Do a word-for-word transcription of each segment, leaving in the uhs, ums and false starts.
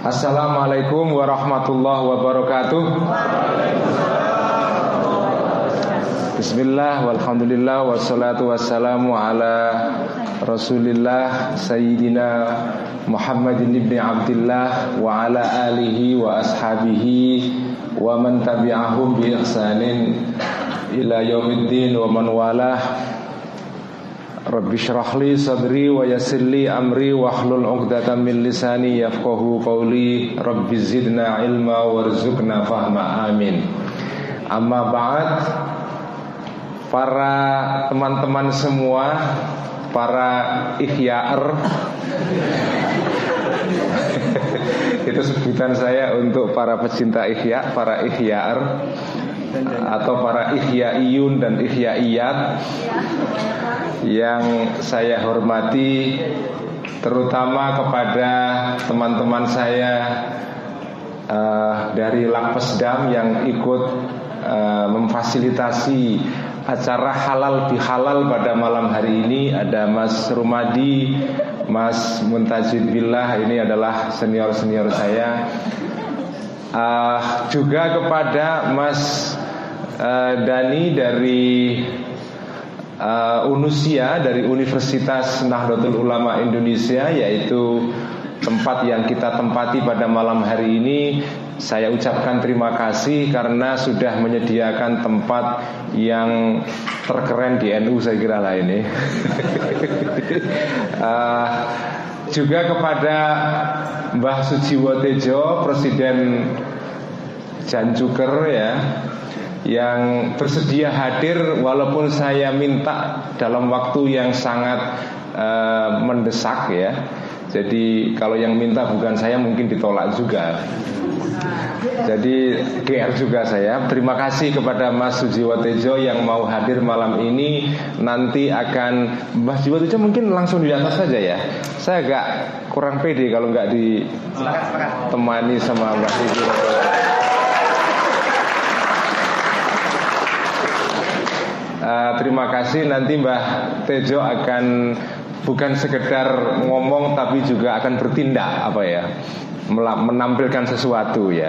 Assalamualaikum warahmatullahi wabarakatuh. Bismillah, walhamdulillah, wassalatu wassalamu ala Rasulillah Sayyidina Muhammadin ibni Abdillah wa ala alihi wa ashabihi wa man tabi'ahum bi ihsanin ila yaumiddin wa man walah. Rabbi syrah li sadri wa yassir li amri wa hlul 'uqdatam min lisani yafqahu qawli. Rabbi zidna ilma warzuqna fahma, amin. Amma ba'd. Para teman-teman semua, para ihya'er, itu sebutan saya untuk para pecinta ihya, para ihya'er atau para ihya'iyun dan ihya'iyat yang saya hormati, terutama kepada teman-teman saya uh, dari Lakpesdam yang ikut uh, memfasilitasi acara halal bihalal pada malam hari ini. Ada Mas Rumadi, Mas Muntajid Billah, ini adalah senior-senior saya. uh, Juga kepada Mas uh, Dani dari Uh, Unusia, dari Universitas Nahdlatul Ulama Indonesia, yaitu tempat yang kita tempati pada malam hari ini. Saya ucapkan terima kasih karena sudah menyediakan tempat yang terkeren di N U, saya kira lah ini. uh, Juga kepada Mbah Sujiwo Tejo, Presiden Jancuker ya, yang bersedia hadir walaupun saya minta dalam waktu yang sangat uh, mendesak ya. Jadi kalau yang minta bukan saya mungkin ditolak juga. Jadi G R juga saya. Terima kasih kepada Mas Sujiwo Tejo yang mau hadir malam ini. Nanti akan Mas Sujiwo Tejo mungkin langsung di atas saja ya. Saya agak kurang pede kalau nggak ditemani sama Mas Sujiwo Tejo. Uh, terima kasih. Nanti Mbah Tejo akan bukan sekedar ngomong tapi juga akan bertindak, apa ya, menampilkan sesuatu ya.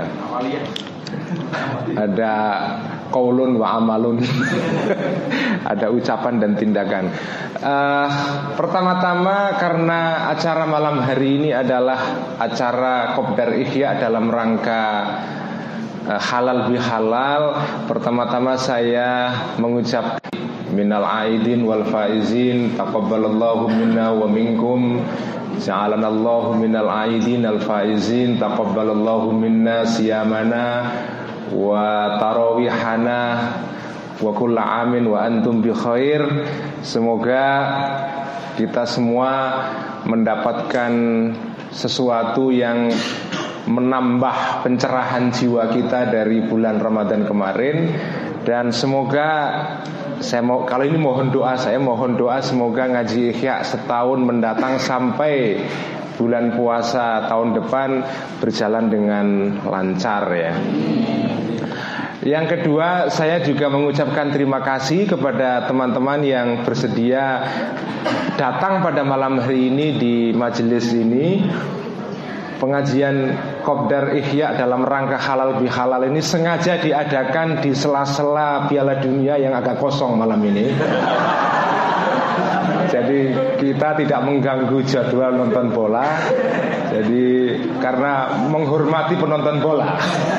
Ada qaulun wa amalun. Ada ucapan dan tindakan. uh, Pertama-tama karena acara malam hari ini adalah acara Kopdar Ihya dalam rangka halal bihalal. Pertama-tama saya mengucap minal aidin wal faizin, taqabbalallahu minna wa minkum, ja'alanallahu minal aidin al faizin, taqabbalallahu minna siyamana wa tarawihana wa kulla amin wa antum bi khair. Semoga kita semua mendapatkan sesuatu yang menambah pencerahan jiwa kita dari bulan Ramadan kemarin. Dan semoga, saya mau, kalau ini mohon doa, saya mohon doa semoga ngaji Ihya setahun mendatang sampai bulan puasa tahun depan berjalan dengan lancar ya. Yang kedua, saya juga mengucapkan terima kasih kepada teman-teman yang bersedia datang pada malam hari ini di majelis ini. Pengajian Kopdar Ihya dalam rangka halal bihalal ini sengaja diadakan di sela-sela Piala Dunia yang agak kosong malam ini. Jadi kita tidak mengganggu jadwal nonton bola. Jadi karena menghormati penonton bola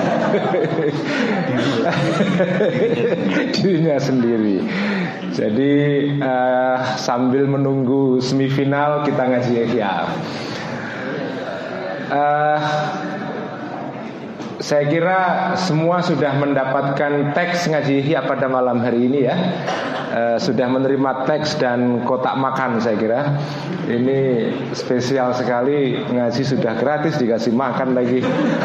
dirinya sendiri. Jadi uh, sambil menunggu semifinal kita ngaji Ihya. Uh, saya kira semua sudah mendapatkan teks ngaji Ihya pada malam hari ini ya. uh, Sudah menerima teks dan kotak makan, saya kira. Ini spesial sekali, ngaji sudah gratis dikasih makan lagi.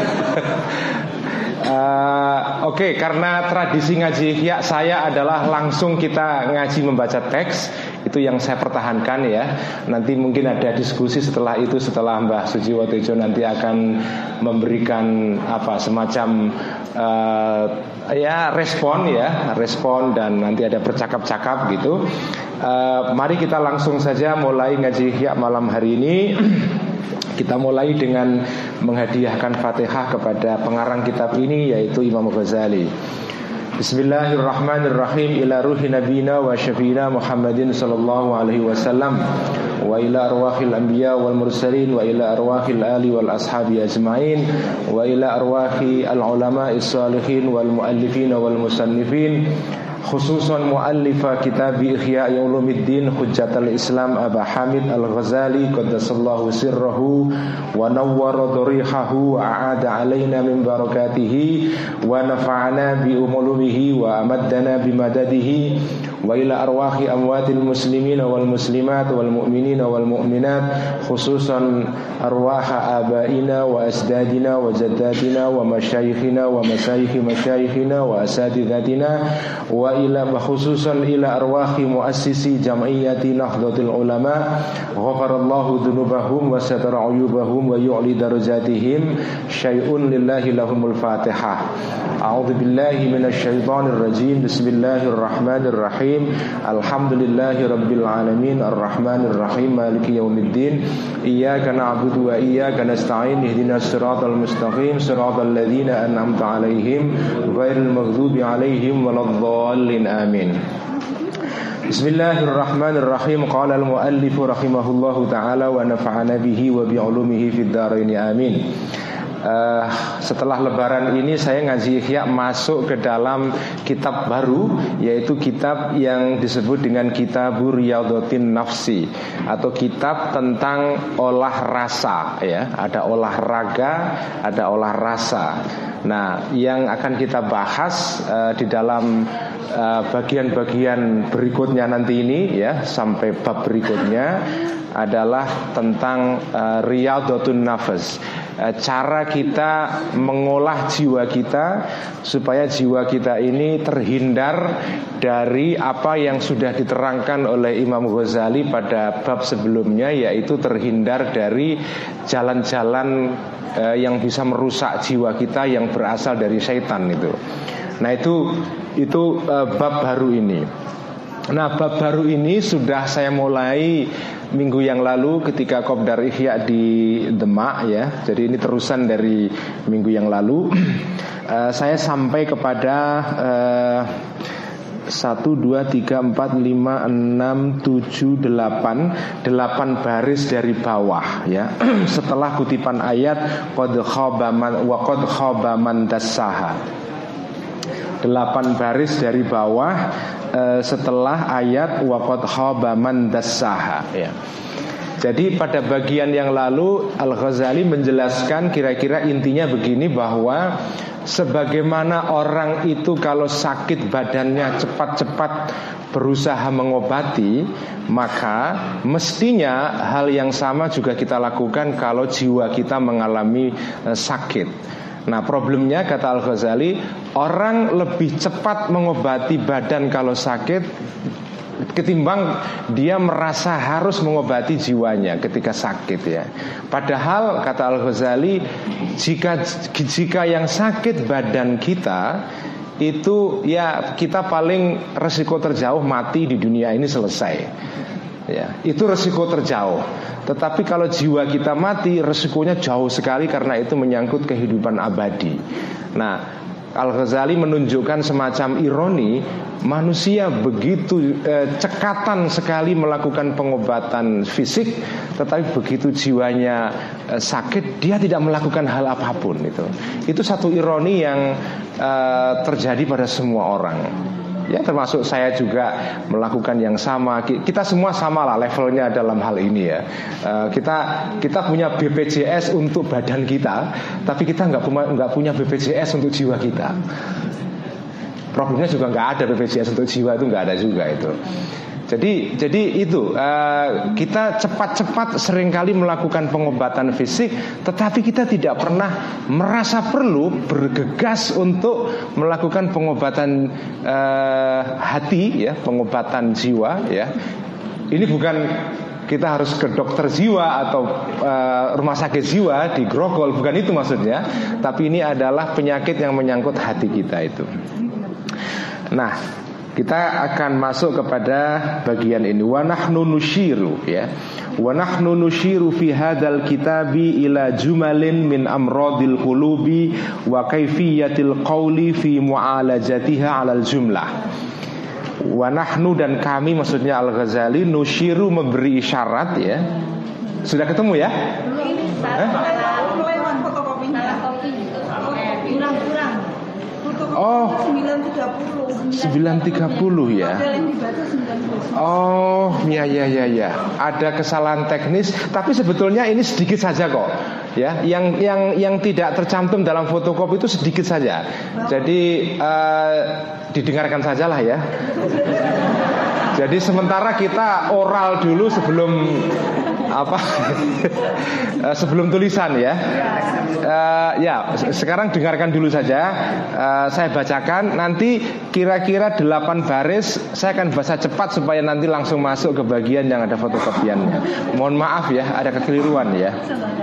Uh, Oke, okay, karena tradisi ngaji Ihya saya adalah langsung kita ngaji membaca teks. Itu yang saya pertahankan ya. Nanti mungkin ada diskusi setelah itu, setelah Mbah Sujiwo Tejo nanti akan memberikan apa semacam uh, ya respon ya, respon dan nanti ada bercakap-cakap gitu. Uh, mari kita langsung saja mulai ngaji Ihya malam hari ini. Kita mulai dengan menghadiahkan Fatihah kepada pengarang kitab ini, yaitu Imam Ghazali. Bismillahirrahmanirrahim. Ila ruhi nabina wa syafiina Muhammadin sallallahu alaihi wasallam, wa ila arwahil anbiya wal mursalin, wa ila arwahil ali wal ashabi ajma'in, wa ila arwahi al ulama'is salihin wal muallifin wal musannifin, khususan muallifa kitab Ihya Ulumuddin Hujjatul Islam Aba Hamid Al-Ghazali qaddasallahu sirrahu wa nawwara dharihahu wa a'ada alaina min barakatihi wa nafa'ana bi umumihi wa amaddana bi madadihi, wa ila arwahi amwatil muslimin wal muslimat wal mu'minin wal mu'minat, khususan arwaha abaina wa asdadina wa jaddatina wa masyayikhina wa masyayikhi masyayikhina wa asatidatina, wa ila khususan ila arwahi muassisi jam'iyyati Nahdlatul Ulama, ghafarallahu dzunubahum wa satara uyubahum wa yu'li darajatihim, syai'un lillahi lahumul Fatihah. A'udzu billahi minasyaitonir rajim. Bismillahirrahmanirrahim. Alhamdulillahi rabbil alamin arrahmanir rahim maliki yaumiddin. Iyyaka na'budu wa iyyaka nasta'in. Ihdinas siratal mustaqim siratal ladzina an'amta 'alaihim ghairil maghdubi 'alaihim waladdallin. Amin. Bismillahirrahmanirrahim. Qala al-muallif rahimahullahu ta'ala wa nafa'ana bihi wa bi 'ulumihi fid dharain. Amin. Uh, setelah lebaran ini saya ngaji Ihya masuk ke dalam kitab baru, yaitu kitab yang disebut dengan Kitabur Riyadhatin Nafsi, atau kitab tentang olah rasa, ya. Ada olahraga, ada olah rasa. Nah, yang akan kita bahas uh, di dalam uh, bagian-bagian berikutnya nanti ini, ya, sampai bab berikutnya adalah tentang uh, Riyadhatun Nafs, cara kita mengolah jiwa kita supaya jiwa kita ini terhindar dari apa yang sudah diterangkan oleh Imam Ghazali pada bab sebelumnya, yaitu terhindar dari jalan-jalan eh, yang bisa merusak jiwa kita yang berasal dari syaitan itu. Nah, itu itu eh, bab baru ini. Nah, bab baru ini sudah saya mulai minggu yang lalu ketika Kopdar Ihya di Demak, ya. Jadi ini terusan dari minggu yang lalu. uh, Saya sampai kepada uh, satu, dua, tiga, empat, lima, enam, tujuh, delapan delapan baris dari bawah, ya. Setelah kutipan ayat Qad khaba man wa qad khaba man dassaha. Delapan baris dari bawah uh, setelah ayat wa qad khaba man dassaha, ya. Jadi pada bagian yang lalu Al-Ghazali menjelaskan kira-kira intinya begini, bahwa sebagaimana orang itu kalau sakit badannya cepat-cepat berusaha mengobati, maka mestinya hal yang sama juga kita lakukan kalau jiwa kita mengalami uh, sakit. Nah, problemnya, kata Al-Ghazali, orang lebih cepat mengobati badan kalau sakit ketimbang dia merasa harus mengobati jiwanya ketika sakit, ya. Padahal, kata Al-Ghazali, jika jika yang sakit badan kita itu, ya, kita paling resiko terjauh mati di dunia ini selesai, ya, itu resiko terjauh. Tetapi kalau jiwa kita mati, resikonya jauh sekali karena itu menyangkut kehidupan abadi. Nah, Al-Ghazali menunjukkan semacam ironi, manusia begitu eh, cekatan sekali melakukan pengobatan fisik, tetapi begitu jiwanya eh, sakit, dia tidak melakukan hal apapun. Itu, itu satu ironi yang eh, terjadi pada semua orang. Ya, termasuk saya juga melakukan yang sama. Kita semua sama lah levelnya dalam hal ini, ya. uh, Kita kita punya B P J S untuk badan kita, tapi kita nggak punya nggak punya B P J S untuk jiwa kita. Problemnya juga nggak ada B P J S untuk jiwa, itu nggak ada juga itu. Jadi jadi itu uh, kita cepat-cepat seringkali melakukan pengobatan fisik, tetapi kita tidak pernah merasa perlu bergegas untuk melakukan pengobatan uh, hati, ya, pengobatan jiwa, ya. Ini bukan kita harus ke dokter jiwa atau uh, rumah sakit jiwa di Grogol, bukan itu maksudnya. Tapi ini adalah penyakit yang menyangkut hati kita itu. Nah, Kita akan masuk kepada bagian ini. Wa nahnu nusyiru ya. Wa nahnu nusyiru fi hadzal kitabi ila jumalin min amradil qulubi wa kaifiyatil qawli fi mu'alajatiha 'alal jumlah. Wa nahnu dan kami, maksudnya Al-Ghazali, nusyiru memberi isyarat ya. Sudah ketemu ya? Eh? Oh, sembilan tiga puluh ya. Oh, ya ya ya ya. Ada kesalahan teknis, tapi sebetulnya ini sedikit saja kok. Ya, yang yang yang tidak tercantum dalam fotokopi itu sedikit saja. Jadi uh, didengarkan sajalah ya. Jadi sementara kita oral dulu sebelum apa sebelum tulisan ya. Uh, ya, sekarang dengarkan dulu saja. Uh, saya bacakan. Nanti kira-kira delapan baris. Saya akan baca cepat supaya nanti langsung masuk ke bagian yang ada fotokopiannya. Mohon maaf ya, ada kekeliruan ya.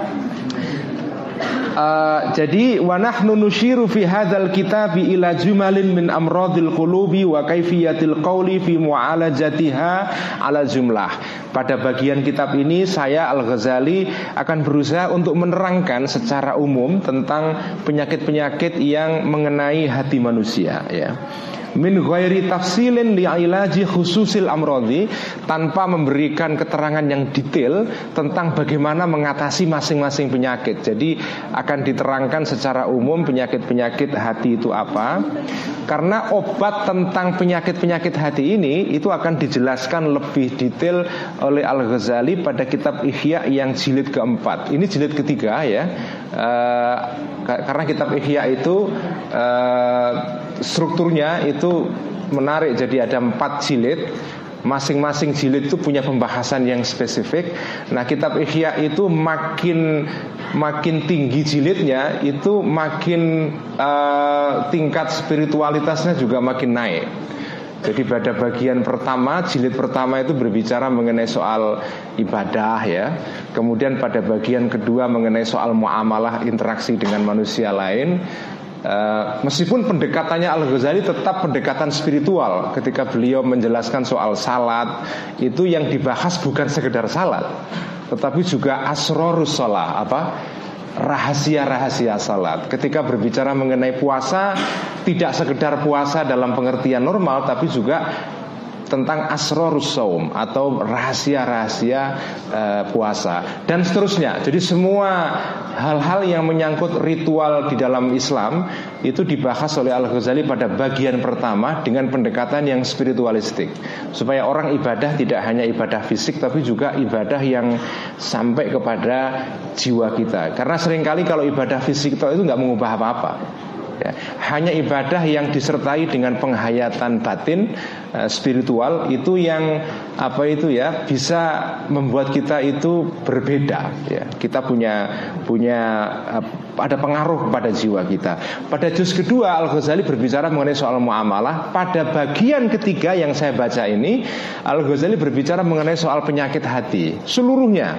Uh, jadi wa nahnu nusyiru fi hadzal kitabi ila jumalin min amradil qulubi wa kaifiyatil qawli fi mu'alajatiha 'ala jumlah. Pada bagian kitab ini saya Al-Ghazali akan berusaha untuk menerangkan secara umum tentang penyakit-penyakit yang mengenai hati manusia ya. Min ghairi tafsilin li'ilaji khususil amrodi, tanpa memberikan keterangan yang detail tentang bagaimana mengatasi masing-masing penyakit. Jadi akan diterangkan secara umum penyakit-penyakit hati itu apa. Karena obat tentang penyakit-penyakit hati ini itu akan dijelaskan lebih detail oleh Al-Ghazali pada kitab Ihya yang jilid keempat. Ini jilid ketiga ya. Uh, karena kitab Ihya itu uh, strukturnya itu menarik. Jadi ada empat jilid. Masing-masing jilid itu punya pembahasan yang spesifik. Nah, kitab Ihya itu makin makin tinggi jilidnya, itu makin uh, tingkat spiritualitasnya juga makin naik. Jadi pada bagian pertama, jilid pertama itu berbicara mengenai soal ibadah ya. Kemudian pada bagian kedua mengenai soal muamalah, interaksi dengan manusia lain. Uh, meskipun pendekatannya Al-Ghazali tetap pendekatan spiritual. Ketika beliau menjelaskan soal salat, itu yang dibahas bukan sekedar salat, tetapi juga asrorus shalah, apa? rahasia-rahasia salat. Ketika berbicara mengenai puasa, tidak sekedar puasa dalam pengertian normal, tapi juga tentang asrorus saum atau rahasia-rahasia uh, puasa dan seterusnya. Jadi semua hal-hal yang menyangkut ritual di dalam Islam itu dibahas oleh Al-Ghazali pada bagian pertama dengan pendekatan yang spiritualistik, supaya orang ibadah tidak hanya ibadah fisik tapi juga ibadah yang sampai kepada jiwa kita. Karena seringkali kalau ibadah fisik itu nggak mengubah apa-apa ya. Hanya ibadah yang disertai dengan penghayatan batin, uh, spiritual, itu yang apa itu ya bisa membuat kita itu berbeda ya. Kita punya punya uh, ada pengaruh pada jiwa kita. Pada juz kedua Al-Ghazali berbicara mengenai soal muamalah. Pada bagian ketiga yang saya baca ini, Al-Ghazali berbicara mengenai soal penyakit hati seluruhnya,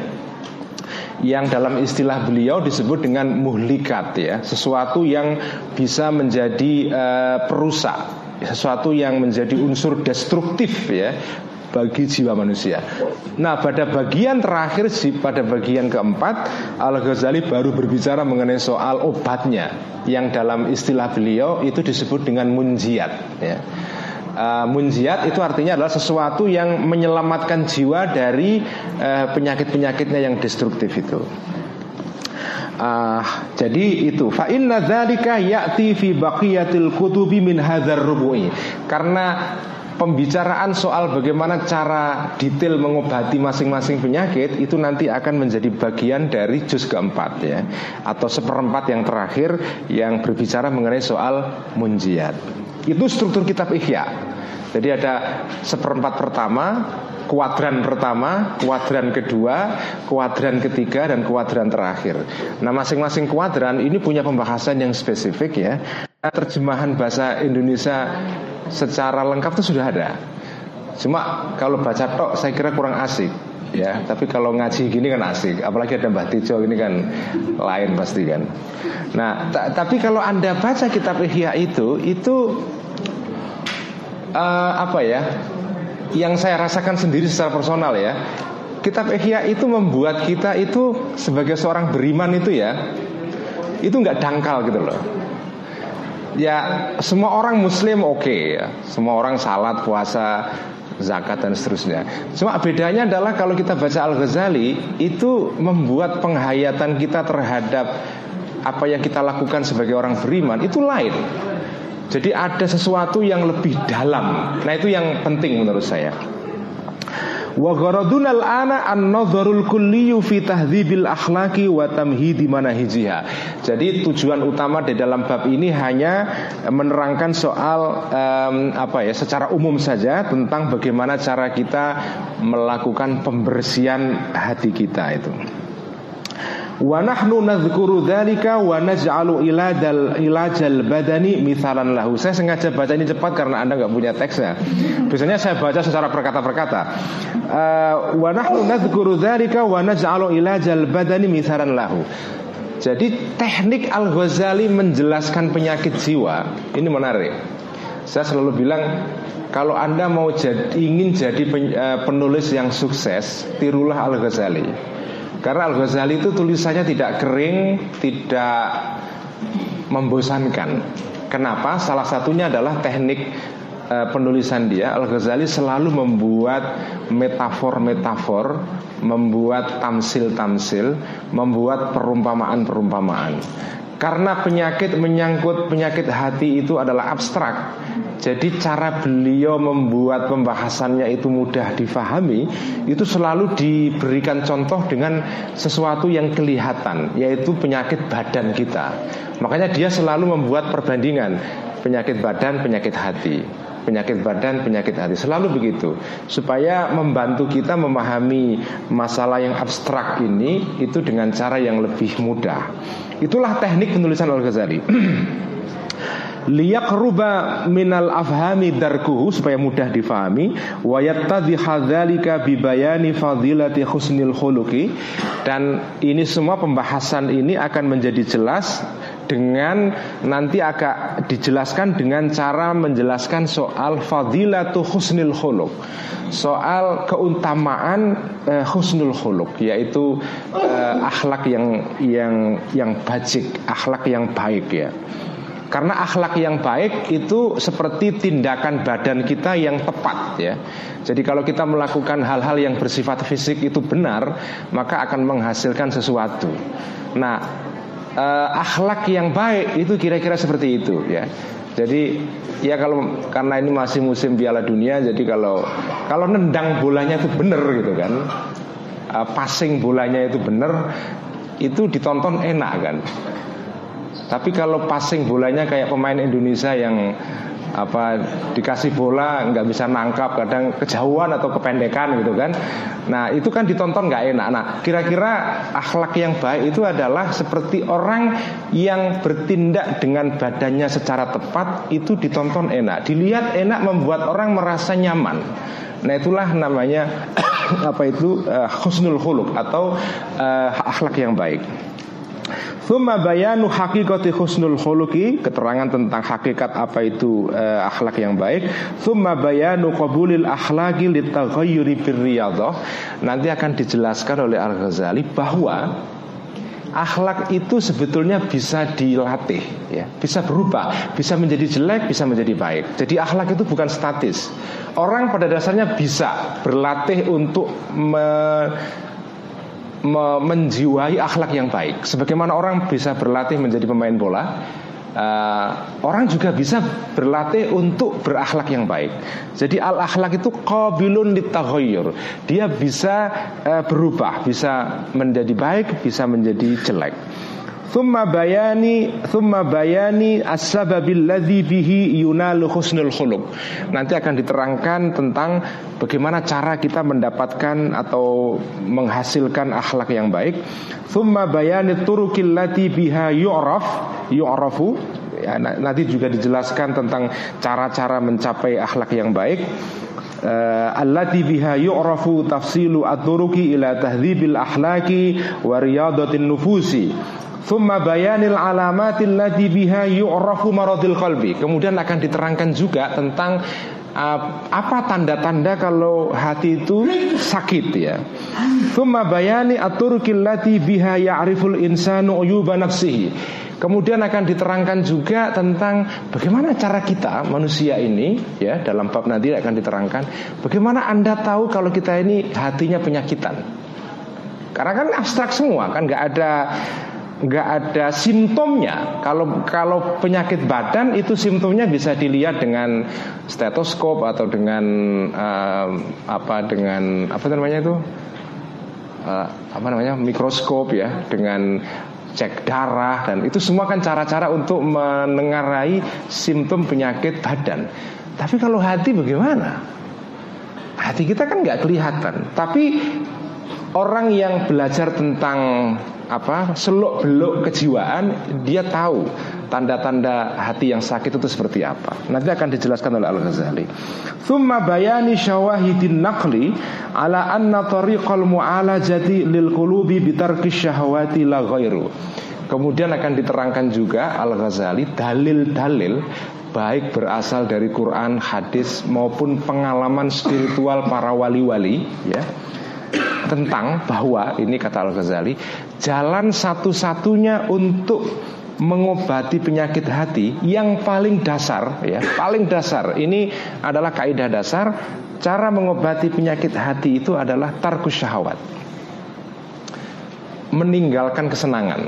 yang dalam istilah beliau disebut dengan muhlikat ya, sesuatu yang bisa menjadi uh, perusak, sesuatu yang menjadi unsur destruktif ya bagi jiwa manusia. Nah, pada bagian terakhir, pada bagian keempat, Al-Ghazali baru berbicara mengenai soal obatnya, yang dalam istilah beliau itu disebut dengan munjiat ya. Uh, munjiat itu artinya adalah sesuatu yang menyelamatkan jiwa dari uh, penyakit-penyakitnya yang destruktif itu. Uh, jadi itu fa inna dzalika ya'ti fi baqiyatil kutubi min hadzal rubu'i. Karena pembicaraan soal bagaimana cara detail mengobati masing-masing penyakit itu nanti akan menjadi bagian dari juz keempat ya, atau seperempat yang terakhir yang berbicara mengenai soal munjiat. Itu struktur kitab Ihya. Jadi ada seperempat pertama, kuadran pertama, kuadran kedua, kuadran ketiga, dan kuadran terakhir. Nah, masing-masing kuadran ini punya pembahasan yang spesifik ya. Terjemahan bahasa Indonesia secara lengkap itu sudah ada. Cuma kalau baca tok saya kira kurang asik ya. Tapi kalau ngaji gini kan asik. Apalagi ada Mbah Tejo ini kan lain pasti kan. Nah, t- tapi kalau Anda baca kitab Ihya itu, itu uh, apa ya, yang saya rasakan sendiri secara personal ya, kitab Ihya itu membuat kita itu sebagai seorang beriman itu ya, itu nggak dangkal gitu loh. Ya semua orang Muslim oke okay, ya, semua orang salat, puasa, zakat dan seterusnya. Cuma bedanya adalah kalau kita baca Al-Ghazali itu membuat penghayatan kita terhadap apa yang kita lakukan sebagai orang beriman itu lain. Jadi ada sesuatu yang lebih dalam. Nah itu yang penting menurut saya. Wa gharaduna al-ana an-nadharul kulliyu fi tahdhibil akhlaqi wa tamhidi manahijiha. Jadi tujuan utama di dalam bab ini hanya menerangkan soal um, apa ya, secara umum saja tentang bagaimana cara kita melakukan pembersihan hati kita itu. Wa nahnu nadhkuru dzalika wa naj'alu ilajal ilajal badani mithalan lahu. Saya sengaja baca ini cepat karena Anda enggak punya teksnya. Biasanya saya baca secara berkata-berkata. Uh, wa nahnu nadhkuru dzalika wa naj'alu ilajal badani mithalan lahu. Jadi teknik Al-Ghazali menjelaskan penyakit jiwa ini menarik. Saya selalu bilang kalau Anda mau jadi, ingin jadi penulis yang sukses, tirulah Al-Ghazali. Karena Al-Ghazali itu tulisannya tidak kering, tidak membosankan. Kenapa? Salah satunya adalah teknik e, penulisan dia. Al-Ghazali selalu membuat metafor-metafor, membuat tamsil-tamsil, membuat perumpamaan-perumpamaan. Karena penyakit menyangkut penyakit hati itu adalah abstrak, jadi cara beliau membuat pembahasannya itu mudah difahami. Itu selalu diberikan contoh dengan sesuatu yang kelihatan, yaitu penyakit badan kita. Makanya dia selalu membuat perbandingan penyakit badan, penyakit hati, penyakit badan, penyakit hati. Selalu begitu, supaya membantu kita memahami masalah yang abstrak ini itu dengan cara yang lebih mudah. Itulah teknik penulisan Al-Ghazali. Liyaqruba minal afhami darkuhu, supaya mudah difahami. Wa yattadhiha dzalika bi bayani fadilati husnil khuluqi. Dan ini semua pembahasan ini akan menjadi jelas dengan nanti akan dijelaskan dengan cara menjelaskan soal fadilatu husnil khuluq, soal keutamaan uh, husnul khuluq, yaitu uh, akhlak yang yang yang bajik, akhlak yang baik ya. Karena akhlak yang baik itu seperti tindakan badan kita yang tepat ya. Jadi kalau kita melakukan hal-hal yang bersifat fisik itu benar, maka akan menghasilkan sesuatu. Nah, eh, akhlak yang baik itu kira-kira seperti itu ya. Jadi ya kalau karena ini masih musim Piala Dunia, jadi kalau kalau nendang bolanya itu benar gitu kan, eh, passing bolanya itu benar, itu ditonton enak kan. Tapi kalau passing bolanya kayak pemain Indonesia yang apa dikasih bola nggak bisa nangkap, kadang kejauhan atau kependekan gitu kan. Nah itu kan ditonton nggak enak. Nah kira-kira akhlak yang baik itu adalah seperti orang yang bertindak dengan badannya secara tepat, itu ditonton enak, dilihat enak, membuat orang merasa nyaman. Nah itulah namanya apa itu uh, husnul khuluq atau uh, akhlak yang baik. Tsumma bayanu haqiqati husnul khuluqi, keterangan tentang hakikat apa itu uh, akhlak yang baik. Tsumma bayanu qabulil akhlaqi litaghayyuri birriyadhah. Nanti akan dijelaskan oleh Al-Ghazali bahwa akhlak itu sebetulnya bisa dilatih ya, bisa berubah, bisa menjadi jelek, bisa menjadi baik. Jadi akhlak itu bukan statis. Orang pada dasarnya bisa berlatih untuk me menjiwai akhlak yang baik. Sebagaimana orang bisa berlatih menjadi pemain bola, uh, orang juga bisa berlatih untuk berakhlak yang baik. Jadi al-akhlak itu qabilun litaghayyur. Dia bisa uh, berubah, bisa menjadi baik, bisa menjadi jelek. Thumma bayani thumma bayani as-sababil ladzi bihi yunalu husnul khuluq. Nanti akan diterangkan tentang bagaimana cara kita mendapatkan atau menghasilkan akhlak yang baik. Thumma bayani turuqil lati biha yu'raf yu'rafu. Ya, nanti juga dijelaskan tentang cara-cara mencapai akhlak yang baik. Uh, allati biha yu'rafu tafsilu at-turuqi ila tahdhibil akhlaqi wa riyadatin nufusi. Thumma bayanil alamatil lati biha yu'rafu maradil qalbi. Kemudian akan diterangkan juga tentang apa tanda-tanda kalau hati itu sakit ya. Tsumma bayani at-turuqil lati biha ya'riful insanu uyuba nafsihi. Kemudian akan diterangkan juga tentang bagaimana cara kita manusia ini ya, dalam bab nanti akan diterangkan bagaimana Anda tahu kalau kita ini hatinya penyakitan. Karena kan abstrak semua kan, nggak ada nggak ada simptomnya. Kalau kalau penyakit badan itu simptomnya bisa dilihat dengan stetoskop atau dengan uh, apa dengan apa namanya itu uh, apa namanya mikroskop ya, dengan cek darah, dan itu semua kan cara-cara untuk menengarai simptom penyakit badan. Tapi kalau hati bagaimana? Hati kita kan nggak kelihatan. Tapi orang yang belajar tentang apa seluk-beluk kejiwaan, dia tahu tanda-tanda hati yang sakit itu seperti apa. Nanti akan dijelaskan oleh Al-Ghazali. Tsumma bayani syawahidin naqli ala anna tariqal mu'alajati lil qulubi bitarki syahawati la ghairu. Kemudian akan diterangkan juga Al-Ghazali dalil-dalil baik berasal dari Quran, hadis maupun pengalaman spiritual para wali-wali ya, tentang bahwa ini kata Al-Ghazali, jalan satu-satunya untuk mengobati penyakit hati yang paling dasar ya, paling dasar ini adalah kaidah dasar, cara mengobati penyakit hati itu adalah tarkus syahwat, meninggalkan kesenangan.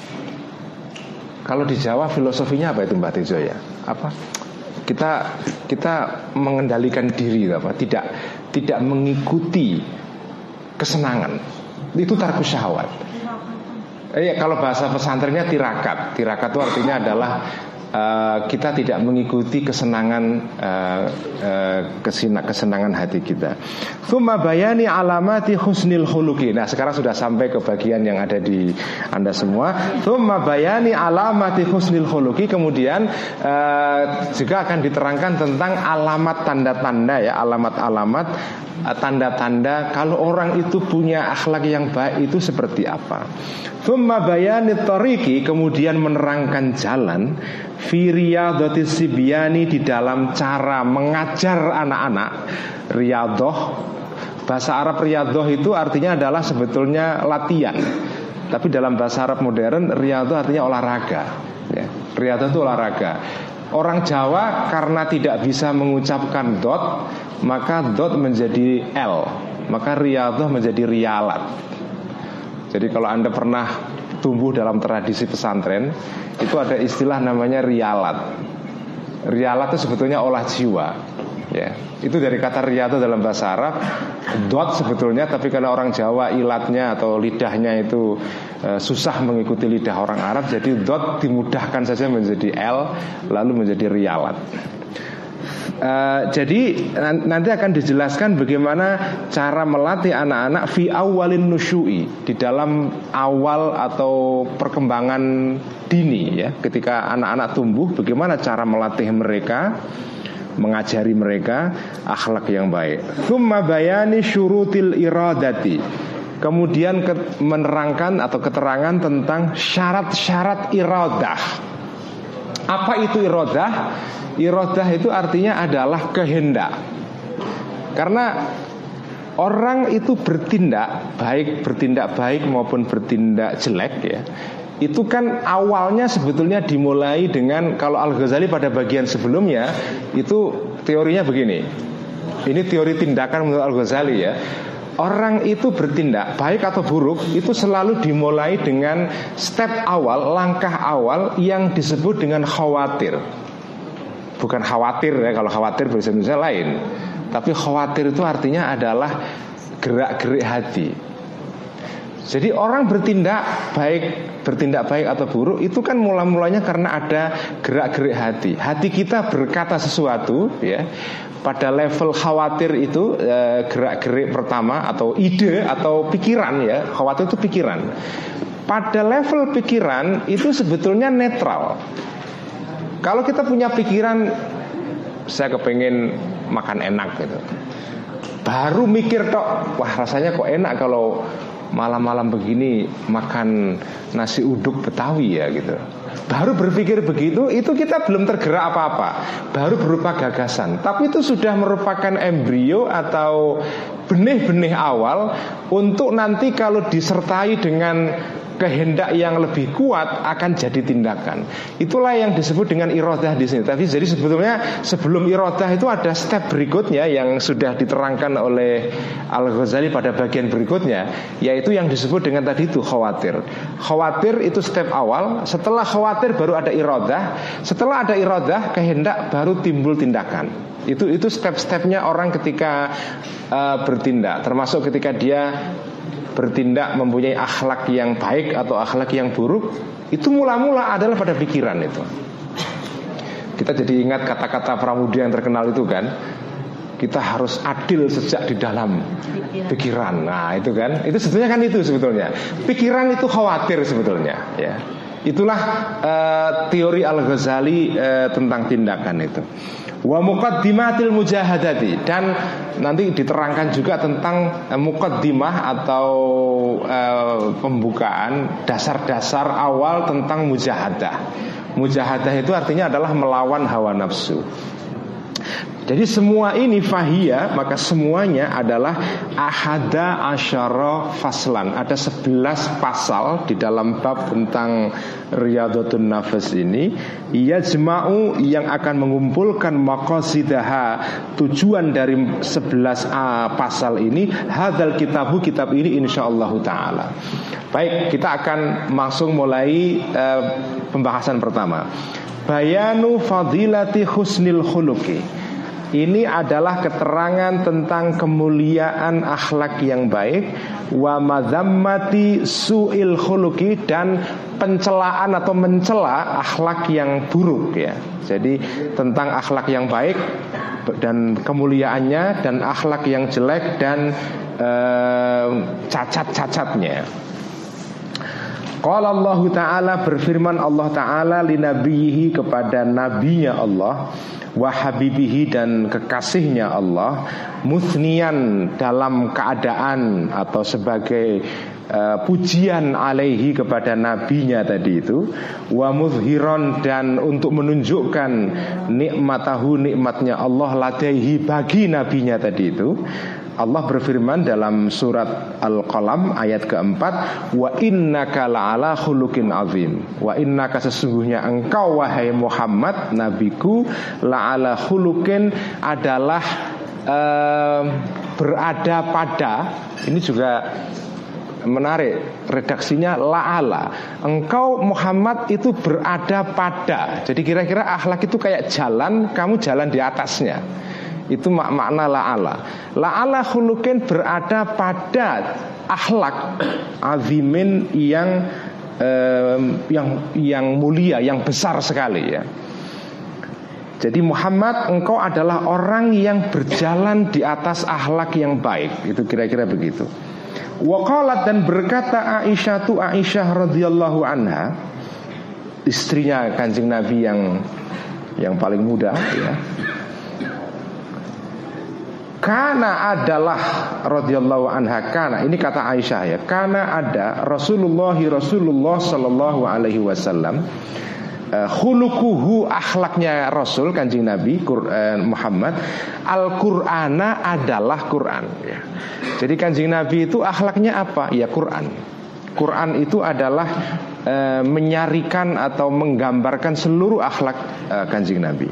Kalau di Jawa filosofinya apa itu Mbak Tejo ya? Apa? Kita kita mengendalikan diri apa? Tidak tidak mengikuti kesenangan. Itu tarkus syahwat. Eh, ya, kalau bahasa pesantrennya tirakat. Tirakat itu artinya adalah uh, kita tidak mengikuti kesenangan uh, uh, kesina, kesenangan hati kita. Tsumma bayani alamati husnil khuluqi. Nah, sekarang sudah sampai ke bagian yang ada di Anda semua. Tsumma bayani alamati husnil khuluqi. Kemudian uh, juga akan diterangkan tentang alamat tanda-tanda ya, alamat-alamat tanda-tanda kalau orang itu punya akhlak yang baik itu seperti apa. Tsumma bayani tariqi, kemudian menerangkan jalan fi riyadhatis sibyani, di dalam cara mengajar anak-anak. Riyadhah, bahasa Arab riyadhah itu artinya adalah sebetulnya latihan. Tapi dalam bahasa Arab modern riyadhah artinya olahraga ya. Riyadhah itu olahraga. Orang Jawa karena tidak bisa mengucapkan dot, maka dot menjadi L, maka riyadhah menjadi riyalat. Jadi kalau Anda pernah tumbuh dalam tradisi pesantren, itu ada istilah namanya riyalat. Riyalat itu sebetulnya olah jiwa ya. Itu dari kata riyadhah dalam bahasa Arab, dot sebetulnya, tapi kalau orang Jawa ilatnya atau lidahnya itu e, susah mengikuti lidah orang Arab, jadi dot dimudahkan saja menjadi L, lalu menjadi riyalat. Uh, jadi nanti akan dijelaskan bagaimana cara melatih anak-anak fi awalin nusyui, di dalam awal atau perkembangan dini ya, ketika anak-anak tumbuh, bagaimana cara melatih mereka, mengajari mereka akhlak yang baik. Tsumma bayani syurutil iradati, kemudian ke- menerangkan atau keterangan tentang syarat-syarat iradah. Apa itu iradah? Iradah itu artinya adalah kehendak. Karena orang itu bertindak baik, bertindak baik maupun bertindak jelek ya, itu kan awalnya sebetulnya dimulai dengan, kalau Al-Ghazali pada bagian sebelumnya itu teorinya begini. Ini teori tindakan menurut Al-Ghazali ya. Orang itu bertindak baik atau buruk itu selalu dimulai dengan step awal, langkah awal yang disebut dengan khawatir. Bukan khawatir ya, kalau khawatir bahasa Indonesia lain. Tapi khawatir itu artinya adalah gerak-gerik hati. Jadi orang bertindak baik, bertindak baik atau buruk itu kan mula-mulanya karena ada gerak-gerik hati. Hati kita berkata sesuatu ya. Pada level khawatir itu eh, gerak-gerik pertama atau ide atau pikiran ya. Khawatir itu pikiran. Pada level pikiran itu sebetulnya netral. Kalau kita punya pikiran, saya kepengen makan enak gitu, baru mikir tok, wah rasanya kok enak kalau malam-malam begini makan nasi uduk Betawi ya gitu. Baru berpikir begitu, itu kita belum tergerak apa-apa, baru berupa gagasan. Tapi itu sudah merupakan embrio atau benih-benih awal untuk nanti kalau disertai dengan kehendak yang lebih kuat akan jadi tindakan. Itulah yang disebut dengan iradah di sini. Tapi jadi sebetulnya sebelum iradah itu ada step berikutnya yang sudah diterangkan oleh Al-Ghazali pada bagian berikutnya, yaitu yang disebut dengan tadi itu khawatir. Khawatir itu step awal. Setelah khawatir baru ada iradah. Setelah ada iradah, kehendak, baru timbul tindakan. Itu itu step-stepnya orang ketika uh, bertindak. Termasuk ketika dia bertindak mempunyai akhlak yang baik atau akhlak yang buruk, itu mula-mula adalah pada pikiran itu. Kita jadi ingat kata-kata Pramudia yang terkenal itu kan, kita harus adil sejak di dalam pikiran. Nah itu kan, itu sebetulnya kan itu sebetulnya. Pikiran itu khawatir sebetulnya ya. Itulah uh, teori Al-Ghazali uh, tentang tindakan itu. Wa muqaddimatil mujahadati, dan nanti diterangkan juga tentang uh, muqaddimah atau uh, pembukaan dasar-dasar awal tentang mujahadah. Mujahadah itu artinya adalah melawan hawa nafsu. Jadi semua ini fahiyah, maka semuanya adalah ahada asyara faslan. Ada sebelas pasal di dalam bab tentang Riyadhatun Nafas ini, yajma'u, yang akan mengumpulkan maqasidaha, tujuan dari sebelas uh, pasal ini, hadzal kitabu, kitab ini insyaallah taala. Baik, kita akan langsung mulai uh, pembahasan pertama. Bayanu fadilati husnil khuluqi. Ini adalah keterangan tentang kemuliaan akhlak yang baik, wa madzammati su'il khuluqi, dan pencelaan atau mencela akhlak yang buruk ya. Jadi tentang akhlak yang baik dan kemuliaannya, dan akhlak yang jelek dan eh, cacat-cacatnya. Qala Allah Ta'ala, berfirman Allah Ta'ala li nabiyhi, kepada nabinya Allah, wa habibihi, dan kekasihnya Allah, muthniyan, dalam keadaan atau sebagai uh, pujian alaihi, kepada nabinya tadi itu, wa muzhiron, dan untuk menunjukkan nikmatahu, nikmatnya Allah, ladaihi, bagi nabinya tadi itu. Allah berfirman dalam surat Al-Qalam ayat keempat, wa innaka la'ala khuluqin azim. Wa innaka, sesungguhnya engkau wahai Muhammad nabiku, la'ala khuluqin, adalah uh, berada pada. Ini juga menarik, redaksinya la'ala. Engkau Muhammad itu berada pada. Jadi kira-kira akhlak itu kayak jalan, kamu jalan di atasnya. Itu mak makna la'ala. La'ala khuluqin, berada pada akhlak azimin, yang eh, yang yang mulia, yang besar sekali ya. Jadi Muhammad, engkau adalah orang yang berjalan di atas akhlak yang baik. Itu kira-kira begitu. Wa qalat, dan berkata Aisyah tu Aisyah radhiyallahu anha, istrinya Kanjeng Nabi yang yang paling muda ya. Karena adalah radhiyallahu anha, karena ini kata Aisyah ya, karena ada Rasulullah Rasulullah sallallahu alaihi wasallam, uh, khuluquhu, akhlaknya Rasul Kanjeng Nabi Quran, Muhammad, Al-Qur'ana, adalah Quran ya. Jadi Kanjeng Nabi itu akhlaknya apa? Ya Quran. Quran itu adalah uh, menyarikan atau menggambarkan seluruh akhlak uh, Kanjeng Nabi.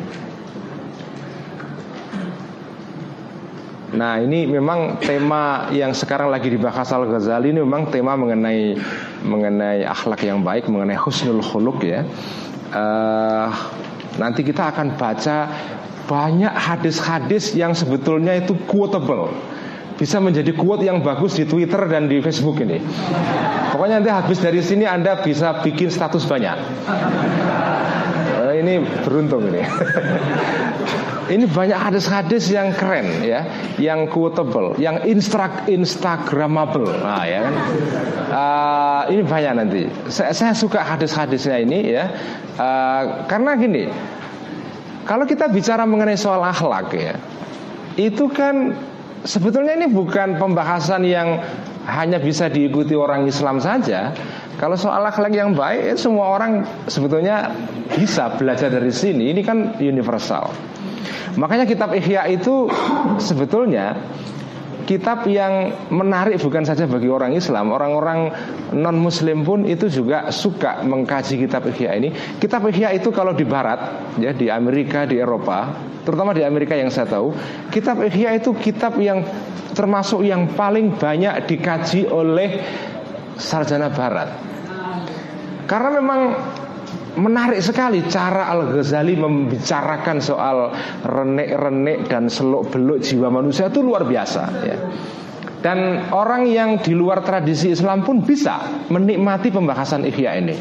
Nah ini memang tema yang sekarang lagi dibahas Al-Ghazali, ini memang tema mengenai mengenai akhlak yang baik, mengenai husnul khuluq ya. uh, Nanti kita akan baca banyak hadis-hadis yang sebetulnya itu quotable, bisa menjadi quote yang bagus di Twitter dan di Facebook ini. Pokoknya nanti habis dari sini Anda bisa bikin status banyak. uh, Ini beruntung ini. Ini banyak hadis-hadis yang keren ya, yang quotable, yang insta instagramable. Nah ya kan, uh, ini banyak nanti. Saya, saya suka hadis-hadisnya ini ya, uh, karena gini, kalau kita bicara mengenai soal akhlak ya, itu kan sebetulnya ini bukan pembahasan yang hanya bisa diikuti orang Islam saja. Kalau soal akhlak yang baik, ya semua orang sebetulnya bisa belajar dari sini. Ini kan universal. Makanya kitab Ihya itu sebetulnya kitab yang menarik bukan saja bagi orang Islam. Orang-orang non-muslim pun itu juga suka mengkaji kitab Ihya ini. Kitab Ihya itu kalau di barat, ya, di Amerika, di Eropa, terutama di Amerika yang saya tahu, kitab Ihya itu kitab yang termasuk yang paling banyak dikaji oleh sarjana barat. Karena memang menarik sekali cara Al-Ghazali membicarakan soal renek-renek dan seluk-beluk jiwa manusia, itu luar biasa, ya. Dan orang yang di luar tradisi Islam pun bisa menikmati pembahasan Ihya ini.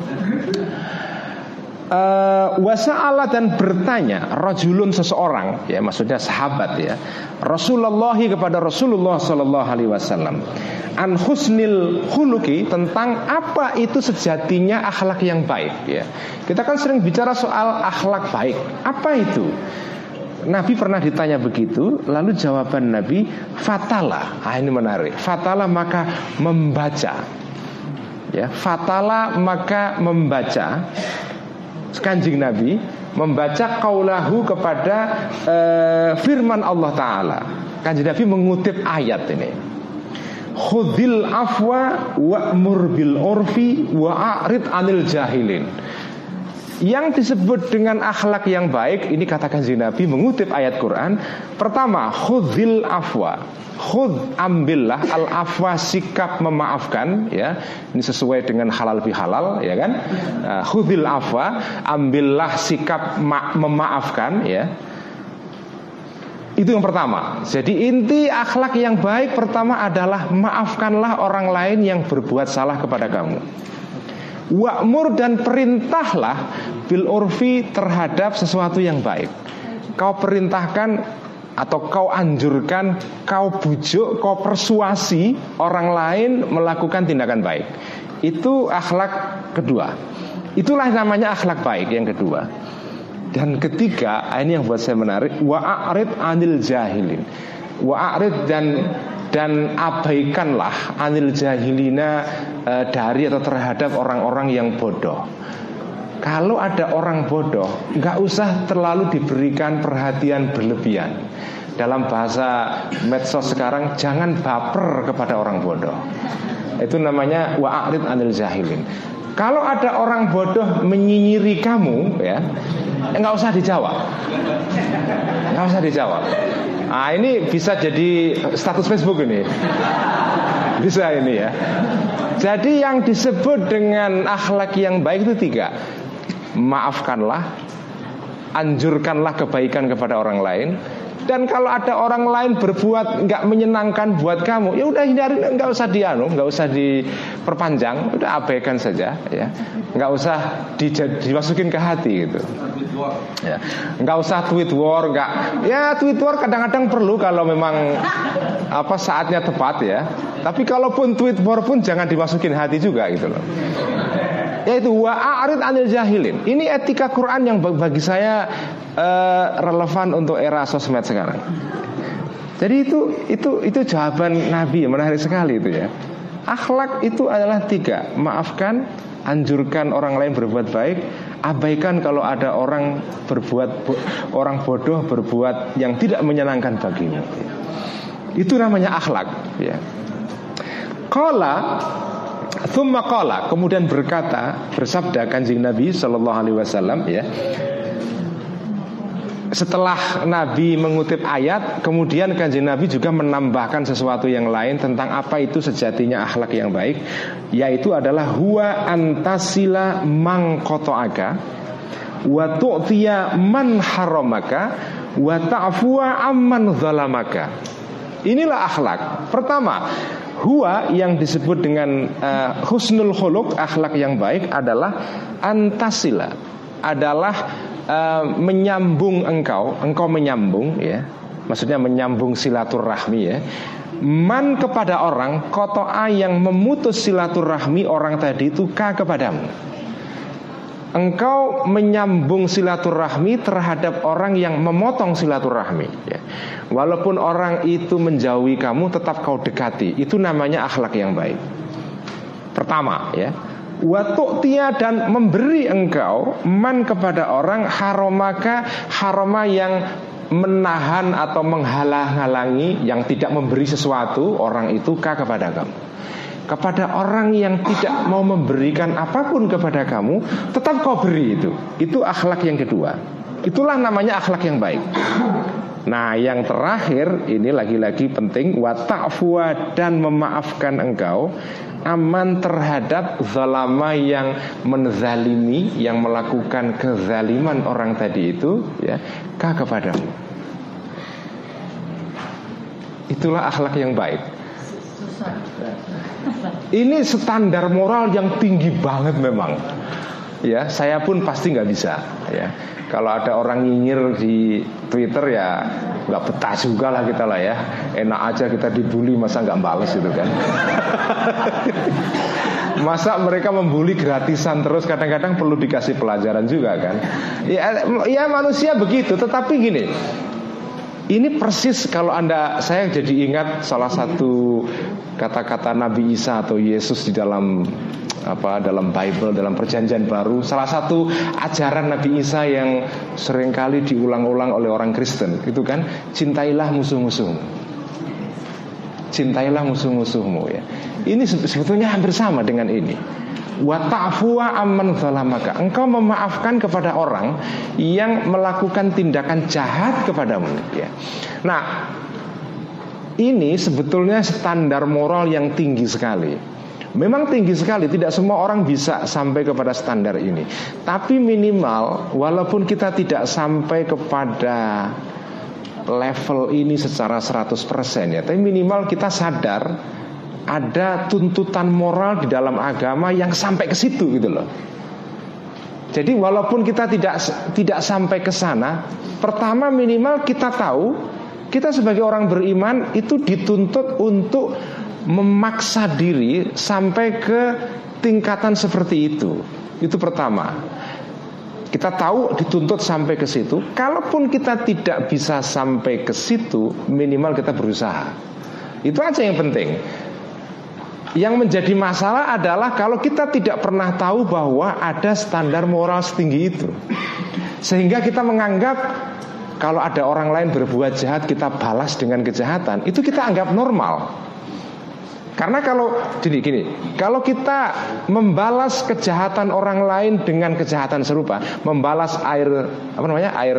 Uh, wasa'ala dan bertanya rajulun seseorang, ya, maksudnya sahabat, ya, Rasulullah kepada Rasulullah sallallahu alaihi wasallam, an husnil khuluqi, tentang apa itu sejatinya akhlak yang baik, ya. Kita kan sering bicara soal akhlak baik. Apa itu? Nabi pernah ditanya begitu, lalu jawaban Nabi fatala. Ah, ini menarik. Fatala maka membaca. Ya, fatala maka membaca. Kanjeng Nabi membaca qaulahu kepada uh, firman Allah Ta'ala. Kanjeng Nabi mengutip ayat ini, khudhil afwa wa'mur bil urfi wa'arid anil jahilin. Yang disebut dengan akhlak yang baik ini, kata Kanjeng Nabi mengutip ayat Quran. Pertama, khudhil afwa, khudh, ambillah, al afwa, sikap memaafkan, ya. Ini sesuai dengan halal bihalal, ya kan? uh, khudhil afwa, ambillah sikap ma- memaafkan, ya. Itu yang pertama. Jadi inti akhlak yang baik pertama adalah maafkanlah orang lain yang berbuat salah kepada kamu. Wa'mur, dan perintahlah bil urfi, terhadap sesuatu yang baik. Kau perintahkan atau kau anjurkan, kau bujuk, kau persuasi orang lain melakukan tindakan baik. Itu akhlak kedua. Itulah namanya akhlak baik yang kedua. Dan ketiga, ini yang buat saya menarik, wa'arid anil jahilin. Wa'arid, dan dan abaikanlah anil jahilina, e, dari atau terhadap orang-orang yang bodoh. Kalau ada orang bodoh, nggak usah terlalu diberikan perhatian berlebihan. Dalam bahasa medsos sekarang, jangan baper kepada orang bodoh. Itu namanya wa'arid anil jahilin. Kalau ada orang bodoh menyinyiri kamu, ya, nggak usah dijawab, nggak usah dijawab. Nah, ini bisa jadi status Facebook ini, bisa ini, ya. Jadi yang disebut dengan akhlak yang baik itu tiga: maafkanlah, anjurkanlah kebaikan kepada orang lain, dan kalau ada orang lain berbuat nggak menyenangkan buat kamu, ya udah hindari, nggak usah dianu, nggak usah diperpanjang, udah abaikan saja, ya. Nggak usah di, dimasukin ke hati gitu. Ya, nggak usah tweet war, nggak. Ya tweet war kadang-kadang perlu kalau memang apa saatnya tepat, ya. Tapi kalaupun tweet war pun jangan dimasukin hati juga gitu loh. Yaitu wa'arid anil jahilin. Ini etika Quran yang bagi saya uh, relevan untuk era sosmed sekarang. Jadi itu itu itu jawaban Nabi, menarik sekali itu, ya. Akhlak itu adalah tiga: maafkan, anjurkan orang lain berbuat baik, abaikan kalau ada orang berbuat orang bodoh berbuat yang tidak menyenangkan bagimu. Itu namanya akhlak, ya. Qala Thumma qala, kemudian berkata, bersabda Kanjeng Nabi sallallahu alaihi wasallam, ya. Setelah Nabi mengutip ayat, kemudian Kanjeng Nabi juga menambahkan sesuatu yang lain tentang apa itu sejatinya akhlak yang baik, yaitu adalah huwa antasila man qata'aka wa tu'tiya man haramaka wa ta'fuwa amman zalamaka. Inilah akhlak. Pertama, huwa yang disebut dengan uh, husnul khuluq, akhlak yang baik adalah antasila, adalah uh, menyambung engkau, engkau menyambung, ya. Maksudnya menyambung silaturahmi, ya. Man kepada orang, kotoa yang memutus silaturahmi orang tadi itu ka kepadamu. Engkau menyambung silaturahmi terhadap orang yang memotong silaturahmi, ya. Walaupun orang itu menjauhi kamu, tetap kau dekati. Itu namanya akhlak yang baik. Pertama ya, wa tu'tiya, dan memberi engkau man kepada orang haromaka, haroma yang menahan atau menghalang-halangi, yang tidak memberi sesuatu orang itu ka kepada kamu. Kepada orang yang tidak mau memberikan apapun kepada kamu, tetap kau beri itu. Itu akhlak yang kedua. Itulah namanya akhlak yang baik. Nah, yang terakhir ini lagi-lagi penting, wa ta'fuwa, dan memaafkan engkau aman terhadap zalama, yang menzalimi, yang melakukan kezaliman orang tadi itu ya, ka kepadamu. Itulah akhlak yang baik. Ini standar moral yang tinggi banget memang. Ya, saya pun pasti nggak bisa. Ya, kalau ada orang nyinyir di Twitter ya nggak betah juga lah kita lah ya. Enak aja kita dibully, masa nggak bales itu kan. Masa mereka membuli gratisan terus, kadang-kadang perlu dikasih pelajaran juga kan. Ya, ya manusia begitu. Tetapi gini, ini persis kalau Anda, saya jadi ingat salah satu kata-kata Nabi Isa atau Yesus di dalam apa dalam Bible, dalam Perjanjian Baru. Salah satu ajaran Nabi Isa yang seringkali diulang-ulang oleh orang Kristen itu kan, cintailah musuh-musuhmu. Cintailah musuh-musuhmu ya. Ini sebetulnya hampir sama dengan ini. Wa ta'fuwa amman zalamaka. Engkau memaafkan kepada orang yang melakukan tindakan jahat kepadamu ya. Nah, ini sebetulnya standar moral yang tinggi sekali. Memang tinggi sekali, tidak semua orang bisa sampai kepada standar ini. Tapi minimal, walaupun kita tidak sampai kepada level ini secara seratus persen ya, tapi minimal kita sadar ada tuntutan moral di dalam agama yang sampai ke situ gitu loh. Jadi walaupun kita tidak tidak sampai ke sana, pertama minimal kita tahu kita sebagai orang beriman itu dituntut untuk memaksa diri sampai ke tingkatan seperti itu. Itu pertama. Kita tahu dituntut sampai ke situ. Kalaupun kita tidak bisa sampai ke situ, minimal kita berusaha. Itu aja yang penting. Yang menjadi masalah adalah kalau kita tidak pernah tahu bahwa ada standar moral setinggi itu, sehingga kita menganggap kalau ada orang lain berbuat jahat kita balas dengan kejahatan, itu kita anggap normal. Karena kalau gini gini, kalau kita membalas kejahatan orang lain dengan kejahatan serupa, membalas air apa namanya air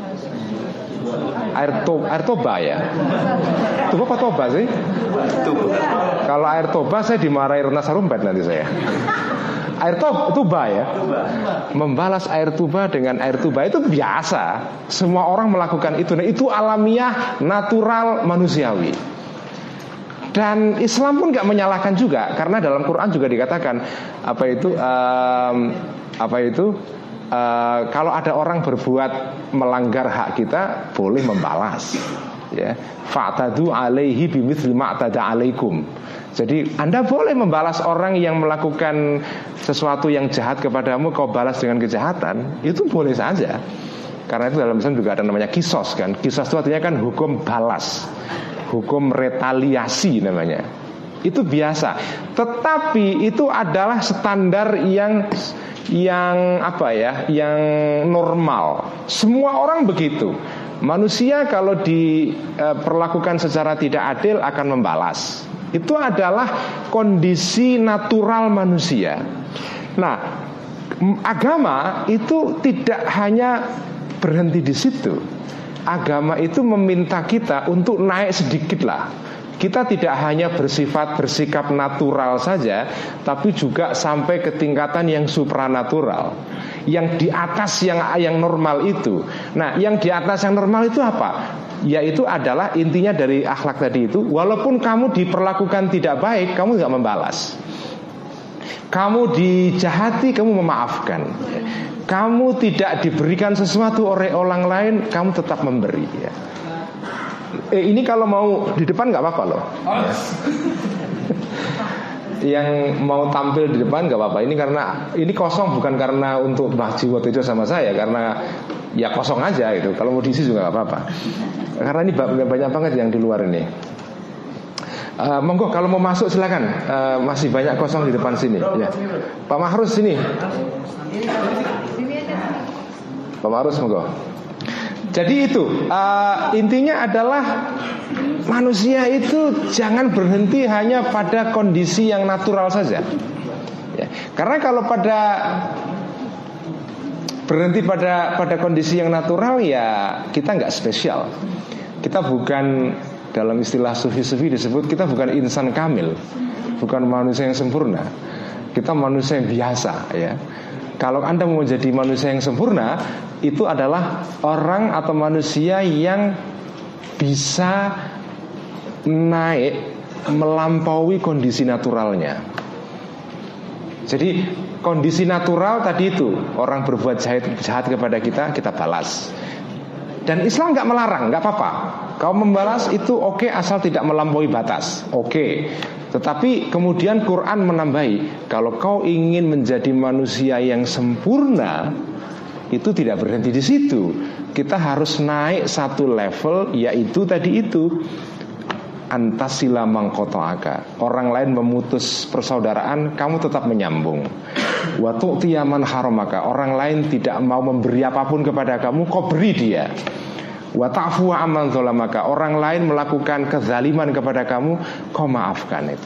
air to, air toba ya, toba apa toba sih? Toba. Kalau air toba saya dimarahi Rena Sarumpet nanti saya. Air toba, tuba ya. Membalas air tuba dengan air tuba itu biasa. Semua orang melakukan itu. Nah, itu alamiah, natural, manusiawi. Dan Islam pun gak menyalahkan juga, karena dalam Quran juga dikatakan apa itu um, apa itu uh, kalau ada orang berbuat melanggar hak kita boleh membalas ya, fa'tadu alaihi bimithli ma'tada alaikum. Jadi Anda boleh membalas orang yang melakukan sesuatu yang jahat kepadamu, kau balas dengan kejahatan, itu boleh saja. Karena itu dalam Islam juga ada namanya kisos kan. Kisos itu artinya kan hukum balas, hukum retaliasi namanya. Itu biasa. Tetapi itu adalah standar yang yang apa ya, yang normal. Semua orang begitu. Manusia kalau diperlakukan secara tidak adil akan membalas. Itu adalah kondisi natural manusia. Nah, agama itu tidak hanya berhenti di situ. Agama itu meminta kita untuk naik sedikit lah. Kita tidak hanya bersifat bersikap natural saja, tapi juga sampai ke tingkatan yang supranatural, yang di atas yang yang normal itu. Nah, yang di atas yang normal itu apa? Yaitu adalah intinya dari akhlak tadi itu, walaupun kamu diperlakukan tidak baik, kamu tidak membalas. Kamu dijahati, kamu memaafkan. Kamu tidak diberikan sesuatu oleh orang lain, kamu tetap memberi ya. Eh, ini kalau mau di depan nggak apa-apa loh. Yang mau tampil di depan nggak apa-apa. Ini karena ini kosong bukan karena untuk Mbah Jiwo Tejo sama saya, karena ya kosong aja itu. Kalau mau diisi juga nggak apa-apa. Karena ini banyak banget yang di luar ini. Uh, monggo kalau mau masuk silakan. Uh, masih banyak kosong di depan sini. Ya. Pak Mahrus sini. Pak Mahrus monggo. Jadi itu uh, intinya adalah manusia itu jangan berhenti hanya pada kondisi yang natural saja. Ya. Karena kalau pada berhenti pada pada kondisi yang natural ya kita nggak spesial. Kita bukan, dalam istilah sufi-sufi disebut kita bukan insan kamil, bukan manusia yang sempurna. Kita manusia yang biasa ya. Kalau Anda mau jadi manusia yang sempurna, itu adalah orang atau manusia yang bisa naik melampaui kondisi naturalnya. Jadi kondisi natural tadi itu, orang berbuat jahat, jahat kepada kita, kita balas. Dan Islam nggak melarang, nggak apa-apa. Kau membalas itu oke, okay, asal tidak melampaui batas, oke. Okay. Tetapi kemudian Quran menambahi, kalau kau ingin menjadi manusia yang sempurna, itu tidak berhenti di situ. Kita harus naik satu level, yaitu tadi itu antasila mangkotoaka. Orang lain memutus persaudaraan, kamu tetap menyambung. Wa tu'tiya man haramaka. Orang lain tidak mau memberi apapun kepada kamu, kau beri dia. Wa ta'fu amman zalamaka. Orang lain melakukan kezaliman kepada kamu, kau maafkan itu.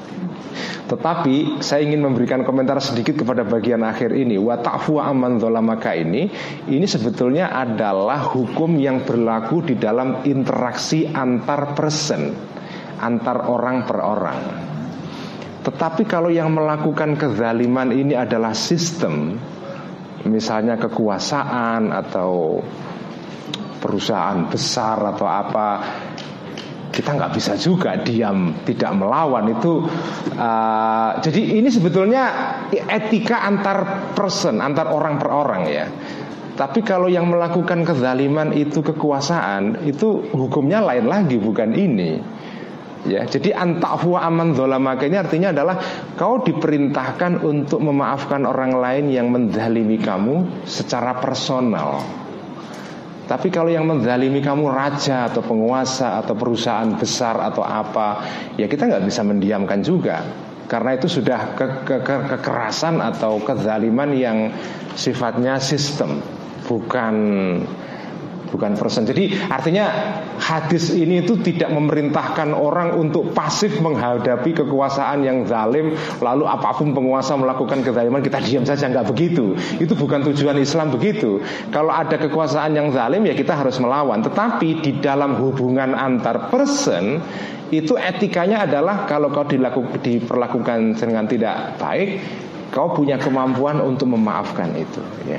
Tetapi saya ingin memberikan komentar sedikit kepada bagian akhir ini. Wa ta'fu amman zalamaka ini, ini sebetulnya adalah hukum yang berlaku di dalam interaksi antar person, antar orang per orang. Tetapi kalau yang melakukan kezaliman ini adalah sistem, misalnya kekuasaan atau perusahaan besar atau apa, kita nggak bisa juga diam tidak melawan itu. Uh, jadi ini sebetulnya etika antar person, antar orang per orang ya. Tapi kalau yang melakukan kezaliman itu kekuasaan, itu hukumnya lain lagi, bukan ini. Ya, jadi anta'fu aman dzolamaka ini artinya adalah kau diperintahkan untuk memaafkan orang lain yang menzalimi kamu secara personal. Tapi kalau yang menzalimi kamu raja atau penguasa atau perusahaan besar atau apa, ya kita nggak bisa mendiamkan juga. Karena itu sudah ke, ke, ke, kekerasan atau kezaliman yang sifatnya sistem, bukan bukan person. Jadi artinya hadis ini itu tidak memerintahkan orang untuk pasif menghadapi kekuasaan yang zalim, lalu apapun penguasa melakukan kezaliman kita diam saja, nggak begitu. Itu bukan tujuan Islam begitu. Kalau ada kekuasaan yang zalim ya kita harus melawan. Tetapi di dalam hubungan antar person itu etikanya adalah kalau kau dilaku, diperlakukan dengan tidak baik, kau punya kemampuan untuk memaafkan itu ya.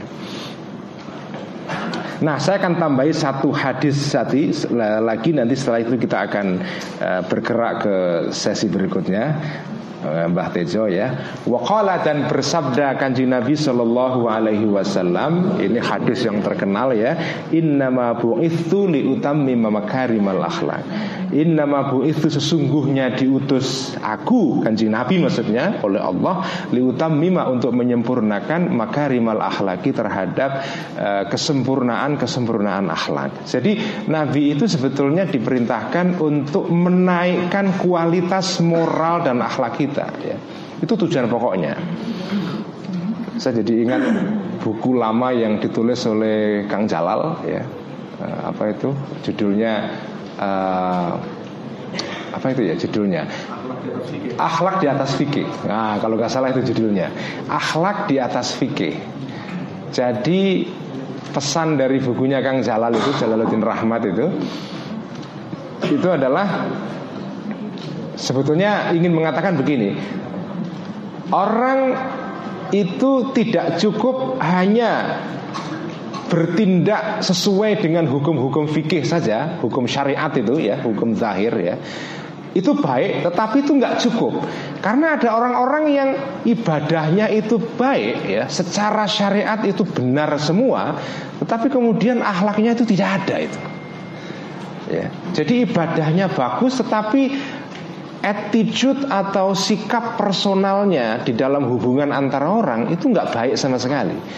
Nah, saya akan tambahi satu hadis tadi lagi, nanti setelah itu kita akan uh, bergerak ke sesi berikutnya, uh, Mbah Tejo ya. Waqala, dan bersabda Kanjeng Nabi sallallahu alaihi wasallam, ini hadis yang terkenal ya, innama bu'itsu liutammima makarimal akhlak. Innama bu'itsu, sesungguhnya diutus aku, Kanjeng Nabi maksudnya, oleh Allah, liutammima, untuk menyempurnakan makarimal akhlaki, terhadap uh, kesempurnaan kesempurnaan akhlak. Jadi Nabi itu sebetulnya diperintahkan untuk menaikkan kualitas moral dan akhlak kita ya. Itu tujuan pokoknya. Saya jadi ingat buku lama yang ditulis oleh Kang Jalal ya. Uh, apa itu judulnya? Uh, apa itu ya judulnya? Akhlak di atas fikih. Nah, kalau nggak salah itu judulnya. Akhlak di atas fikih. Jadi pesan dari bukunya Kang Jalal itu, Jalaluddin Rahmat itu, itu adalah sebetulnya ingin mengatakan begini: orang itu tidak cukup hanya bertindak sesuai dengan hukum-hukum fikih saja, hukum syariat itu ya, hukum zahir ya, itu baik, tetapi itu nggak cukup. Karena ada orang-orang yang ibadahnya itu baik ya, secara syariat itu benar semua, tetapi kemudian akhlaknya itu tidak ada itu ya. Jadi ibadahnya bagus, tetapi attitude atau sikap personalnya di dalam hubungan antara orang itu nggak baik sama sekali.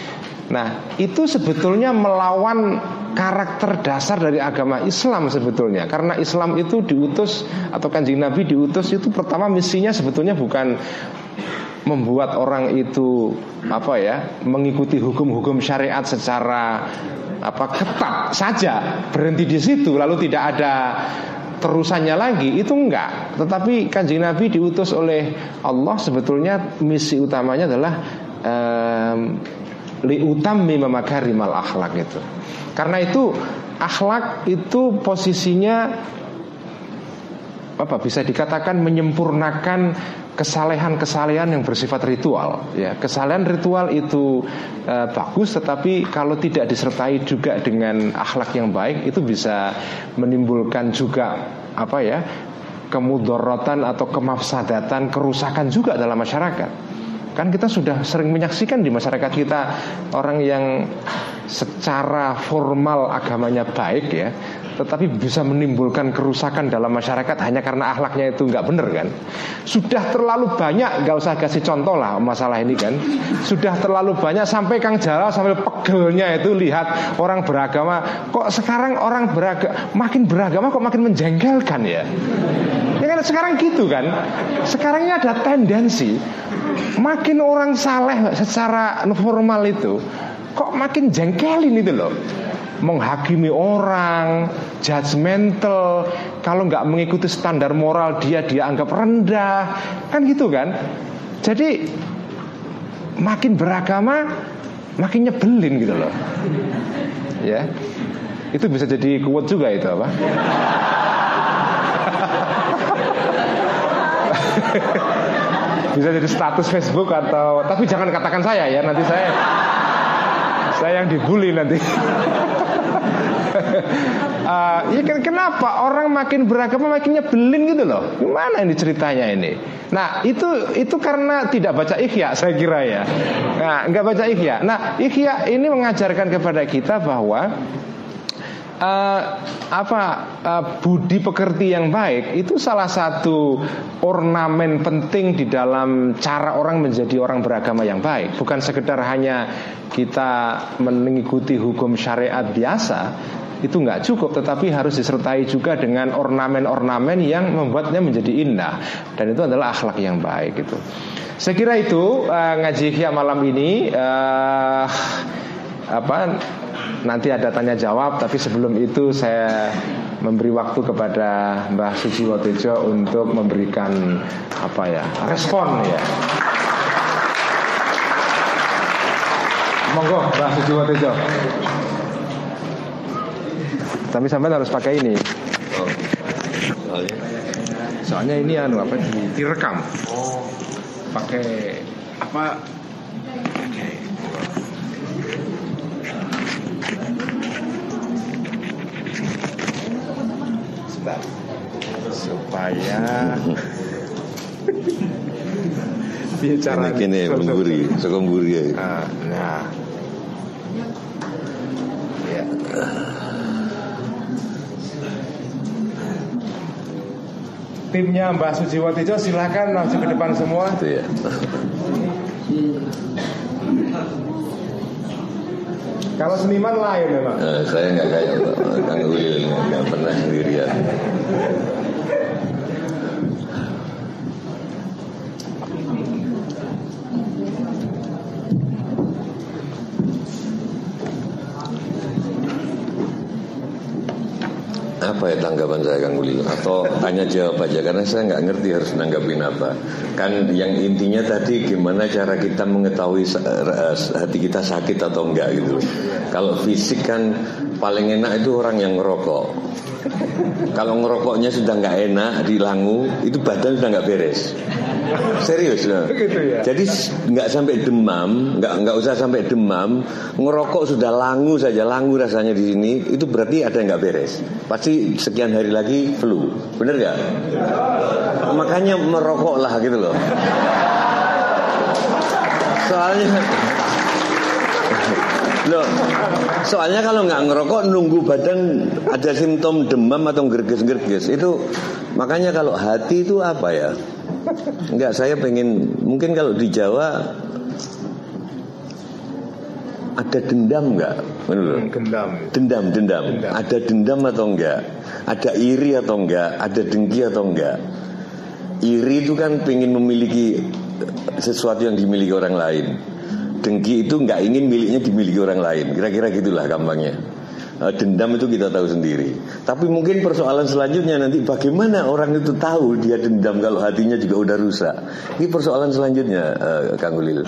Nah, itu sebetulnya melawan karakter dasar dari agama Islam sebetulnya. Karena Islam itu diutus, atau Kanjeng Nabi diutus itu pertama misinya sebetulnya bukan membuat orang itu apa ya, mengikuti hukum-hukum syariat secara apa ketat saja, berhenti di situ lalu tidak ada terusannya lagi, itu enggak. Tetapi Kanjeng Nabi diutus oleh Allah sebetulnya misi utamanya adalah um, liutammi makarimal akhlak itu. Karena itu akhlak itu posisinya apa, bisa dikatakan menyempurnakan kesalehan-kesalehan yang bersifat ritual ya. Kesalehan ritual itu e, bagus, tetapi kalau tidak disertai juga dengan akhlak yang baik, itu bisa menimbulkan juga apa ya, kemudaratan atau kemafsadatan, kerusakan juga dalam masyarakat. Kan kita sudah sering menyaksikan di masyarakat kita orang yang secara formal agamanya baik ya, tetapi bisa menimbulkan kerusakan dalam masyarakat hanya karena akhlaknya itu nggak benar kan. Sudah terlalu banyak, nggak usah kasih contoh lah masalah ini kan. Sudah terlalu banyak sampai Kang Jala sampai pegelnya itu lihat orang beragama. Kok sekarang orang beragama makin beragama kok makin menjengkelkan ya. Ya kan sekarang gitu kan. Sekarang ini ada tendensi makin orang saleh secara formal itu kok makin jengkelin itu loh, menghakimi orang, judgmental. Kalau nggak mengikuti standar moral dia dia anggap rendah, kan gitu kan. Jadi makin beragama makin nyebelin gitu loh. Ya, itu bisa jadi quote juga itu apa? Bisa jadi status Facebook atau, tapi jangan katakan saya ya, nanti saya saya yang dibully nanti. uh, ya kenapa orang makin beragama makin nyebelin gitu loh? Gimana ini ceritanya ini? Nah itu itu karena tidak baca Ihya saya kira ya. Nah nggak baca Ihya. Nah Ihya ini mengajarkan kepada kita bahwa Uh, apa uh, budi pekerti yang baik itu salah satu ornamen penting di dalam cara orang menjadi orang beragama yang baik. Bukan sekedar hanya kita mengikuti hukum syariat biasa, itu nggak cukup, tetapi harus disertai juga dengan ornamen-ornamen yang membuatnya menjadi indah, dan itu adalah akhlak yang baik itu. Saya kira itu uh, ngaji Ihya malam ini. Uh, apa Nanti ada tanya jawab, tapi sebelum itu saya memberi waktu kepada Mbah Sujiwotejo untuk memberikan apa ya, respon ya. Monggo Mbah Sujiwotejo. Tapi sampai harus pakai ini. Oh. Soalnya, soalnya ini anu apa di, direkam. Oh. Pakai apa? Pakai supaya bicara ini mengguri, sekomburi ya. Nah, nah. Ya. Timnya Mbah Sujiwotejo silakan langsung ke depan semua. Itu ya. Kalau seniman lain memang. Nah, saya nggak kayak Kang Wil, nggak pernah sendirian. Apa ya tanggapan saya Kang Wil? Atau tanya jawab aja, karena saya nggak ngerti harus nanggapin apa. Kan yang intinya tadi gimana cara kita mengetahui hati kita sakit atau enggak gitu. Kalau fisik kan paling enak itu orang yang ngerokok. Kalau ngerokoknya sudah nggak enak, dilangu, itu badan sudah nggak beres. Serius nah. Gitu ya? Jadi nggak sampai demam, nggak nggak usah sampai demam, ngerokok sudah langu saja, langu rasanya di sini, itu berarti ada yang nggak beres. Pasti sekian hari lagi flu, bener nggak? Makanya merokoklah gitu loh. Soalnya loh, soalnya kalau nggak ngerokok nunggu badan ada simptom demam atau gerges-gerges itu. Makanya kalau hati itu apa ya? Enggak, saya pengen mungkin kalau di Jawa ada dendam nggak? Hmm, dendam. dendam dendam dendam ada dendam atau enggak? Ada iri atau enggak? Ada dengki atau enggak? Iri itu kan pengen memiliki sesuatu yang dimiliki orang lain. Dengki itu nggak ingin miliknya dimiliki orang lain. Kira-kira gitulah gampangnya. Dendam itu kita tahu sendiri. Tapi mungkin persoalan selanjutnya nanti bagaimana orang itu tahu dia dendam kalau hatinya juga udah rusak. Ini persoalan selanjutnya, uh, Kang Ulil.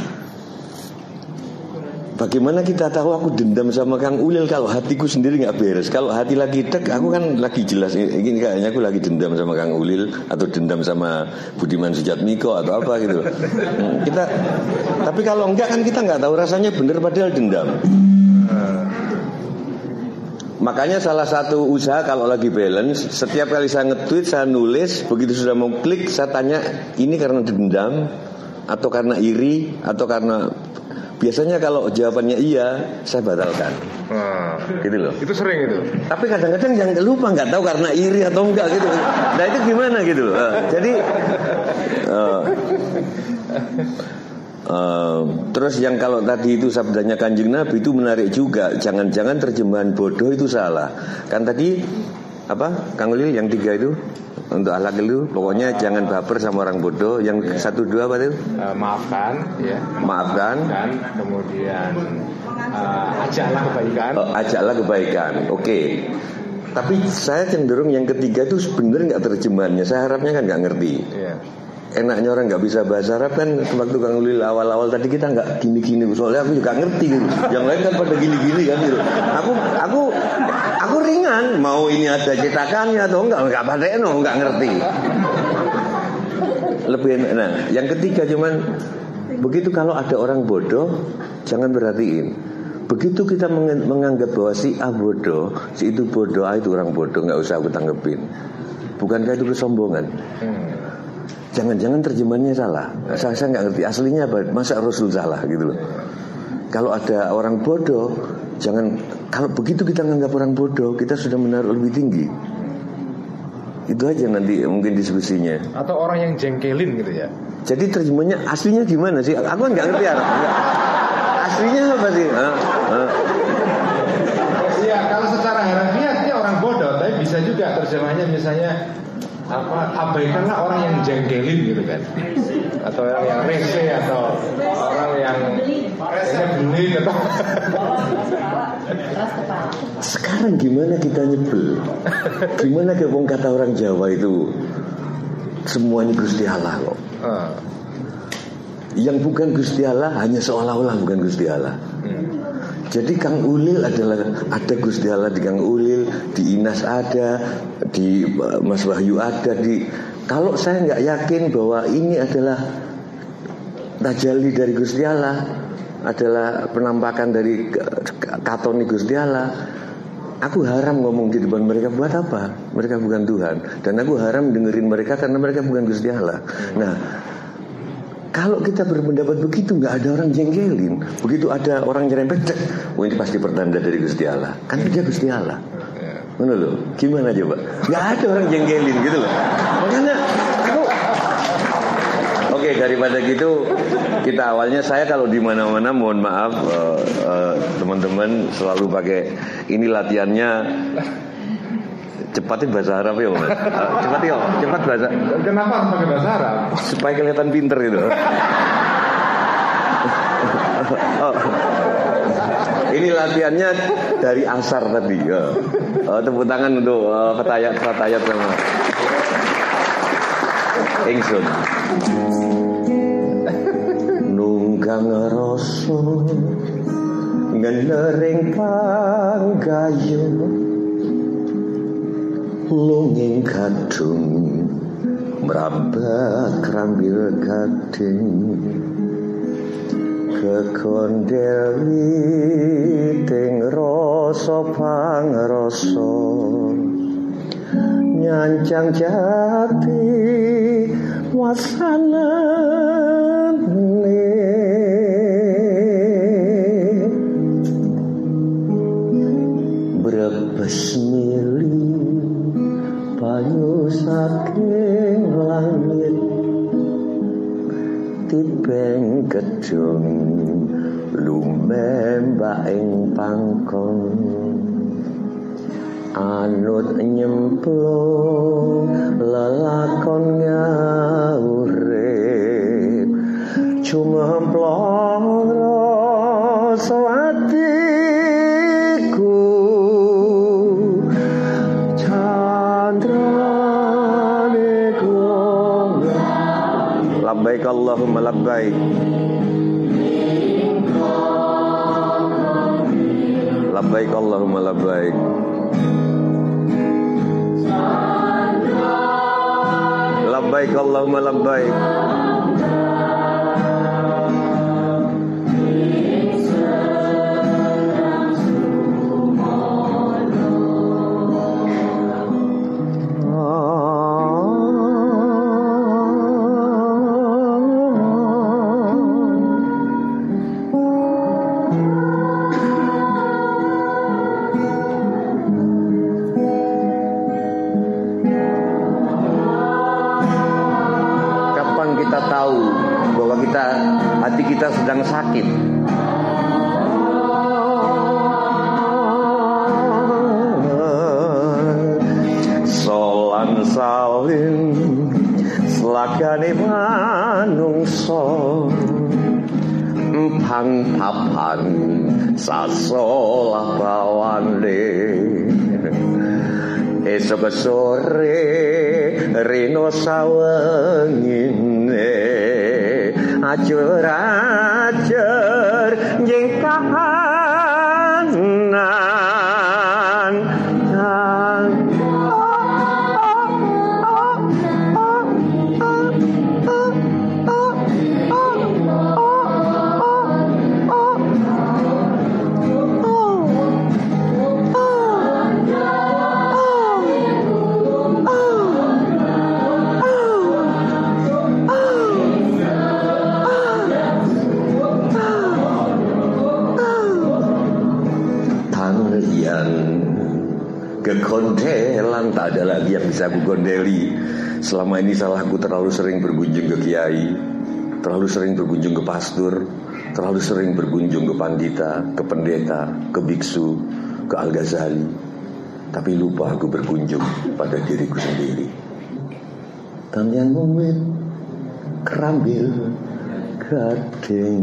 Bagaimana kita tahu aku dendam sama Kang Ulil kalau hatiku sendiri nggak beres? Kalau hati lagi dek, aku kan lagi jelas ini kayaknya aku lagi dendam sama Kang Ulil atau dendam sama Budiman Sujatmiko atau apa gitu. Hmm, kita, tapi kalau enggak kan kita nggak tahu rasanya bener padahal dendam. Makanya salah satu usaha kalau lagi balance, setiap kali saya nge-tweet, saya nulis, begitu sudah mau klik, saya tanya ini karena dendam atau karena iri atau karena, biasanya kalau jawabannya iya, saya batalkan. Hmm. Gitu loh. Itu sering itu. Tapi kadang-kadang yang lupa nggak tahu karena iri atau enggak gitu. Nah itu gimana gitu loh. Uh, jadi uh, Uh, terus yang kalau tadi itu sabdanya Kanjeng Nabi itu menarik juga. Jangan-jangan terjemahan bodoh itu salah. Kan tadi apa Kang Ulil yang tiga itu untuk akhlak itu pokoknya jangan baper sama orang bodoh. Yang ya. Satu dua apa itu? Uh, maafkan, ya. Maafkan. Dan kemudian uh, ajaklah kebaikan. Oh, ajaklah kebaikan. Oke. Okay. Tapi saya cenderung yang ketiga itu sebenarnya nggak terjemahannya. Saya harapnya kan nggak ngerti. Ya. Enaknya orang nggak bisa bahasa Arab kan. Waktu Kang Ulil awal-awal tadi kita nggak gini-gini, soalnya aku juga ngerti gitu. Yang lain kan pada gini-gini kan gitu. Aku aku aku ringan. Mau ini ada cetakannya atau enggak nggak pada eno nggak ngerti. Lebih enak. Nah yang ketiga cuman begitu kalau ada orang bodoh jangan berartiin. Begitu kita menganggap bahwa si A bodoh, si itu bodoh, ah itu orang bodoh, nggak usah aku tanggepin. Bukankah itu kesombongan? Hmm. Jangan-jangan terjemahannya salah. Saya saya nggak ngerti aslinya apa. Masa Rasul salah gitu loh. Kalau ada orang bodoh, jangan. Kalau begitu kita menganggap orang bodoh, kita sudah menaruh lebih tinggi. Itu aja nanti mungkin diskusinya. Atau orang yang jengkelin gitu ya. Jadi terjemahannya aslinya gimana sih? Aku kan nggak ngerti ya. Aslinya apa sih? Hah? Hah? Ya kalau secara harafiah dia orang bodoh, tapi bisa juga terjemahannya misalnya apa abaikanlah orang yang jengkelin gitu kan, atau orang yang rese atau orang yang rese beli atau sekarang gimana kita nyebel? Gimana kebong kata orang Jawa itu semuanya Gusti Allah kok. Uh. Yang bukan Gusti Allah hanya seolah-olah bukan Gusti Allah. Hmm. Jadi Kang Ulil adalah ada Gusti Allah di Kang Ulil, di Inas ada, di Mas Wahyu ada. Di kalau saya nggak yakin bahwa ini adalah tajalli dari Gusti Allah, adalah penampakan dari katoni Gusti Allah, aku haram ngomong di depan mereka. Buat apa? Mereka bukan Tuhan. Dan aku haram dengerin mereka karena mereka bukan Gusti Allah. Nah, kalau kita berpendapat begitu, nggak ada orang jengkelin. Begitu ada orang nyerempet, oh ini pasti pertanda dari Gusti Allah. Kan dia Gusti Allah. Mana loh? Gimana coba? Nggak ada orang jengkelin gitu loh. Makanya aku, oke daripada gitu kita awalnya saya kalau di mana-mana mohon maaf uh, uh, teman-teman selalu pakai ini latihannya. Cepatin bahasa Arab ya, Mas. Cepat ya, cepat bahasa. Kenapa harus pakai bahasa Arab? Supaya kelihatan pinter gitu. Oh. Ini latihannya dari asar tadi. Ya. Oh, tepuk tangan untuk uh, Fatayat Fatayat sama Ingsun. Nunggang rasa ngenering panggayu lunging kadung mrambat krambil gading kekondeli ting rasa pangrasa nyancang jati wasanane brebes mili banyu saking langit tibeng gedung lumembak ing pangkon anut nyemplung lelakon ngaurip cumemplong rasa atiku candrane gong labbaik Allahumma labbaik labbaik Allahumma labbaik labbaik Allahumma labbaik hati kita sedang sakit. Solan salin selakane manungso empang papan sasolah bawane esok sore rino sawengine ajar-ajar njing kahanan kekondelan, tak ada lagi yang bisa aku gondeli. Selama ini salahku terlalu sering berkunjung ke kiai, terlalu sering berkunjung ke pastor, terlalu sering berkunjung ke pandita, ke pendeta, ke biksu, ke Al-Ghazali. Tapi lupa aku berkunjung pada diriku sendiri. Dan yang umit kerambil gading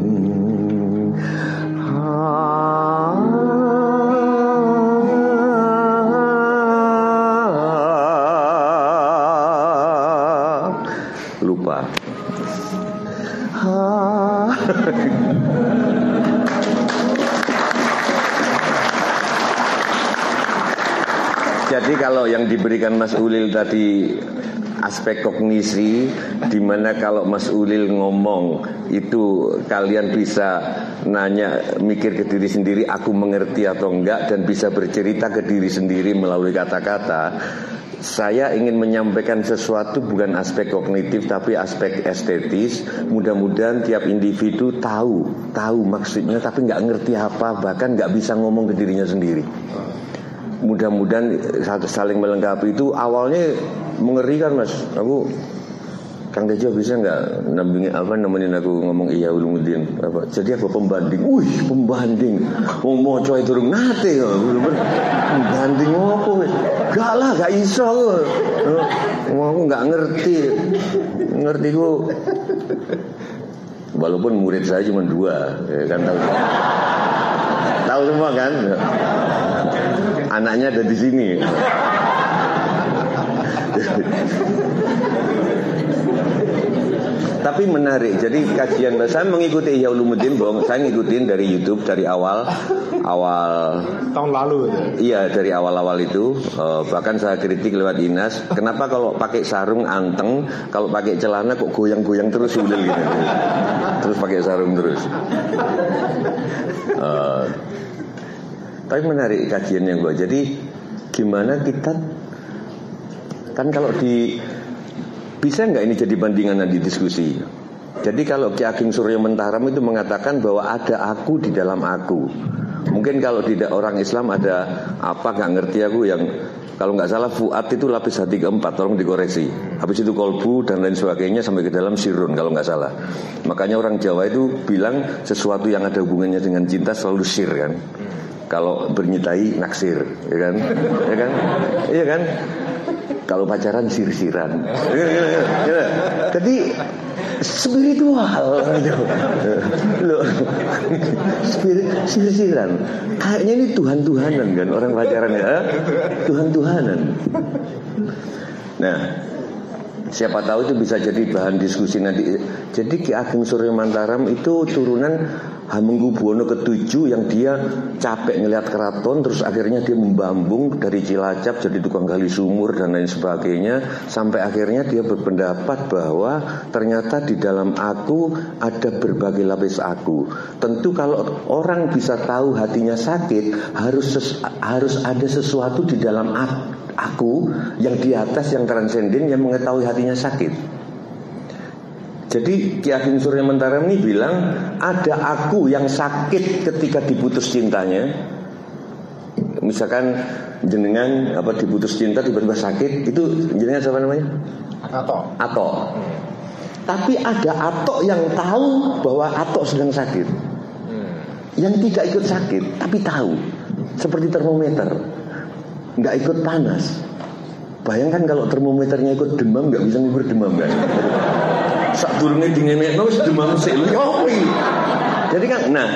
lupa. Jadi kalau yang diberikan Mas Ulil tadi aspek kognisi, dimana kalau Mas Ulil ngomong itu kalian bisa nanya, mikir ke diri sendiri, aku mengerti atau enggak, dan bisa bercerita ke diri sendiri melalui kata-kata. Saya ingin menyampaikan sesuatu bukan aspek kognitif tapi aspek estetis. Mudah-mudahan tiap individu tahu, tahu maksudnya tapi nggak ngerti apa, bahkan nggak bisa ngomong ke dirinya sendiri. Mudah-mudahan saling melengkapi. Itu awalnya mengerikan, Mas. Aku Kang Tejo bisa nggak nampingin apa nemenin aku ngomong Ihya Ulumuddin apa? Jadi apa pembanding? Wih, pembanding. Wong moco itu durung nate kok. Pembanding opo wis? Gak lah, gak iso. Wong aku nggak ngerti. Ngerti ku. Walaupun murid saya cuma dua, ya kan tahu. Tahu semua kan? Anaknya ada di sini. Tapi menarik. Jadi kajian saya mengikuti Ihya Ulumuddin, Bong. Saya ngikutin dari YouTube dari awal awal tahun lalu. Iya, dari awal-awal itu. Uh, bahkan saya kritik lewat Inas. Kenapa kalau pakai sarung anteng, kalau pakai celana kok goyang-goyang terus Ulil gitu. Terus pakai sarung terus. Uh, tapi menarik kajiannya gue. Jadi gimana kita kan kalau di bisa nggak ini jadi bandingan di diskusi? Jadi kalau Ki Ageng Suryo Mentaram itu mengatakan bahwa ada aku di dalam aku. Mungkin kalau tidak orang Islam ada apa nggak ngerti aku yang kalau nggak salah fuad itu lapis hati keempat, tolong dikoreksi. Habis itu kolbu dan lain sebagainya sampai ke dalam sirun kalau nggak salah. Makanya orang Jawa itu bilang sesuatu yang ada hubungannya dengan cinta selalu sir kan. Kalau bernyutai naksir, ya kan, ya kan, iya kan. Kalau pacaran sir-siran. Jadi spiritual loh. Sir-siran. Kayaknya ini Tuhan-Tuhanan kan orang pacaran ya. Tuhan-Tuhanan. Nah, siapa tahu itu bisa jadi bahan diskusi nanti. Jadi Ki Ageng Surya Mantaram itu turunan Hamengkubuwono ketujuh yang dia capek ngelihat keraton, terus akhirnya dia membambung dari Cilacap jadi tukang gali sumur dan lain sebagainya, sampai akhirnya dia berpendapat bahwa ternyata di dalam aku ada berbagai lapis aku. Tentu kalau orang bisa tahu hatinya sakit, harus ses- harus ada sesuatu di dalam aku yang di atas, yang transenden, yang mengetahui hatinya sakit. Jadi Ki Ageng Surya Mantaram ini bilang ada aku yang sakit ketika diputus cintanya. Misalkan jenengan apa diputus cinta tiba-tiba sakit, itu jenengan siapa namanya? Atok. Atok. Hmm. Tapi ada Atok yang tahu bahwa Atok sedang sakit. Hmm. Yang tidak ikut sakit tapi tahu. Seperti termometer, nggak ikut panas. Bayangkan kalau termometernya ikut demam, nggak bisa ngukur demam kan? Sak durunge dingenekno wis demam sik lho opo iki. Jadi kan nah.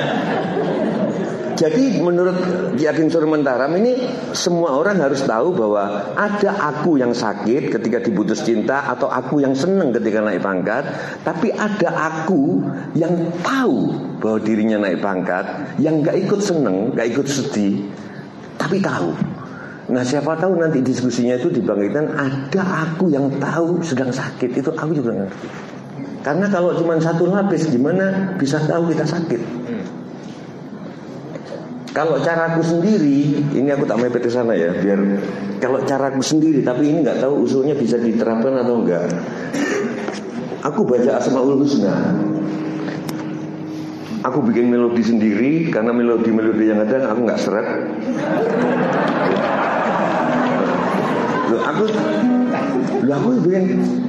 Jadi menurut Ki Ageng Surya Mantaram ini semua orang harus tahu bahwa ada aku yang sakit ketika diputus cinta atau aku yang seneng ketika naik pangkat, tapi ada aku yang tahu bahwa dirinya naik pangkat, yang enggak ikut seneng, enggak ikut sedih, tapi tahu. Nah siapa tahu nanti diskusinya itu dibangkitkan ada aku yang tahu sedang sakit, itu aku juga ngerti. Karena kalau cuma satu lapis gimana bisa tahu kita sakit. hmm. Kalau caraku sendiri, ini aku tak mepet ke sana ya, biar kalau caraku sendiri, tapi ini nggak tahu usulnya bisa diterapkan atau enggak. Aku baca Asmaul Husna, aku bikin melodi sendiri karena melodi-melodi yang ada aku nggak seret. Loh aku, loh aku bikin.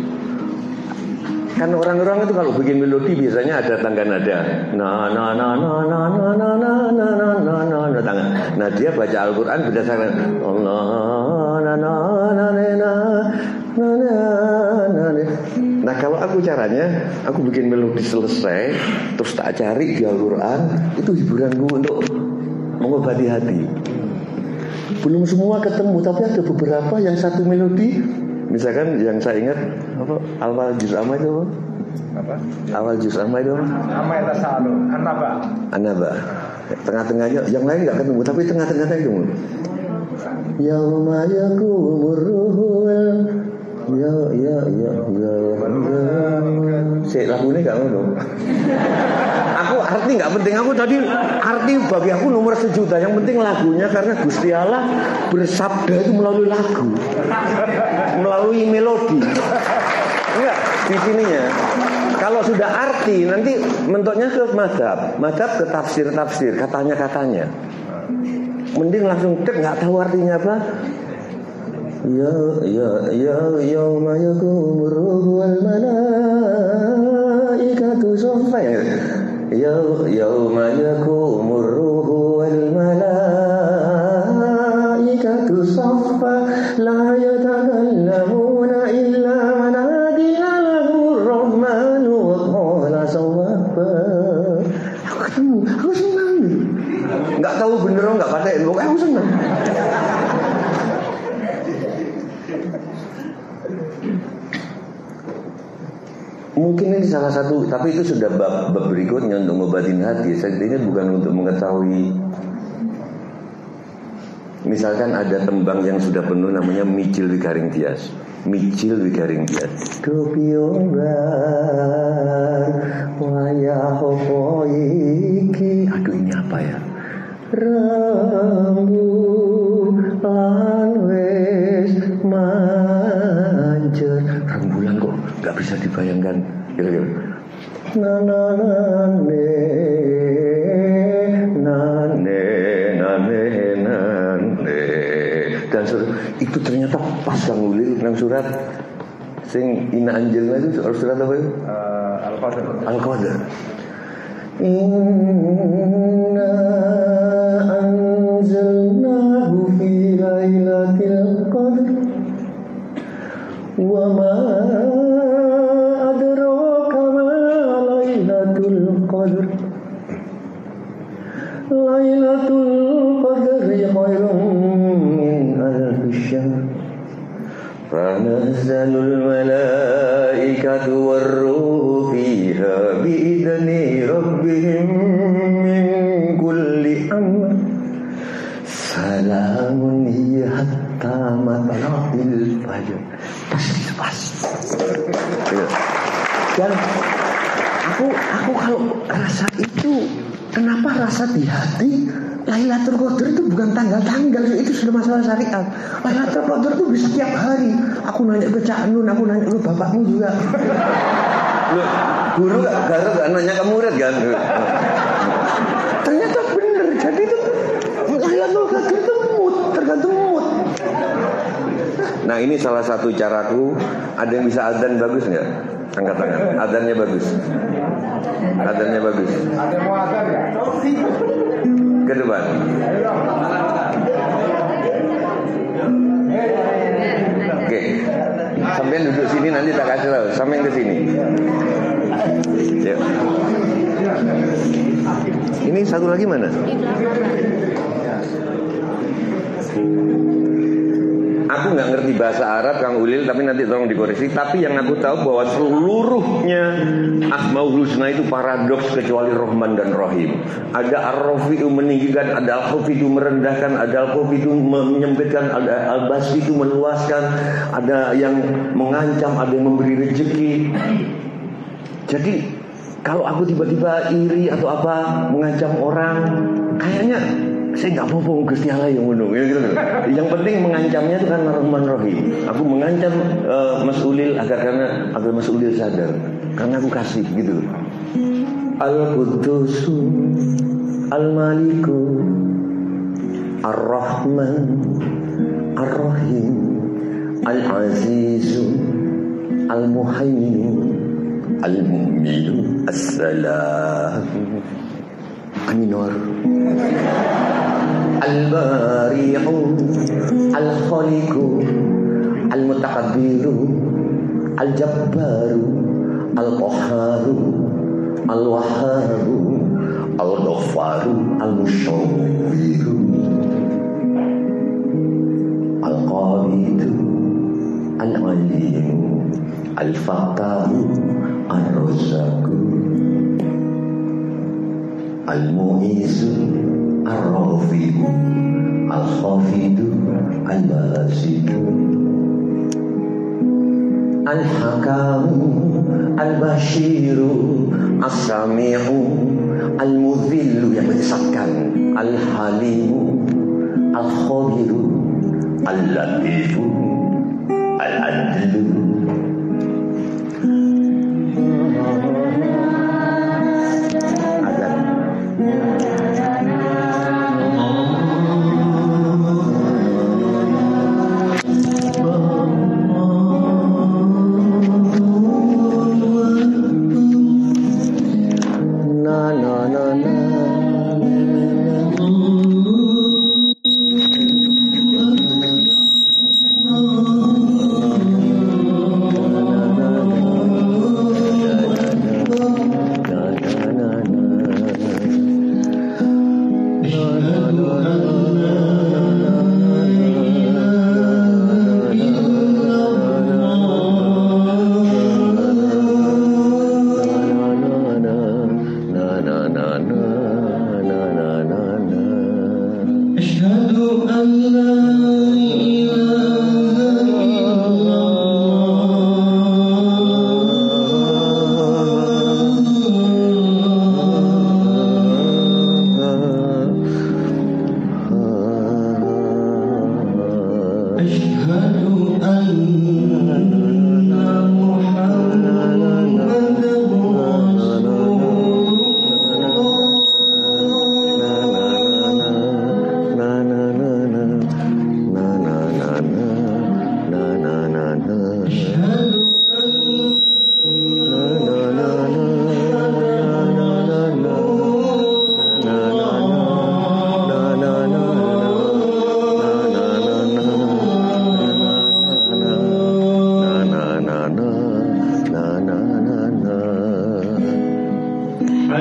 Kan orang-orang itu kalau bikin melodi biasanya ada tangga nada. Nah, nah, nah, nah, nah, nah, nah, nah, nah, nah, nah, nah, nah, tangga. Nah dia baca Al-Quran berdasarkan Allah, nah, nah, nah, nah, nah, nah. Nah kalau aku caranya, aku bikin melodi selesai, terus tak cari di Al-Quran, itu hiburanku untuk mengobati hati. Belum semua ketemu, tapi ada beberapa yang satu melodi. Misalkan yang saya ingat apa? Awal juz amma itu apa? Apa? Awal juz amma itu apa? Amma itu selalu An-Naba. An-Naba. Tengah-tengahnya yang lain nggak ketemu, tapi tengah-tengahnya itu. Yauma yakumur ruhul ya ya ya ya. Sik lagune gak ngono. Aku arti nggak penting, aku tadi arti bagi aku nomor sejuta. Yang penting lagunya, karena Gusti Allah bersabda itu melalui lagu, melalui melodi. Enggak, di sininya. Kalau sudah arti nanti mentoknya ke madhab, madhab ke tafsir-tafsir, katanya-katanya. Mending langsung cek nggak tahu artinya apa. Ya ya ya yauma yakumur ruhu wal malaikatu saffa. Ya yauma yakumur ruhu wal malaikatu saffa la yatakallamuna illa man adina lahu ar-rahmanu wa qala sawaba. Aku ketemu, aku senang. Enggak tahu bener enggak pakai pokoknya aku senang. Mungkin ini salah satu, tapi itu sudah bab, bab berikutnya untuk ngobatin hati. Ini bukan untuk mengetahui. Misalkan ada tembang yang sudah penuh namanya Mijil Wikaring Tias. Mijil Wikaring Tias. Aduh ini apa ya? Rembulan wes manjur. Rembulan kok gak bisa dibayangkan kira-kira. Na na na ne na ne surat. Itu ternyata pas Kang Ulil nang surat sing Ina Anjelna itu surat apa itu? Uh, Al-Qadar. Al-Qadar. Inna anzalnahu fi lailatul qadr wa ma adraka ma lailatul qadr. Lailatul qadri khairun min alfi syahr. Tanazzalul malaikatu warruhu fiha biidzni rabbihim min kulli amr. Salamun hiya hatta matla'il fajr. Pas. Dan aku aku kalau rasa itu, kenapa rasa di hati Lailatul Qadar itu bukan tanggal-tanggal, itu sudah masalah syariat. Lailatul Qadar itu bisa setiap hari. Aku nanya ke Cak Nun, aku nanya ke bapakmu juga. Loh, guru gak garap gak nanya ke murid kan? Ternyata benar. Jadi itu Lailatul Qadar itu mood, tergantung mood. Nah, ini salah satu caraku. Ada yang bisa adzan bagus nggak? Angkat tangan. Adzannya bagus. Adzannya bagus. Ada mau adzan ya? Ke depan. Oke. Sampean duduk sini, nanti tak kasih tahu. Sampean ke sini. Yuk. Ini satu lagi mana? Aku nggak ngerti bahasa Arab, Kang Ulil, tapi nanti tolong dikoreksi. Tapi yang aku tahu bahwa seluruhnya Asmaul Husna itu paradoks kecuali Rahman dan Rahim. Ada Ar-Rafi'u meninggikan, ada Al-Khafidu merendahkan, ada Al-Khafidu menyempitkan, ada Al-Basitu meluaskan, ada yang mengancam, ada yang memberi rezeki. Jadi kalau aku tiba-tiba iri atau apa mengancam orang, kayaknya saya nggak mau Gusti Allah yang menung, ya, gitu. Yang penting mengancamnya itu kan Rahman Rahim. Aku mengancam uh, Mas Ulil agar karena agar Mas Ulil sadar, karena aku kasih gitu. Al-Qudusu, Al-Maliku, Ar-Rahman, Ar-Rahim, Al-Azizu, Al-Muhaimin, Al-Mu'minu, As-Salam. Aminor. Al-Bari'u, Al-Khaliqu, Al-Mutakabbiru, Al-Jabbaru, Al-Qahharu, Al-Wahhabu, Al-Ghaffaru, Al-Mushawwiru, Al-Qabidu, Al-Alimu, Al-Fattahu, Ar-Razzaqu, Al-Mu'izu, Ar-Rafi'u, Al-Khafidu, Al-Basitu, Al-Hakamu, Al-Bashiru, As-Sami'u, Al-Mudhillu yang menyesatkan, Al-Halimu, Al-Khabiru, Al-Latifu, Al-Adlu.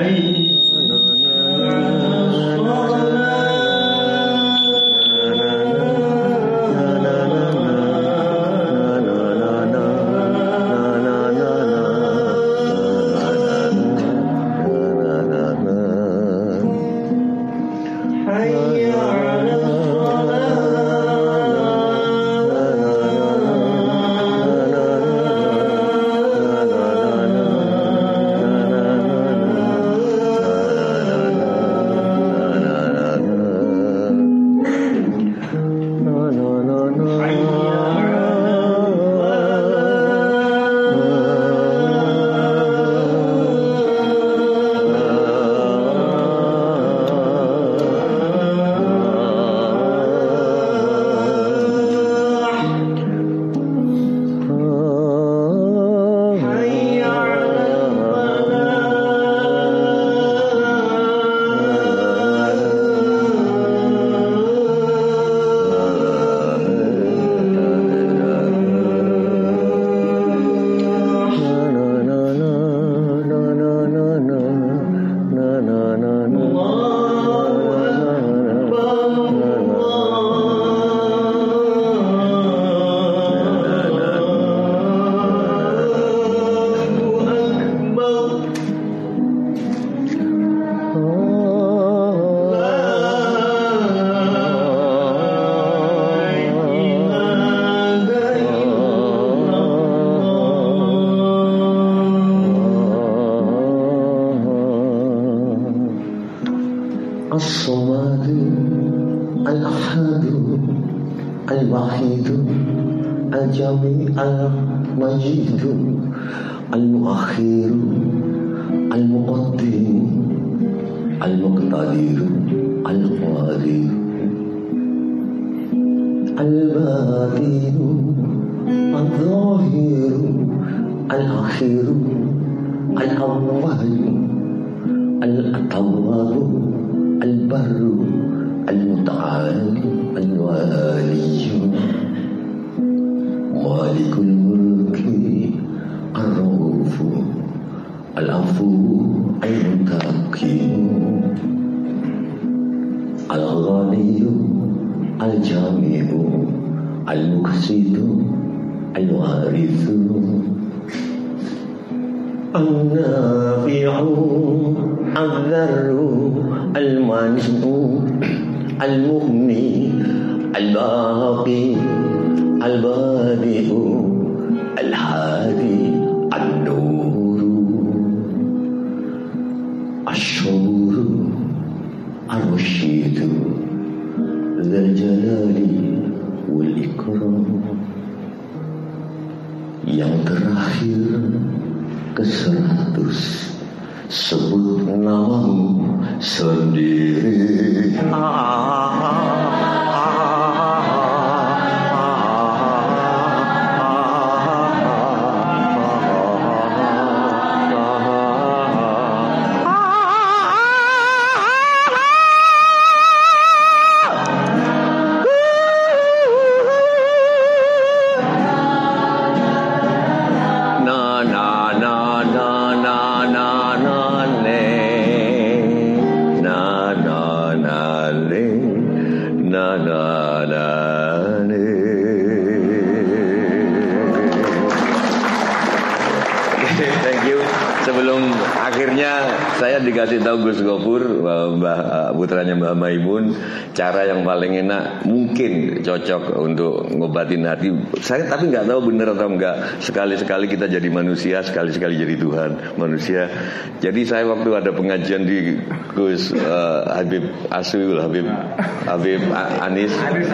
Dikasih tahu Gus Gofur, Mbah putranya Mbah Maimun, cara yang paling enak mungkin cocok untuk ngobatin hati. Saya tapi nggak tahu benar atau enggak. Sekali-sekali kita jadi manusia, sekali-sekali jadi Tuhan manusia. Jadi saya waktu ada pengajian di Gus uh, Habib Aswil, Habib Habib Anis.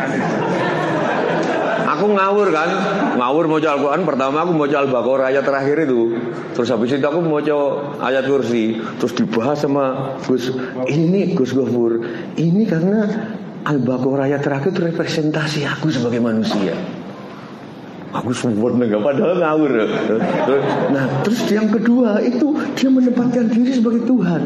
Aku ngawur kan, ngawur mau Al-Quran. Pertama aku mau Al-Baqarah ayat terakhir itu. Terus habis itu aku mau ayat kursi. Terus dibahas sama Gus. Ini Gus Gofur, ini karena Al-Baqarah ayat terakhir itu representasi aku sebagai manusia. Aku sempat nggak padahal ngawur. Nah terus yang kedua itu dia menempatkan diri sebagai Tuhan.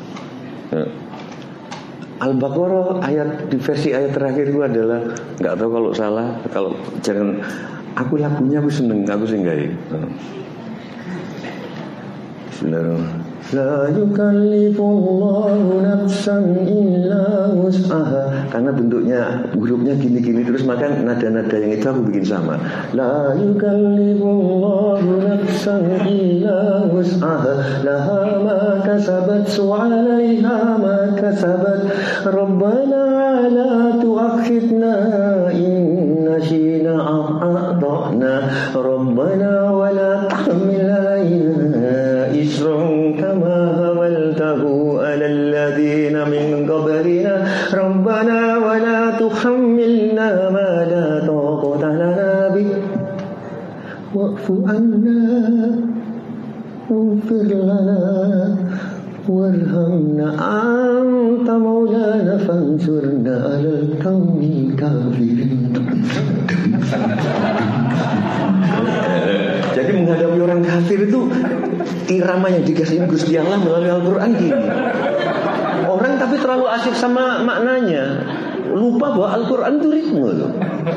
Al-Baqarah ayat di versi ayat terakhir itu adalah, nggak tahu kalau salah, kalau jangan aku lagunya aku seneng, aku singgahi. Bismillahirrahmanirrahim. La yukallifullahu nafsan illa wus'aha. Karena bentuknya hurufnya gini-gini terus, maka nada-nada yang itu aku bikin sama. La yukallifullahu nafsan illa wus'aha laha ma kasabat wa 'alaiha ma kasabat. Rabbana la tu'akhidna in nasina aw akhtana. Rabbana wa la tahmil 'alaina isran kama hamaltahu 'alal ladzina min qablina. Rabbana wa la tuhammilna ma la taqata lana bih wa'fu 'anna waghfir lana warhamna anta maulana fansurna 'alal qaumil kafirin. Jadi menghadapi orang kafir itu irama yang dikasihin Gusti Allah melalui Al-Quran gini. Orang tapi terlalu asik sama maknanya, lupa bahwa Al-Quran itu ritme loh.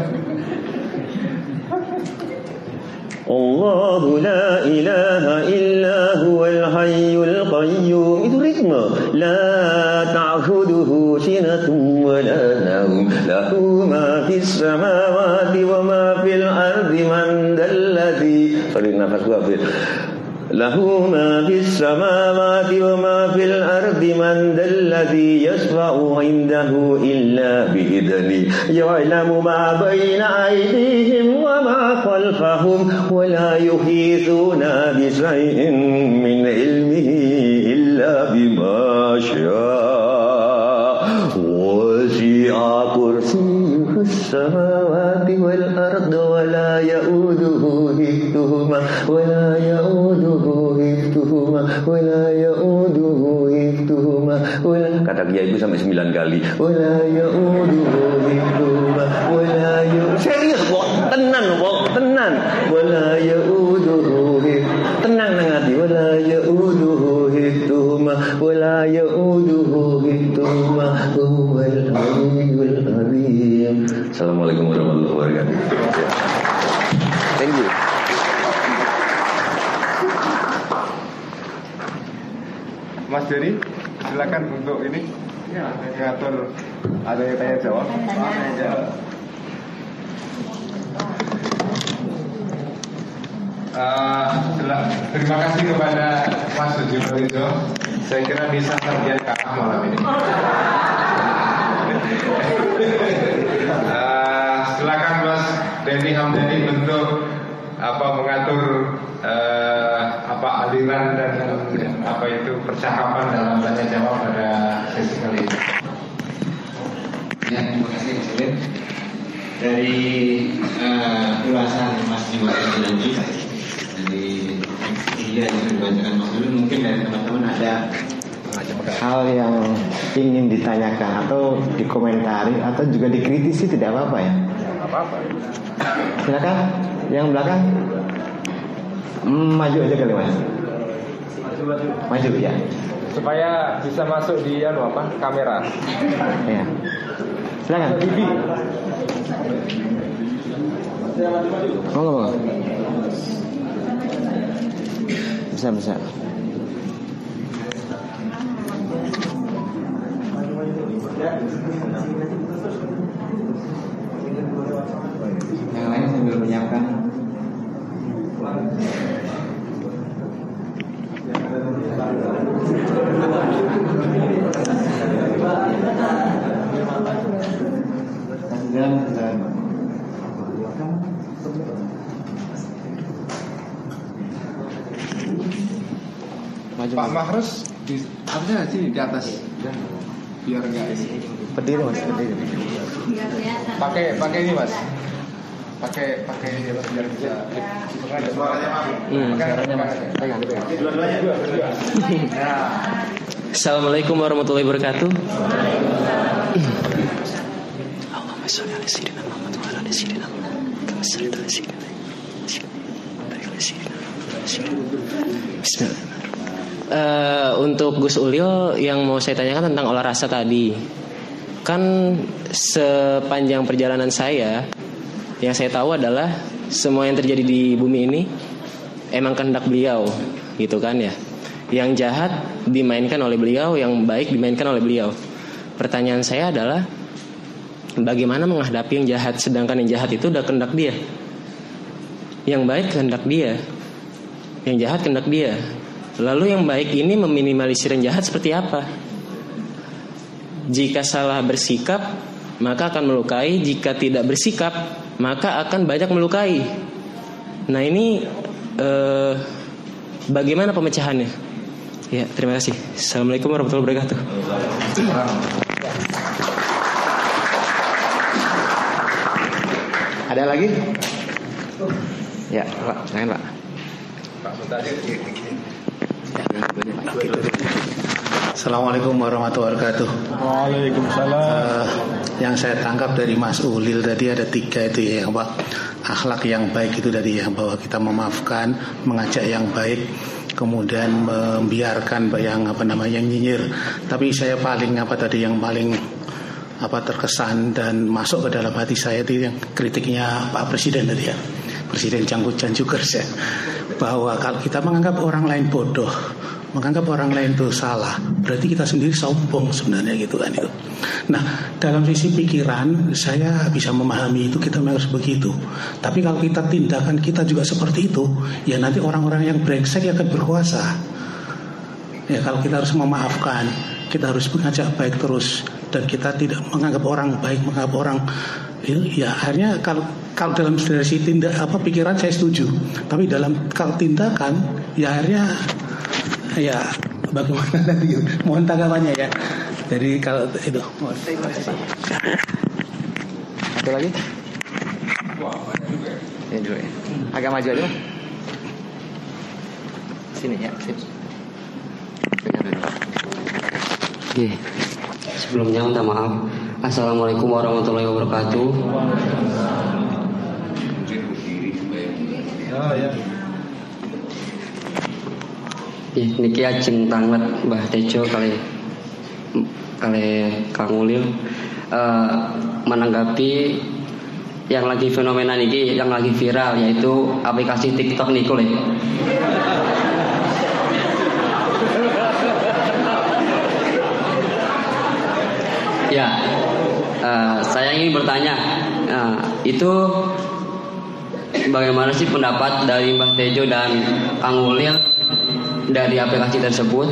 Allahu la ilaha illa huwal hayyul qayyum. Itu ritme. La ta'khuduhu sinatun wa la nawm. Lahu ma fis samawati wa ma fil ardi man dalladhi. Sorry, nafas gua habis. Lahu ma fis samawati wa ma fil ardi man dalladhi yashfa'u 'indahu illa bi'idhnihi ya'lamu ma baina aydihim wa ma khalfahum wa la yuhithuna bi shay'in min ilmihi illa bima syaa. Wasi'a kursiyyuhu as-samawati wal arda wa la ya'uduhu hifdhuhuma wa la ya'uduhu wala ya'uduhu hifdhuhuma. Kata Kiai itu sampai sembilan kali. Wala ya'uduhu hifdhuhuma wala ya'uduhu. Serius kok, tenan kok, tenan. Wala ya'uduhu hifdhuhuma. Tenang nang ati. Wala ya'uduhu hifdhuhuma wala ya'uduhu hifdhuhuma huwal aliyyul azim. Assalamualaikum warahmatullahi wabarakatuh. Thank you. Mas Deni, silakan untuk ini ya, mengatur ada yang tanya jawab. Uh, terima kasih kepada Mas Sujiwo Rizo. Saya kira bisa terbiar kakak malam ini. uh, silakan Mas Deni Hamdani untuk apa mengatur uh, apa aliran dan apa itu percakapan dalam tanya jawab pada sesi kali ini. Ya, terima kasih Mas Ulin. Dari uh, ulasan Mas Jiwa tadi, dari dia yang dibacakan Mas Ulin, mungkin dari teman-teman ada hal yang ingin ditanyakan atau dikomentari atau juga dikritisi, tidak apa-apa ya. Apa-apa. Silakan, yang belakang hmm, maju aja kali Mas. Maju ya. Supaya bisa masuk di anu apa? Kamera. Ya. Silakan. T V. Monggo, monggo. Bisa, bisa. Yang lain sambil menyiapkan. Pak Mahrus di ada sini di atas biar enggak ini. Berdiri Mas, berdiri. Pakai pakai ini Mas. Pakai pakai ini biar bisa ada suaranya Mas. Hmm, suaranya Mas. Pegang, pegang. Dua-duanya dua, berdua. Nah. Assalamualaikum warahmatullahi wabarakatuh. Allahumma sholli ala sayyidina Muhammad wa ala ali sayyidina Muhammad kama shallaita ala sayyidina Bismillah. Uh, untuk Gus Ulil yang mau saya tanyakan tentang olah rasa tadi, kan sepanjang perjalanan saya yang saya tahu adalah semua yang terjadi di bumi ini emang kehendak beliau, gitu kan ya. Yang jahat dimainkan oleh beliau, yang baik dimainkan oleh beliau. Pertanyaan saya adalah, bagaimana menghadapi yang jahat, sedangkan yang jahat itu udah kehendak dia, yang baik kehendak dia, yang jahat kehendak dia. Lalu yang baik ini meminimalisir yang jahat seperti apa? Jika salah bersikap, maka akan melukai. Jika tidak bersikap, maka akan banyak melukai. Nah ini eh, bagaimana pemecahannya? Ya, terima kasih. Assalamualaikum warahmatullahi wabarakatuh. Ada lagi? Ya, Pak, silakan Pak. Assalamualaikum warahmatullahi wabarakatuh. Waalaikumsalam. Uh, yang saya tangkap dari Mas Ulil tadi ada tiga itu ya, Pak. Akhlak yang baik itu tadi ya, bahwa kita memaafkan, mengajak yang baik, kemudian membiarkan yang apa namanya nyinyir. Tapi saya paling apa tadi yang paling apa terkesan dan masuk ke dalam hati saya itu yang kritiknya Pak Presiden tadi ya, Presiden Jangkut Janjukers ya, bahwa kalau kita menganggap orang lain bodoh, menganggap orang lain itu salah, berarti kita sendiri sombong sebenarnya gitu kan itu. Nah, dalam sisi pikiran saya bisa memahami itu, kita harus begitu. Tapi kalau kita tindakan kita juga seperti itu, ya nanti orang-orang yang brengsek akan berkuasa. Ya kalau kita harus memaafkan, kita harus mengajak baik terus, dan kita tidak menganggap orang baik, menganggap orang ya akhirnya kalau kalau dalam dari si tindak apa pikiran saya setuju, tapi dalam kalau tindakan ya akhirnya ya bagaimana nanti mohon tanggapannya ya. Jadi kalau itu mohon. Ada lagi? Ya dulu ya. Agak maju aja. Sini ya, sini. Oke. Sebelumnya minta maaf. Assalamualaikum warahmatullahi wabarakatuh. Oh, ya. Ya, niki ajeng tanget Mbah Tejo kali kali Kang Ulil uh, menanggapi yang lagi fenomena niki, yang lagi viral, yaitu aplikasi TikTok niku le. Ya, uh, saya ingin bertanya, uh, itu bagaimana sih pendapat dari Mbah Tejo dan Kang Ulil dari aplikasi tersebut?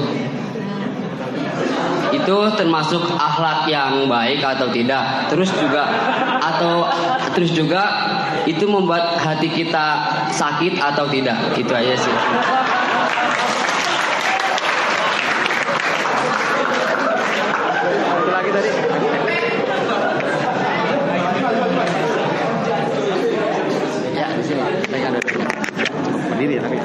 Itu termasuk akhlak yang baik atau tidak? Terus juga atau terus juga itu membuat hati kita sakit atau tidak? Itu aja sih. Lagi tadi. Ya, di sini. Saya ada. Berdiri ya, tapi.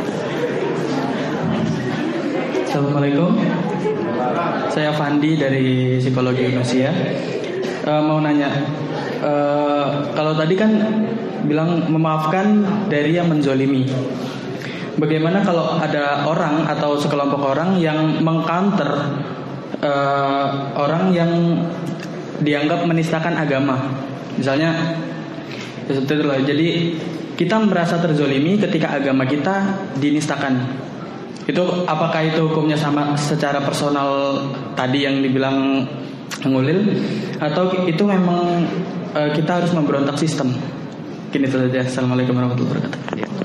Assalamualaikum. Saya Fandi dari Psikologi Indonesia. E, mau nanya, e, kalau tadi kan bilang memaafkan dari yang menzolimi. Bagaimana kalau ada orang atau sekelompok orang yang mengcounter e, orang yang dianggap menistakan agama? Misalnya, seperti itu loh. Jadi kita merasa terzolimi ketika agama kita dinistakan. Itu apakah itu hukumnya sama secara personal tadi yang dibilang Ngulil, atau itu memang e, kita harus memberontak sistem? Gini itu saja. Assalamualaikum warahmatullahi wabarakatuh.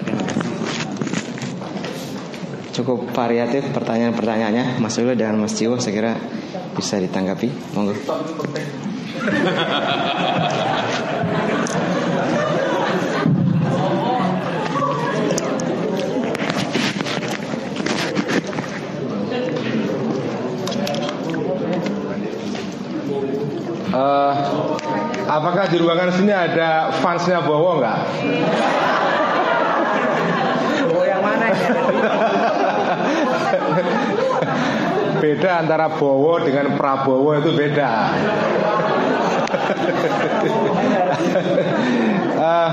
Cukup variatif pertanyaan-pertanyaannya Mas Ulil dan Mas Jiwo, saya kira bisa ditanggapi. Monggo. Uh, apakah di ruangan sini ada fansnya Bowo nggak? Bowo yang mana ya? Beda antara Bowo dengan Prabowo, itu beda. uh,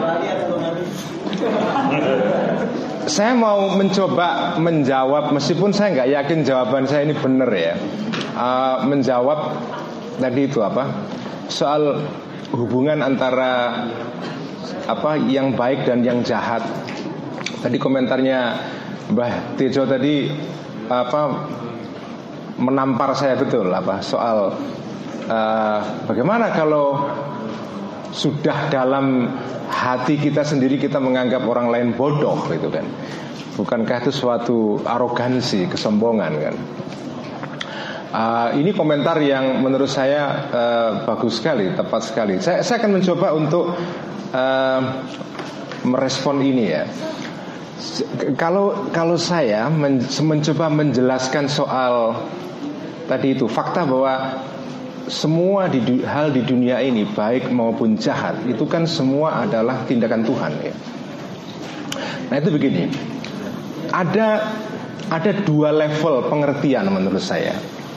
saya mau mencoba menjawab, meskipun saya nggak yakin jawaban saya ini benar ya. Uh, menjawab tadi itu apa? Soal hubungan antara apa yang baik dan yang jahat. Tadi komentarnya Mbah Tejo tadi apa menampar saya betul apa soal uh, bagaimana kalau sudah dalam hati kita sendiri kita menganggap orang lain bodoh gitu kan. Bukankah itu suatu arogansi, kesombongan kan? Uh, ini komentar yang menurut saya uh, bagus sekali, tepat sekali. Saya, saya akan mencoba untuk uh, merespon ini ya. Kalau kalau saya men, mencoba menjelaskan soal tadi itu fakta bahwa semua di, hal di dunia ini baik maupun jahat itu kan semua adalah tindakan Tuhan ya. Nah itu begini, ada ada dua level pengertian menurut saya.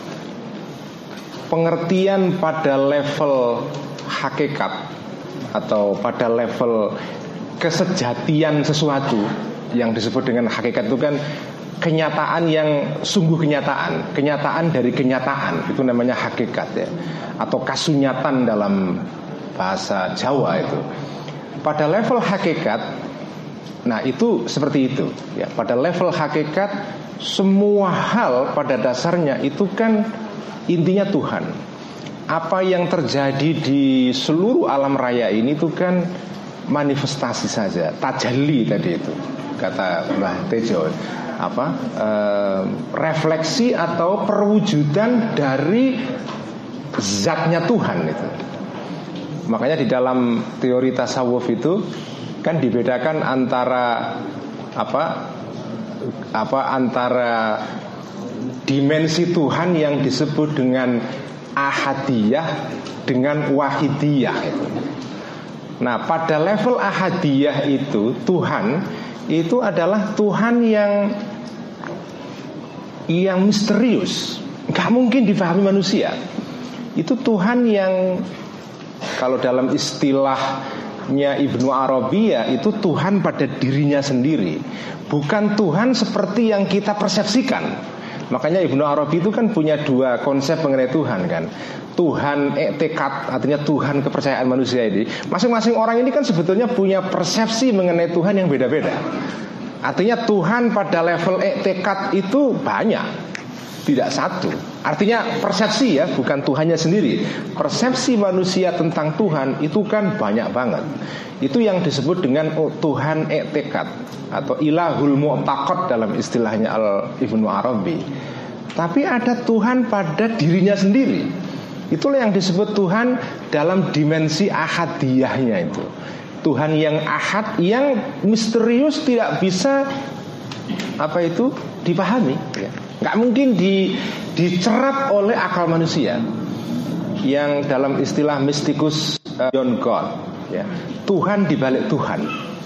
Pengertian pada level hakikat atau pada level kesejatian sesuatu yang disebut dengan hakikat itu kan kenyataan yang sungguh kenyataan, kenyataan dari kenyataan, itu namanya hakikat ya, atau kasunyatan dalam bahasa Jawa itu. Pada level hakikat, nah itu seperti itu ya. Pada level hakikat semua hal pada dasarnya itu kan intinya Tuhan. Apa yang terjadi di seluruh alam raya ini itu kan manifestasi saja, tajalli tadi itu kata Mbah Tejo, apa e, refleksi atau perwujudan dari zatnya Tuhan itu. Makanya di dalam teori tasawuf itu kan dibedakan antara apa apa antara dimensi Tuhan yang disebut dengan ahadiyah dengan wahidiyah itu. Nah pada level ahadiyah itu Tuhan itu adalah Tuhan yang yang misterius, nggak mungkin dipahami manusia. Itu Tuhan yang kalau dalam istilahnya Ibnu Arabi ya itu Tuhan pada dirinya sendiri, bukan Tuhan seperti yang kita persepsikan. Makanya Ibnu Arabi itu kan punya dua konsep mengenai Tuhan kan. Tuhan i'tikad, artinya Tuhan kepercayaan manusia ini. Masing-masing orang ini kan sebetulnya punya persepsi mengenai Tuhan yang beda-beda. Artinya Tuhan pada level i'tikad itu banyak, tidak satu. Artinya persepsi ya, bukan Tuhannya sendiri. Persepsi manusia tentang Tuhan itu kan banyak banget. Itu yang disebut dengan oh, Tuhan i'tikad atau ilahul mu'taqad dalam istilahnya Al-Ibnu Arabi. Tapi ada Tuhan pada dirinya sendiri. Itulah yang disebut Tuhan dalam dimensi ahadiyahnya itu. Tuhan yang ahad, yang misterius, tidak bisa apa itu dipahami ya. Nggak mungkin di, dicerap oleh akal manusia. Yang dalam istilah mistikus uh, beyond God ya. Tuhan di balik Tuhan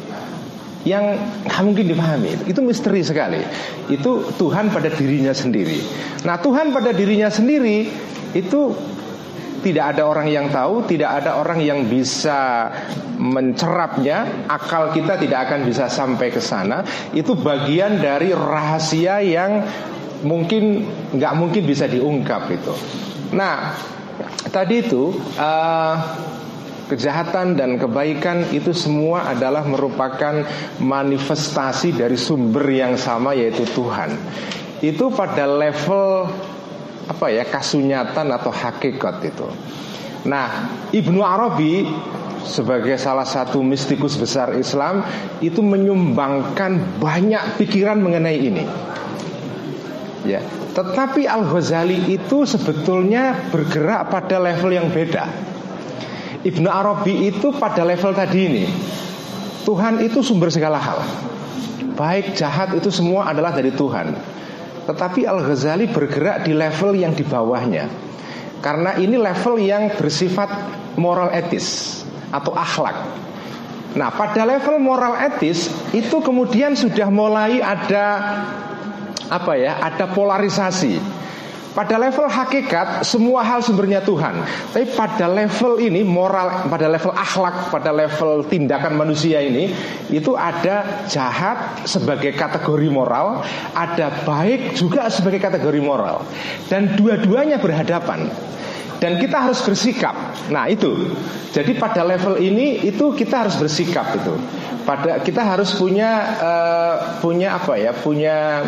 yang nggak mungkin dipahami. Itu misteri sekali. Itu Tuhan pada dirinya sendiri. Nah Tuhan pada dirinya sendiri itu tidak ada orang yang tahu, tidak ada orang yang bisa mencerapnya. Akal kita tidak akan bisa sampai ke sana. Itu bagian dari rahasia yang mungkin nggak mungkin bisa diungkap itu. Nah, tadi itu uh, kejahatan dan kebaikan itu semua adalah merupakan manifestasi dari sumber yang sama yaitu Tuhan. Itu pada level apa ya kasunyatan atau hakikat itu. Nah Ibnu Arabi sebagai salah satu mistikus besar Islam itu menyumbangkan banyak pikiran mengenai ini. Ya, tetapi Al-Ghazali itu sebetulnya bergerak pada level yang beda. Ibnu Arabi itu pada level tadi ini. Tuhan itu sumber segala hal. Baik jahat itu semua adalah dari Tuhan. Tetapi Al-Ghazali bergerak di level yang di bawahnya. Karena ini level yang bersifat moral etis atau akhlak. Nah pada level moral etis itu kemudian sudah mulai ada apa ya, ada polarisasi. Pada level hakikat semua hal sumbernya Tuhan. Tapi pada level ini moral, pada level akhlak, pada level tindakan manusia ini itu ada jahat sebagai kategori moral, ada baik juga sebagai kategori moral. Dan dua-duanya berhadapan. Dan kita harus bersikap. Nah itu. Jadi pada level ini itu kita harus bersikap itu. Pada kita harus punya uh, punya apa ya? Punya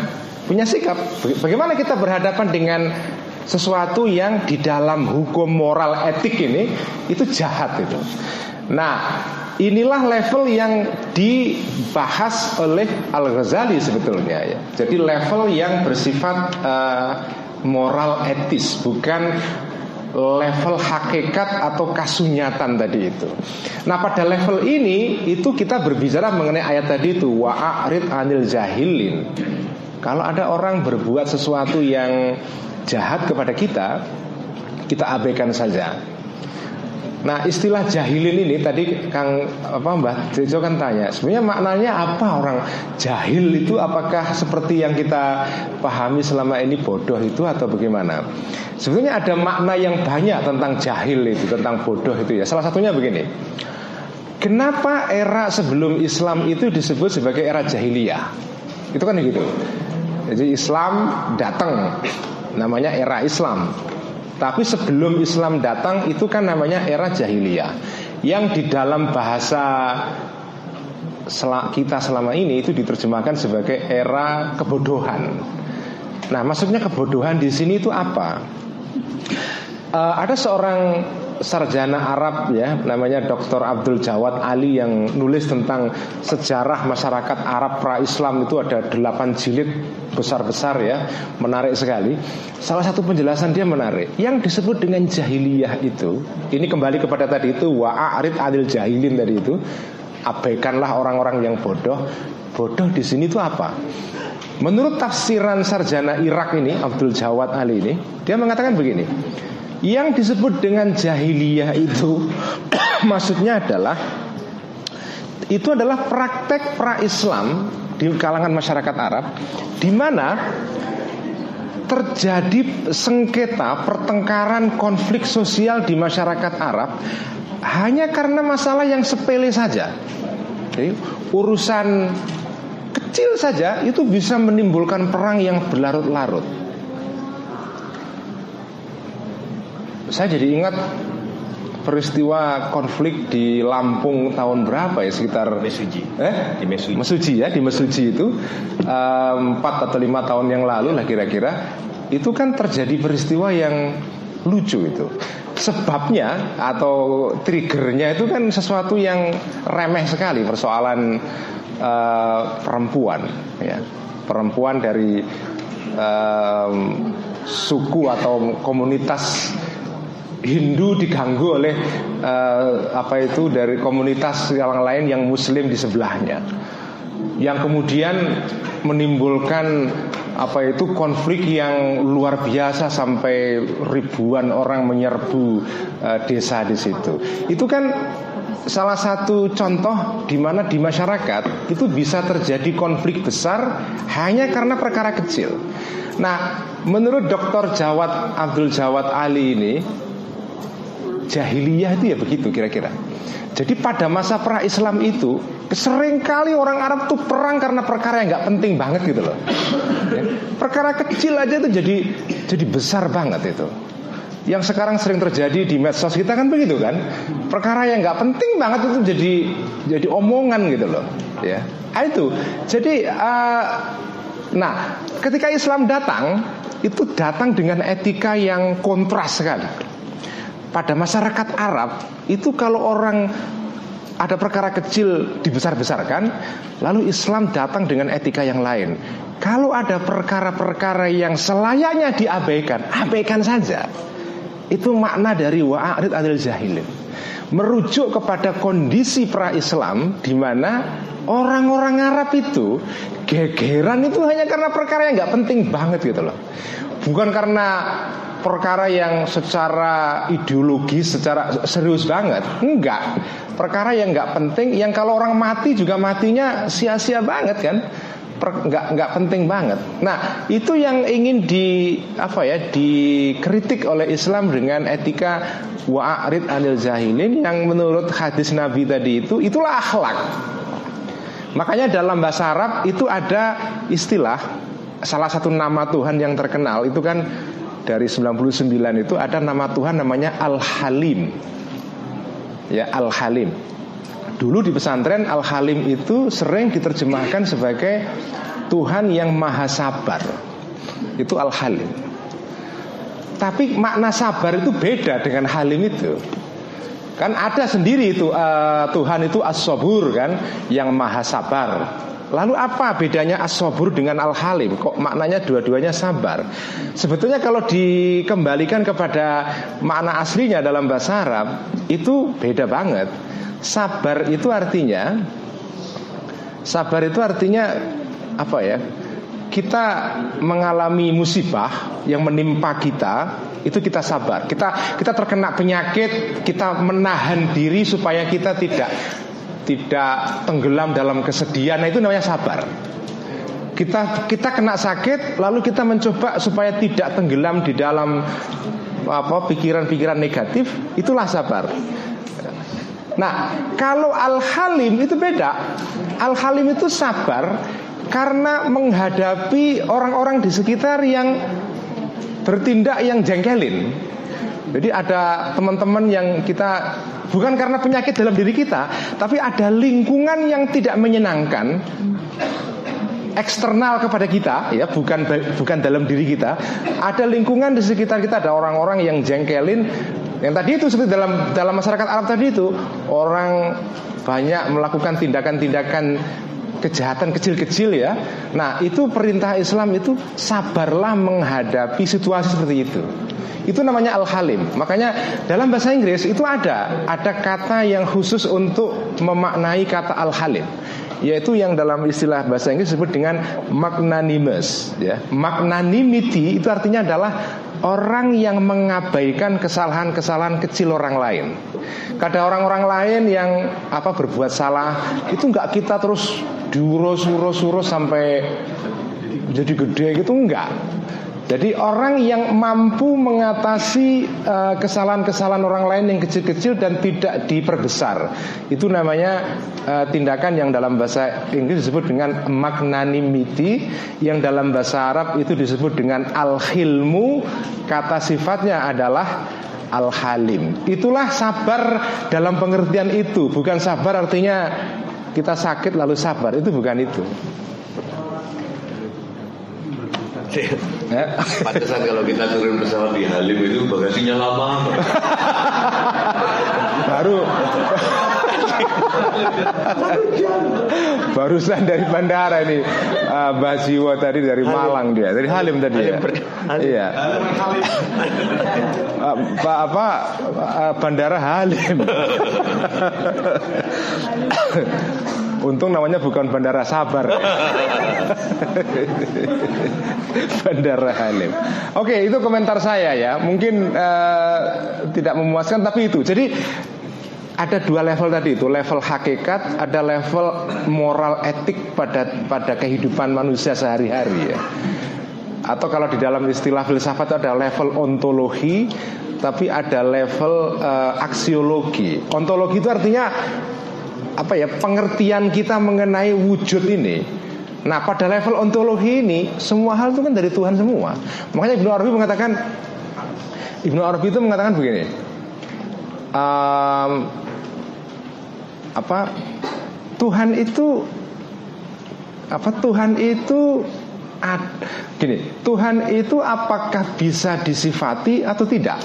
punya sikap. Bagaimana kita berhadapan dengan sesuatu yang di dalam hukum moral etik ini itu jahat itu. Nah, inilah level yang dibahas oleh Al-Ghazali sebetulnya ya. Jadi level yang bersifat uh, moral etis, bukan level hakikat atau kasunyatan tadi itu. Nah, pada level ini itu kita berbicara mengenai ayat tadi itu, wa'arid anil jahilin. Kalau ada orang berbuat sesuatu yang jahat kepada kita, kita abaikan saja. Nah, istilah jahilin ini tadi Kang apa Mbah Tejo kan tanya, sebenarnya maknanya apa orang jahil itu? Apakah seperti yang kita pahami selama ini bodoh itu atau bagaimana? Sebenarnya ada makna yang banyak tentang jahil itu, tentang bodoh itu ya. Salah satunya begini. Kenapa era sebelum Islam itu disebut sebagai era jahiliyah? Itu kan begitu. Jadi Islam datang, namanya era Islam. Tapi sebelum Islam datang itu kan namanya era jahiliyah, yang di dalam bahasa kita selama ini itu diterjemahkan sebagai era kebodohan. Nah, maksudnya kebodohan di sini itu apa? Uh, ada seorang sarjana Arab ya, namanya doktor Abdul Jawad Ali, yang nulis tentang sejarah masyarakat Arab pra-Islam. Itu ada delapan jilid besar-besar ya, menarik sekali. Salah satu penjelasan dia menarik. Yang disebut dengan jahiliyah itu, ini kembali kepada tadi itu, wa'arid adil jahilin tadi itu, abaikanlah orang-orang yang bodoh. Bodoh di sini itu apa? Menurut tafsiran sarjana Irak ini, Abdul Jawad Ali ini, dia mengatakan begini. Yang disebut dengan jahiliyah itu maksudnya adalah, itu adalah praktek pra-Islam di kalangan masyarakat Arab, di mana terjadi sengketa, pertengkaran, konflik sosial di masyarakat Arab hanya karena masalah yang sepele saja. Jadi urusan kecil saja itu bisa menimbulkan perang yang berlarut-larut. Saya jadi ingat peristiwa konflik di Lampung tahun berapa ya, sekitar Mesuji, eh? di Mesuji. Mesuji ya, di Mesuji itu empat um, atau lima tahun yang lalu lah kira-kira. Itu kan terjadi peristiwa yang lucu itu. Sebabnya atau triggernya itu kan sesuatu yang remeh sekali, persoalan uh, perempuan ya. Perempuan dari um, suku atau komunitas Hindu diganggu oleh uh, apa itu dari komunitas yang lain yang Muslim di sebelahnya, yang kemudian menimbulkan apa itu konflik yang luar biasa sampai ribuan orang menyerbu uh, desa di situ. Itu kan salah satu contoh di mana di masyarakat itu bisa terjadi konflik besar hanya karena perkara kecil. Nah, menurut doktor Jawad Abdul Jawad Ali ini, jahiliyah itu ya begitu kira-kira. Jadi pada masa pra-Islam itu seringkali orang Arab tuh perang karena perkara yang nggak penting banget gitu loh ya. Perkara kecil aja itu jadi jadi besar banget itu. Yang sekarang sering terjadi di medsos kita kan begitu kan. Perkara yang nggak penting banget itu jadi jadi omongan gitu loh ya. Ah, itu jadi uh, nah ketika Islam datang, itu datang dengan etika yang kontras sekali. Pada masyarakat Arab itu kalau orang ada perkara kecil dibesar-besarkan, lalu Islam datang dengan etika yang lain. Kalau ada perkara-perkara yang selayaknya diabaikan, abaikan saja. Itu makna dari wa'arid adil jahilin, merujuk kepada kondisi pra-Islam di mana orang-orang Arab itu gegeran itu hanya karena perkara yang nggak penting banget gitu loh. Bukan karena perkara yang secara ideologis, secara serius banget. Enggak. Perkara yang enggak penting, yang kalau orang mati juga matinya sia-sia banget kan. Per, enggak enggak penting banget. Nah, itu yang ingin di apa ya, dikritik oleh Islam dengan etika wa'arid anil jahilin, yang menurut hadis Nabi tadi itu itulah akhlak. Makanya dalam bahasa Arab itu ada istilah, salah satu nama Tuhan yang terkenal itu kan dari sembilan puluh sembilan itu ada nama Tuhan namanya Al-Halim. Ya, Al-Halim. Dulu di pesantren Al-Halim itu sering diterjemahkan sebagai Tuhan yang maha sabar. Itu Al-Halim. Tapi makna sabar itu beda dengan Halim itu. Kan ada sendiri itu uh, Tuhan itu As-Sabur kan, yang maha sabar. Lalu apa bedanya As-Sabur dengan Al-Halim? Kok maknanya dua-duanya sabar? Sebetulnya kalau dikembalikan kepada makna aslinya dalam bahasa Arab, itu beda banget. Sabar itu artinya Sabar itu artinya apa ya? Kita mengalami musibah yang menimpa kita, itu kita sabar. Kita kita terkena penyakit, kita menahan diri supaya kita tidak tidak tenggelam dalam kesedihan. Nah, itu namanya sabar. Kita kita kena sakit, lalu kita mencoba supaya tidak tenggelam di dalam apa pikiran-pikiran negatif. Itulah sabar. Nah, kalau Al-Halim itu beda. Al-Halim itu sabar karena menghadapi orang-orang di sekitar yang bertindak yang jengkelin. Jadi ada teman-teman yang kita, bukan karena penyakit dalam diri kita, tapi ada lingkungan yang tidak menyenangkan eksternal kepada kita, ya, bukan bukan dalam diri kita. Ada lingkungan di sekitar kita, ada orang-orang yang jengkelin. Yang tadi itu seperti dalam dalam masyarakat Arab tadi itu, orang banyak melakukan tindakan-tindakan kejahatan kecil-kecil, ya. Nah, itu perintah Islam itu sabarlah menghadapi situasi seperti itu. Itu namanya Al-Halim. Makanya dalam bahasa Inggris itu ada Ada kata yang khusus untuk memaknai kata Al-Halim, yaitu yang dalam istilah bahasa Inggris disebut dengan magnanimous, ya. Magnanimity itu artinya adalah orang yang mengabaikan kesalahan-kesalahan kecil orang lain. Kada orang-orang lain yang apa berbuat salah, itu enggak kita terus diurus-urus-urus sampai jadi gede gitu, enggak. Jadi orang yang mampu mengatasi uh, kesalahan-kesalahan orang lain yang kecil-kecil dan tidak diperbesar, itu namanya uh, tindakan yang dalam bahasa Inggris disebut dengan magnanimity, yang dalam bahasa Arab itu disebut dengan al-hilmu. Kata sifatnya adalah al-halim. Itulah sabar dalam pengertian itu. Bukan sabar artinya kita sakit lalu sabar, itu bukan itu. Ya. Pantesan kalau kita turun pesawat di Halim itu bagasinya lama. Baru Barusan dari bandara ini uh, Mbak Jiwa tadi dari Halim. Malang dia, dari Halim tadi ya. Iya. Uh, Pak apa uh, Bandara Halim. Untung namanya bukan Bandara Sabar. Bandara Halim. Oke, itu komentar saya ya. Mungkin uh, tidak memuaskan, tapi itu. Jadi ada dua level tadi itu, level hakikat, ada level moral etik pada pada kehidupan manusia sehari-hari ya. Atau kalau di dalam istilah filsafat ada level ontologi, tapi ada level uh, aksiologi. Ontologi itu artinya apa ya, pengertian kita mengenai wujud ini. Nah, pada level ontologi ini semua hal itu kan dari Tuhan semua. Makanya Ibnu Arabi mengatakan Ibnu Arabi itu mengatakan begini, um, apa Tuhan itu apa Tuhan itu ad, gini, Tuhan itu apakah bisa disifati atau tidak?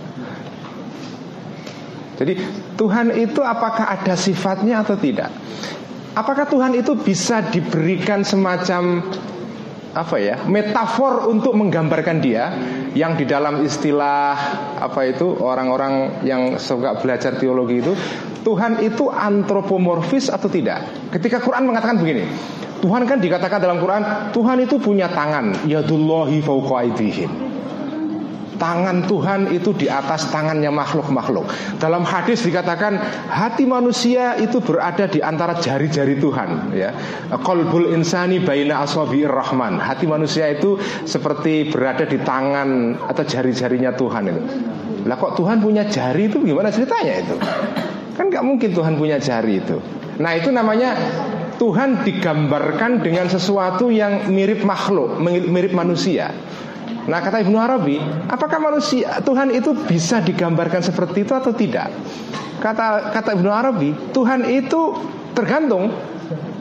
Jadi Tuhan itu apakah ada sifatnya atau tidak? Apakah Tuhan itu bisa diberikan semacam apa ya, metafor untuk menggambarkan dia, yang di dalam istilah apa itu orang-orang yang suka belajar teologi itu, Tuhan itu antropomorfis atau tidak? Ketika Quran mengatakan begini, Tuhan kan dikatakan dalam Quran, Tuhan itu punya tangan, yadullahi fawqa aydihim. Tangan Tuhan itu di atas tangannya makhluk-makhluk. Dalam hadis dikatakan hati manusia itu berada di antara jari-jari Tuhan, ya. Qalbul insani baina asabi'ir rahman. Hati manusia itu seperti berada di tangan atau jari-jarinya Tuhan itu. Lah kok Tuhan punya jari itu, gimana ceritanya itu? Kan gak mungkin Tuhan punya jari itu. Nah, itu namanya Tuhan digambarkan dengan sesuatu yang mirip makhluk, mirip manusia. Nah, kata Ibnu Arabi, apakah manusia Tuhan itu bisa digambarkan seperti itu atau tidak? Kata kata Ibnu Arabi, Tuhan itu tergantung.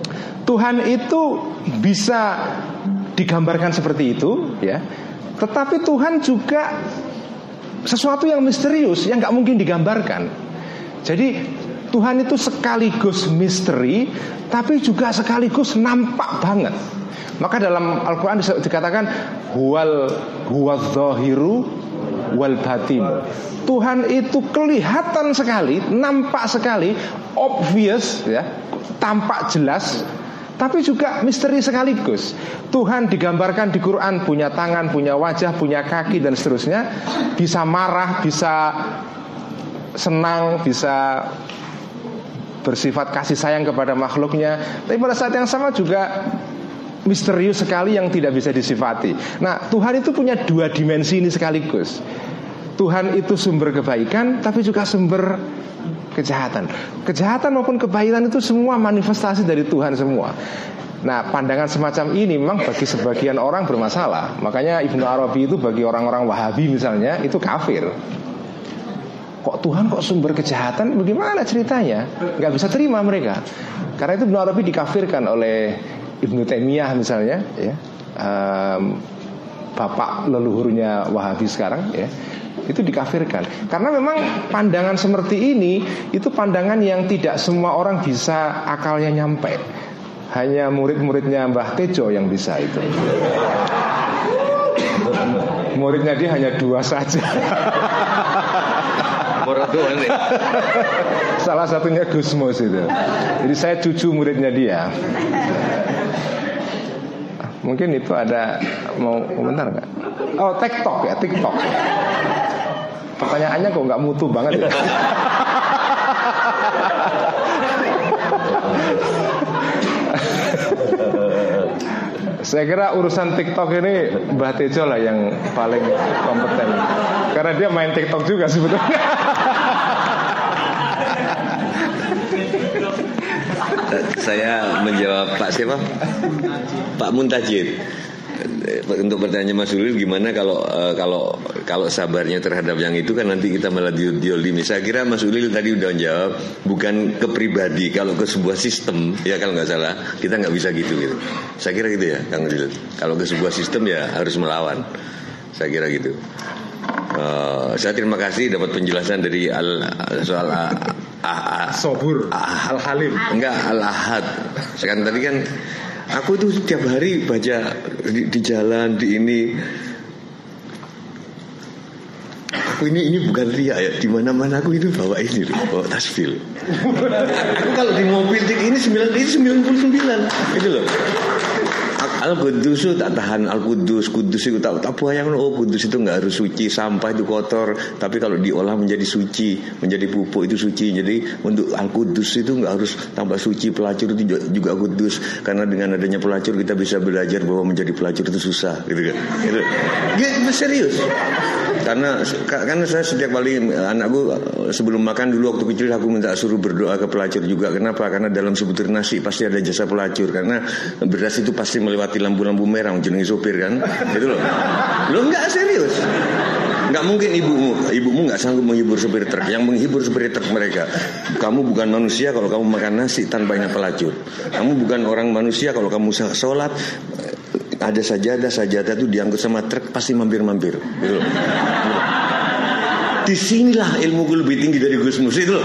Tuhan itu bisa digambarkan seperti itu, ya. Tetapi Tuhan juga sesuatu yang misterius yang nggak mungkin digambarkan. Jadi Tuhan itu sekaligus misteri, tapi juga sekaligus nampak banget. Maka dalam Al-Quran dikatakan huwal huwadzahiru wal batin. Tuhan itu kelihatan sekali, nampak sekali, obvious, ya, tampak jelas, tapi juga misteri sekaligus. Tuhan digambarkan di Quran punya tangan, punya wajah, punya kaki dan seterusnya. Bisa marah, bisa senang, bisa bersifat kasih sayang kepada makhluknya. Tapi pada saat yang sama juga misterius sekali yang tidak bisa disifati. Nah, Tuhan itu punya dua dimensi ini sekaligus. Tuhan itu sumber kebaikan, tapi juga sumber kejahatan. Kejahatan maupun kebaikan itu semua manifestasi dari Tuhan semua. Nah, pandangan semacam ini memang bagi sebagian orang bermasalah. Makanya Ibnu Arabi itu bagi orang-orang Wahabi misalnya itu kafir. Kok Tuhan kok sumber kejahatan? Bagaimana ceritanya? Gak bisa terima mereka. Karena itu Ibnu Arabi dikafirkan oleh Ibnu Taimiyah misalnya, ya, um, bapak leluhurnya Wahabi sekarang, ya, itu dikafirkan. Karena memang pandangan seperti ini itu pandangan yang tidak semua orang bisa akalnya nyampe. Hanya murid-muridnya Mbah Tejo yang bisa itu. Muridnya dia hanya dua saja. Salah satunya Gusmus itu. Jadi saya cucu muridnya dia. Mungkin itu ada mau komentar nggak? Oh, TikTok ya, TikTok. Pertanyaannya kok nggak mutu banget ya? Saya kira urusan TikTok ini Mbah Tejo lah yang paling kompeten. Karena dia main TikTok juga sebetulnya. Saya menjawab Pak siapa? Pak Muntajid. Untuk pertanyaan Mas Ulil, gimana kalau uh, kalau kalau sabarnya terhadap yang itu kan nanti kita malah diolimi. Saya kira Mas Ulil tadi udah menjawab, bukan ke pribadi, kalau ke sebuah sistem ya kalau nggak salah kita nggak bisa gitu gitu. Saya kira gitu ya Kang Ulil. Kalau ke sebuah sistem ya harus melawan. Saya kira gitu. Uh, saya terima kasih dapat penjelasan dari al soal a, a, a, Sobur a, Al Halim. Enggak Al Ahad. Sekarang tadi kan aku tuh setiap hari baca di, di jalan di ini. Aku ini ini bukan ria ya. Di mana-mana aku itu bawa ini, bawa tasbih. Aku kalau di mobil ini sembilan ini sembilan puluh sembilan itu loh. Al-Qudus itu tak tahan Al-Qudus, Kudus itu tak tak bayang oh Kudus itu nggak harus suci, sampah itu kotor, tapi kalau diolah menjadi suci, menjadi pupuk itu suci. Jadi untuk Al-Qudus itu nggak harus tambah suci, pelacur itu juga kudus, karena dengan adanya pelacur kita bisa belajar bahwa menjadi pelacur itu susah, gitu kan? Gitu. Ya, serius. Karena karena saya setiap kali anakku sebelum makan dulu waktu kecil aku minta suruh berdoa ke pelacur juga. Kenapa? Karena dalam sebutir nasi pasti ada jasa pelacur. Karena beras itu pasti melewati lampu-lampu merah jenenge sopir kan. Itu loh. Lo enggak serius. Enggak mungkin ibumu, ibumu enggak sanggup menghibur sopir truk. Yang menghibur sopir truk mereka. Kamu bukan manusia kalau kamu makan nasi tanpa ada pelacur. Kamu bukan orang manusia kalau kamu sholat ada sajadah, sajadah itu diangkut sama truk pasti mampir-mampir. Gitu loh. Disinilah ilmuku lebih tinggi dari Gusmus itu loh.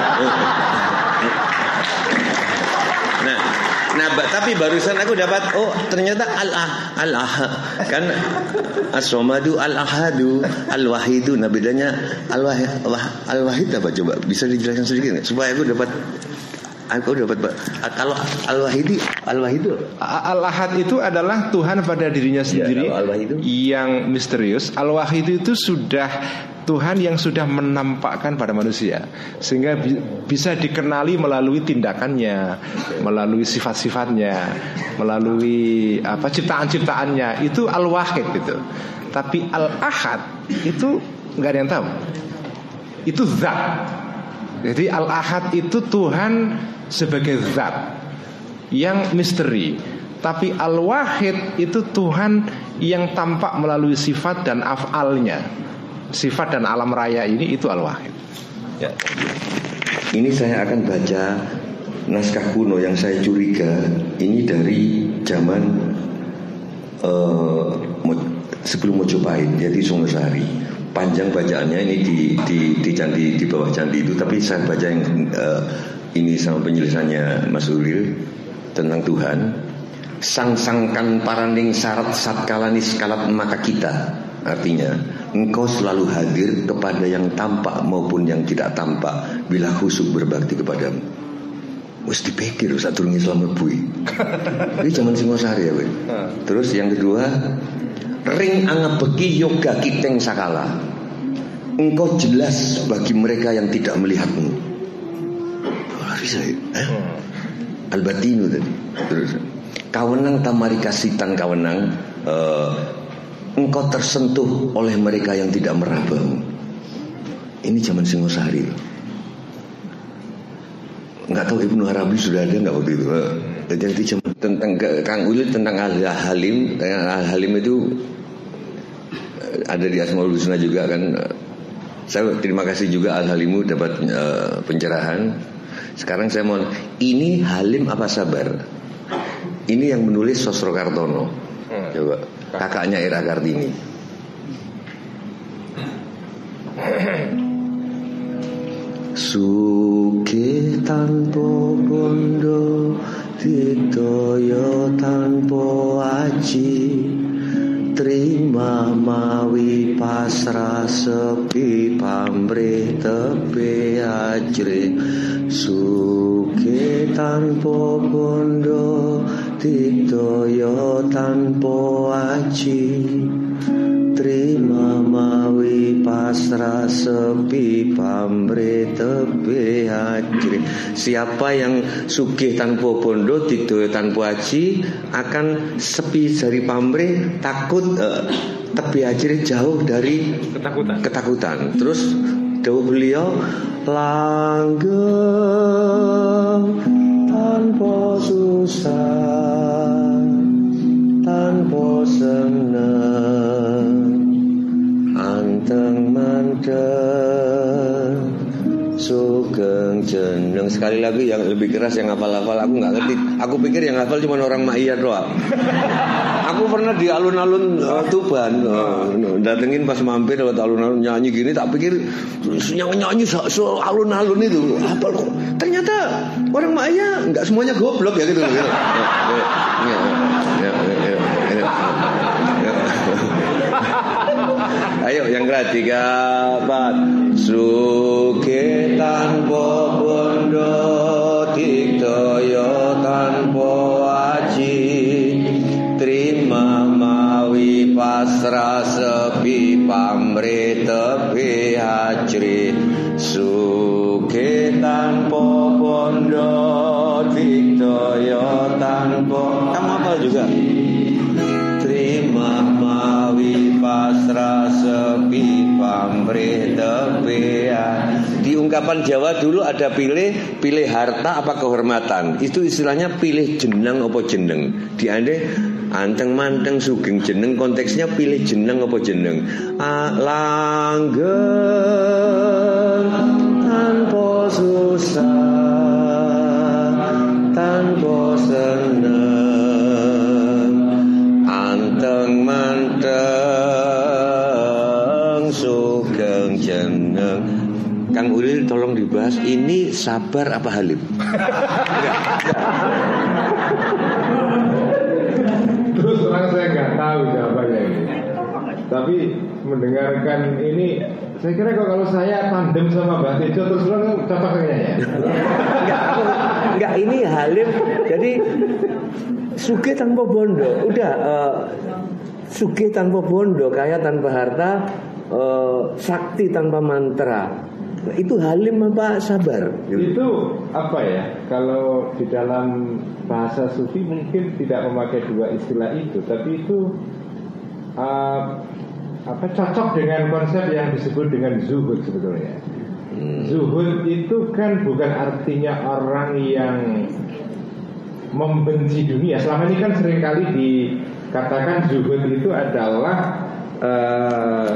Nah, nah, tapi barusan aku dapat oh ternyata al-ah al-ah kan as-somadu al-ahadu al-wahidu. Nah bedanya al-wahid al-wahid apa coba bisa dijelaskan sedikit nggak? Supaya aku dapat aku dapat kalau al-wahidi al-wahidu al-ahad itu adalah Tuhan pada dirinya sendiri ya, yang misterius. Al-wahidu itu sudah Tuhan yang sudah menampakkan pada manusia sehingga bi- bisa dikenali melalui tindakannya, melalui sifat-sifatnya, melalui apa ciptaan-ciptaannya. Itu al-wahid itu. Tapi al-ahad itu nggak ada yang tahu. Itu zat. Jadi al-ahad itu Tuhan sebagai zat yang misteri. Tapi al-wahid itu Tuhan yang tampak melalui sifat dan af'alnya. Sifat dan alam raya ini itu al-wahid. Ya. Ini saya akan baca naskah kuno yang saya curiga ini dari zaman uh, sebelum Mojopahit, jadi Songosari. Panjang bacaannya ini di di di candi, di bawah candi itu, tapi saya baca yang uh, ini sama penyelesaiannya Mas Ulil tentang Tuhan. Sang sangkan paraning syarat satkalani skalat maka kita, artinya engkau selalu hadir kepada yang tampak maupun yang tidak tampak bila khusyuk berbakti kepadamu. Wes dipikir saat turun Islam lebui. Ini zaman Singosari ya, we. Terus yang kedua, ring angabeki yoga kiteng sakala. Engkau jelas bagi mereka yang tidak melihatmu. Lari saya, eh? Albatinu tadi. Terus kawenang tamari kasitan kawenang, uh, engkau tersentuh oleh mereka yang tidak merabamu. Ini zaman Singosari. Enggak tahu Ibnu Arabi sudah ada enggak waktu itu. Jadi tentang Kang Ulil tentang Al-Halim, Al-Halim itu ada di Asmaul Husna juga kan. Saya terima kasih juga Al-Halimu dapat uh, pencerahan. Sekarang saya mau, ini Halim apa sabar? Ini yang menulis Sosro Kartono. Hmm. Coba kakaknya Ira Kartini. Sugih tanpa bondo, didaya tanpa aji, terima mawi pasrah sepi pamrih tepe ajre. Sugih tanpa bondo, didaya tanpa aji, terima mawi pasrah sepi pamrih tepe ajre. Siapa yang sugih tanpa bondo, didaya tanpa aji, akan sepi dari pamrih, takut uh, tepi ajre, jauh dari ketakutan. ketakutan. Terus dawuh beliau, langgeng tanpa susah, tanpa seneng, anteng mandeng, sugeng jeneng. Sekali lagi yang lebih keras yang hafal-hafal aku nggak ngerti. Aku pikir yang hafal cuma orang Ma'iyah doang. Aku pernah di alun-alun uh, Tuban, uh, datengin pas mampir lewat alun-alun nyanyi gini, tak pikir nyanyi-nyanyi so, so alun-alun itu hafal kok. Ternyata orang Ma'iyah nggak semuanya goblok ya gitu. Ya, ya, ya, ya, ya, ya, ya. Ayo yang keras tiga empat. Sugih tanpa bondo, didaya tanpa aji, terima mawi pasrah sepi pamrih tepi ajri. Sugih tanpa bondo, didaya tanpa, kamu apa juga? Terima mawi pasrah sepi pamrih tepi. Di ungkapan Jawa dulu ada pilih, pilih harta apa kehormatan. Itu istilahnya pilih jeneng apa jeneng. Di ande anteng manteng sugeng jeneng, konteksnya pilih jeneng apa jeneng. Langgeng tanpa susah, tanpa seneng, anteng manteng sugeng jeneng. Kang Ulil tolong dibahas, ini sabar apa Halim? Enggak, Terus terang saya nggak tahu jawabannya ini. Tapi mendengarkan ini, saya kira kalau saya tandem sama Mbak Tejo terus terang cocok kayaknya ya. Enggak, enggak, ini Halim. Jadi sugih tanpa bondo, udah uh, sugih tanpa bondo, kaya tanpa harta, uh, sakti tanpa mantra. Itu Halim apa sabar? Itu apa ya? Kalau di dalam bahasa sufi mungkin tidak memakai dua istilah itu, tapi itu uh, apa cocok dengan konsep yang disebut dengan zuhud sebetulnya. Hmm. Zuhud itu kan bukan artinya orang yang membenci dunia. Selama ini kan seringkali dikatakan zuhud itu adalah uh,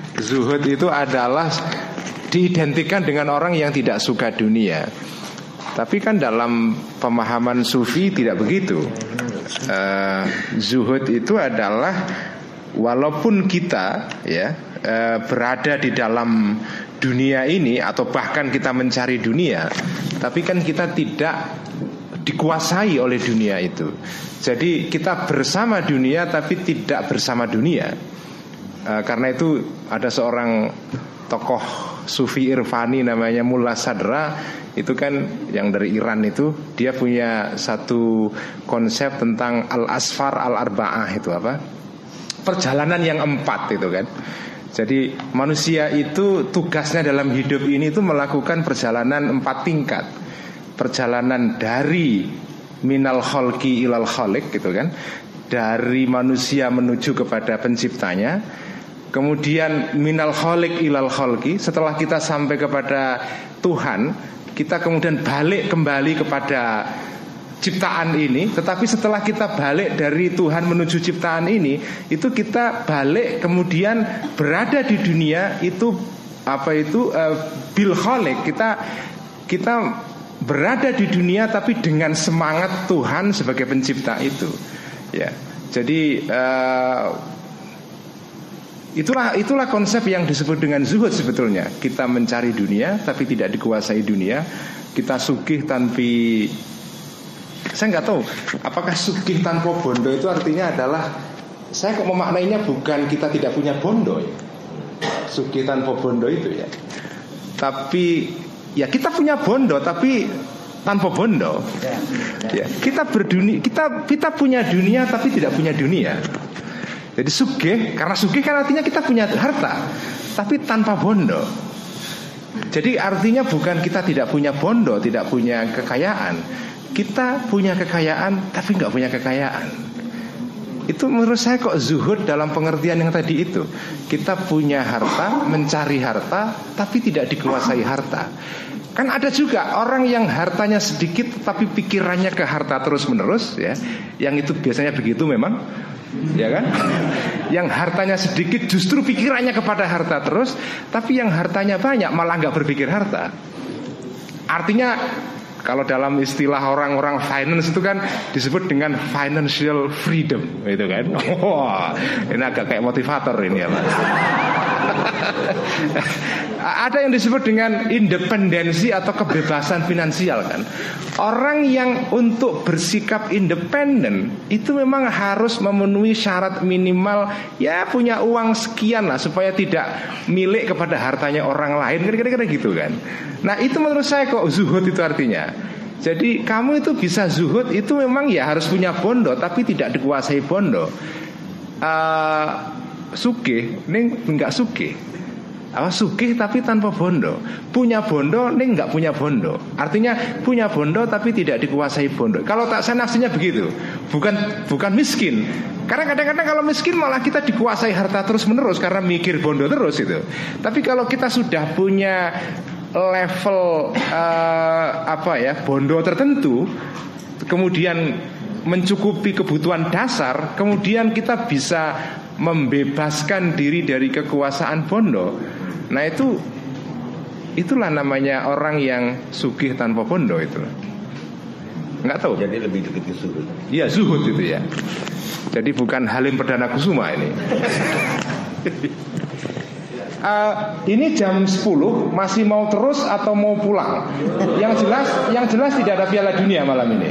zuhud itu adalah diidentikan dengan orang yang tidak suka dunia. Tapi kan dalam pemahaman sufi tidak begitu. uh, Zuhud itu adalah walaupun kita ya uh, berada di dalam dunia ini atau bahkan kita mencari dunia, tapi kan kita tidak dikuasai oleh dunia itu. Jadi kita bersama dunia tapi tidak bersama dunia. uh, Karena itu ada seorang tokoh sufi irfani namanya Mullah Sadra. Itu kan yang dari Iran itu. Dia punya satu konsep tentang al-asfar al-arba'ah. Itu apa? Perjalanan yang empat itu kan. Jadi manusia itu tugasnya dalam hidup ini itu melakukan perjalanan empat tingkat. Perjalanan dari minal khalqi ilal khaliq gitu kan, dari manusia menuju kepada penciptanya. Kemudian minal khaliq ilal khalqi, setelah kita sampai kepada Tuhan, kita kemudian balik kembali kepada ciptaan ini. Tetapi setelah kita balik dari Tuhan menuju ciptaan ini, itu kita balik kemudian berada di dunia itu apa itu uh, bil khaliq. Kita kita berada di dunia tapi dengan semangat Tuhan sebagai pencipta itu. Ya. Jadi uh, Itulah itulah konsep yang disebut dengan zuhud sebetulnya. Kita mencari dunia tapi tidak dikuasai dunia. Kita sugih tanpa, saya nggak tahu apakah sugih tanpa bondo itu artinya adalah, saya kok memaknainya bukan kita tidak punya bondo ya. Sugih tanpa bondo itu ya. Tapi ya kita punya bondo tapi tanpa bondo. Ya, kita berdunia, kita kita punya dunia tapi tidak punya dunia. Jadi sugih, karena sugih kan artinya kita punya harta tapi tanpa bondo. Jadi artinya bukan kita tidak punya bondo, tidak punya kekayaan. Kita punya kekayaan tapi nggak punya kekayaan. Itu menurut saya kok zuhud dalam pengertian yang tadi itu. Kita punya harta, mencari harta tapi tidak dikuasai harta. Kan ada juga orang yang hartanya sedikit tapi pikirannya ke harta terus menerus ya. Yang itu biasanya begitu memang, ya kan? Yang hartanya sedikit justru pikirannya kepada harta terus, tapi yang hartanya banyak malah nggak berpikir harta. Artinya kalau dalam istilah orang-orang finance itu kan disebut dengan financial freedom, gitu kan? Wah, ini agak kayak motivator ini ya Mas. Ada yang disebut dengan independensi atau kebebasan finansial kan. Orang yang untuk bersikap independen itu memang harus memenuhi syarat minimal, ya punya uang sekian lah supaya tidak milik kepada hartanya orang lain, kira-kira gitu kan. Nah itu menurut saya kok zuhud itu artinya. Jadi kamu itu bisa zuhud itu memang ya harus punya bondo tapi tidak dikuasai bondo. uh, Sugih ini enggak sugih. Apa sugih tapi tanpa bondo. Punya bondo ini enggak punya bondo. Artinya punya bondo tapi tidak dikuasai bondo. Kalau tak saya nafsinya begitu. Bukan bukan miskin. Karena kadang-kadang kalau miskin malah kita dikuasai harta terus menerus karena mikir bondo terus itu. Tapi kalau kita sudah punya level uh, apa ya bondo tertentu, kemudian mencukupi kebutuhan dasar, kemudian kita bisa membebaskan diri dari kekuasaan bondo. Nah itu, itulah namanya orang yang sugih tanpa bondo itu. Nggak tahu. Jadi lebih dekat ke zuhud. Iya zuhud itu ya. Jadi bukan Halim Perdana Kusuma ini. Uh, ini jam sepuluh, masih mau terus atau mau pulang? Yang jelas, yang jelas tidak ada Piala Dunia malam ini.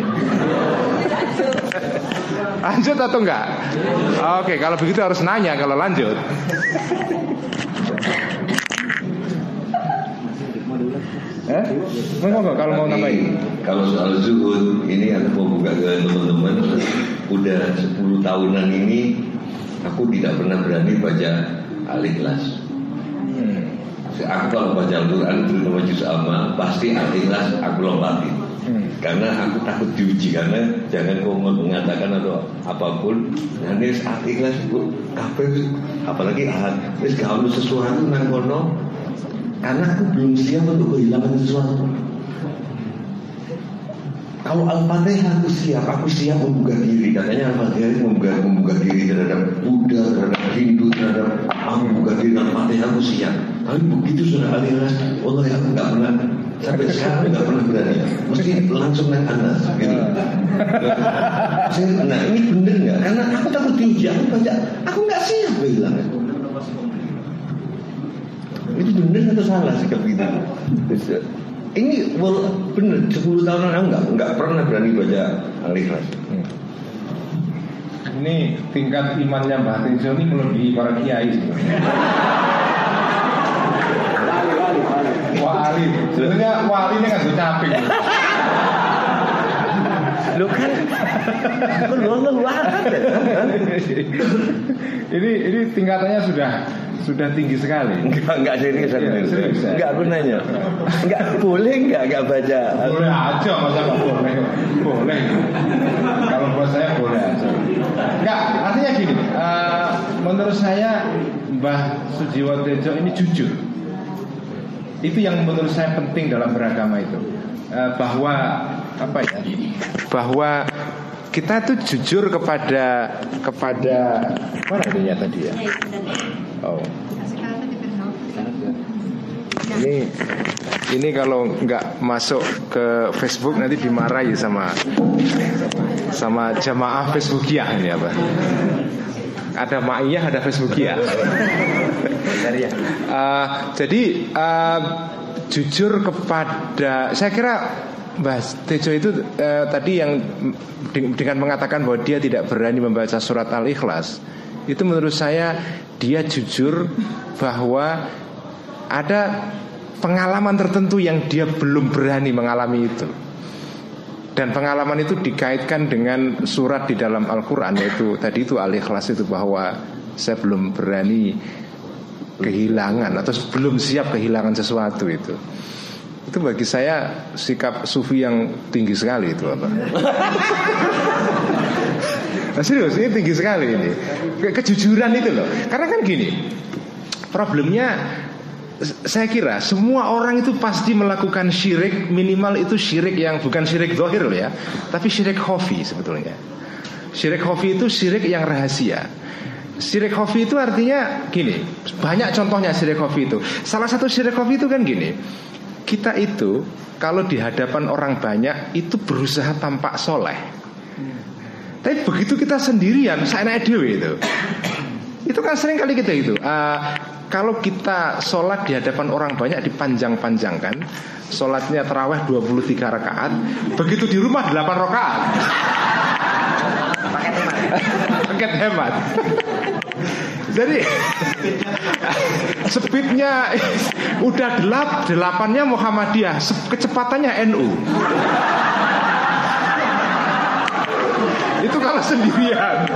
Lanjut atau enggak? Oke, kalau begitu harus nanya kalau lanjut. Eh? Enggak, kalau mau nambahin. Kalau soal zuhud ini aku mau buka ke teman-teman. Udah sepuluh tahunan ini aku tidak pernah berani baca Al-Ikhlas. Aku kalau baca Al-Quran terutama juz amma pasti Al-Ikhlas aku lompatin. Hmm. Karena aku takut diuji. Karena jangan kau mengatakan atau apapun nanti Al-Ikhlas itu kabeh, apalagi ahad wis gawe sesuatu nang kono karena aku belum siap untuk kehilangan sesuatu. Kalau Al-Fatihah aku siap, aku siap membuka diri. Katanya Al-Fatihah itu membuka, membuka diri terhadap Buddha, terhadap Hindu, terhadap aku membuka diri. Al-Fatihah aku siap. Tapi begitu sudah Al-Ikhlas, Allah ya aku nggak pernah Sampai sekarang nggak pernah berani. Mesti langsung naik anas. Gitu. Nah ini bener nggak? Karena aku takut diuji. Aku baca, aku nggak siap bilang. Itu bener atau salah sikap gitu? Ini well, bener. sepuluh tahunan aku nggak nggak pernah berani baca Al-Ikhlas. Hmm. Ini tingkat imannya Mbah Tejo ini melebihi para kiai sebenarnya. Wali, sebenarnya wali ini kan capek. Lo kan, lo lo Ini ini tingkatannya sudah sudah tinggi sekali. Enggak enggak serius aku. Ya, serius. Enggak aku nanya. Enggak boleh enggak enggak baca. Boleh aja masa enggak boleh. Boleh. Kalau buat saya boleh aja. Enggak, artinya gini, uh, menurut saya Mbah Sujiwo Tejo ini jujur. Itu yang menurut saya penting dalam beragama itu, uh, bahwa apa ya? Bahwa kita tuh jujur kepada kepada mana ininya tadi ya? Oh. Ini ini kalau nggak masuk ke Facebook nanti dimarahi sama sama jamaah Facebookiah ini apa? Ada Ma'iyah, ada Facebookiah. uh, jadi uh, jujur kepada, saya kira Mbah Tejo itu uh, tadi yang dengan mengatakan bahwa dia tidak berani membaca surat Al-Ikhlas, itu menurut saya dia jujur bahwa ada pengalaman tertentu yang dia belum berani mengalami itu. Dan pengalaman itu dikaitkan dengan surat di dalam Al-Quran, yaitu tadi itu Al-Ikhlas itu, bahwa saya belum berani kehilangan atau belum siap kehilangan sesuatu itu. Itu bagi saya sikap sufi yang tinggi sekali itu apa? Nah, serius, ini tinggi sekali ini. Kejujuran itu loh. Karena kan gini, problemnya saya kira semua orang itu pasti melakukan syirik, minimal itu syirik yang bukan syirik zahir ya, tapi syirik khafi sebetulnya. Syirik khafi itu syirik yang rahasia. Syirik khafi itu artinya gini, banyak contohnya syirik khafi itu. Salah satu syirik khafi itu kan gini, kita itu kalau di hadapan orang banyak itu berusaha tampak soleh, tapi begitu kita sendirian, saya naik dewe itu, itu kan sering kali kita itu. Uh, Kalau kita sholat di hadapan orang banyak dipanjang-panjangkan, sholatnya tarawih dua puluh tiga rakaat, begitu di rumah delapan rakaat. Paket hemat. Jadi speednya udah delap, delapannya Muhammadiyah, kecepatannya N U. Itu kalau sendirian.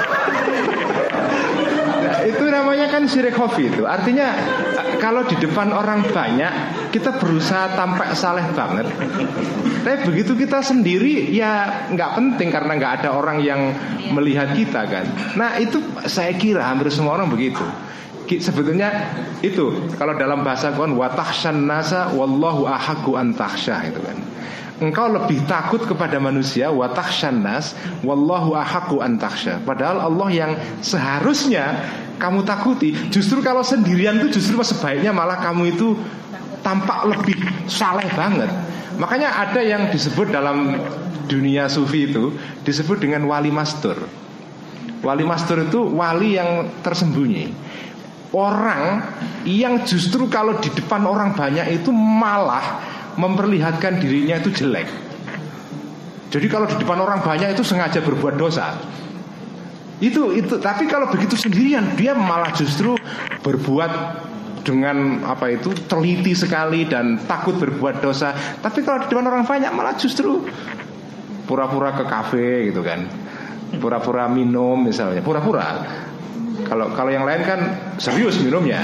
Itu namanya kan syirik khafi itu. Artinya kalau di depan orang banyak kita berusaha tampak saleh banget, tapi begitu kita sendiri ya nggak penting karena nggak ada orang yang melihat kita kan. Nah itu saya kira hampir semua orang begitu. Sebetulnya itu kalau dalam bahasa Quran wa takhshan nasa wallahu ahaqqu an takhsha itu kan. Engkau lebih takut kepada manusia, wa takhshan nas wallahu ahaqqu an takhsha. Padahal Allah yang seharusnya kamu takuti. Justru kalau sendirian itu justru sebaiknya malah kamu itu tampak lebih saleh banget. Makanya ada yang disebut dalam dunia sufi itu disebut dengan wali mastur. Wali mastur itu wali yang tersembunyi. Orang yang justru kalau di depan orang banyak itu malah memperlihatkan dirinya itu jelek. Jadi kalau di depan orang banyak itu sengaja berbuat dosa. Itu itu tapi kalau begitu sendirian dia malah justru berbuat dengan apa itu teliti sekali dan takut berbuat dosa. Tapi kalau di depan orang banyak malah justru pura-pura ke kafe gitu kan. Pura-pura minum misalnya, pura-pura. Kalau kalau yang lain kan serius minumnya.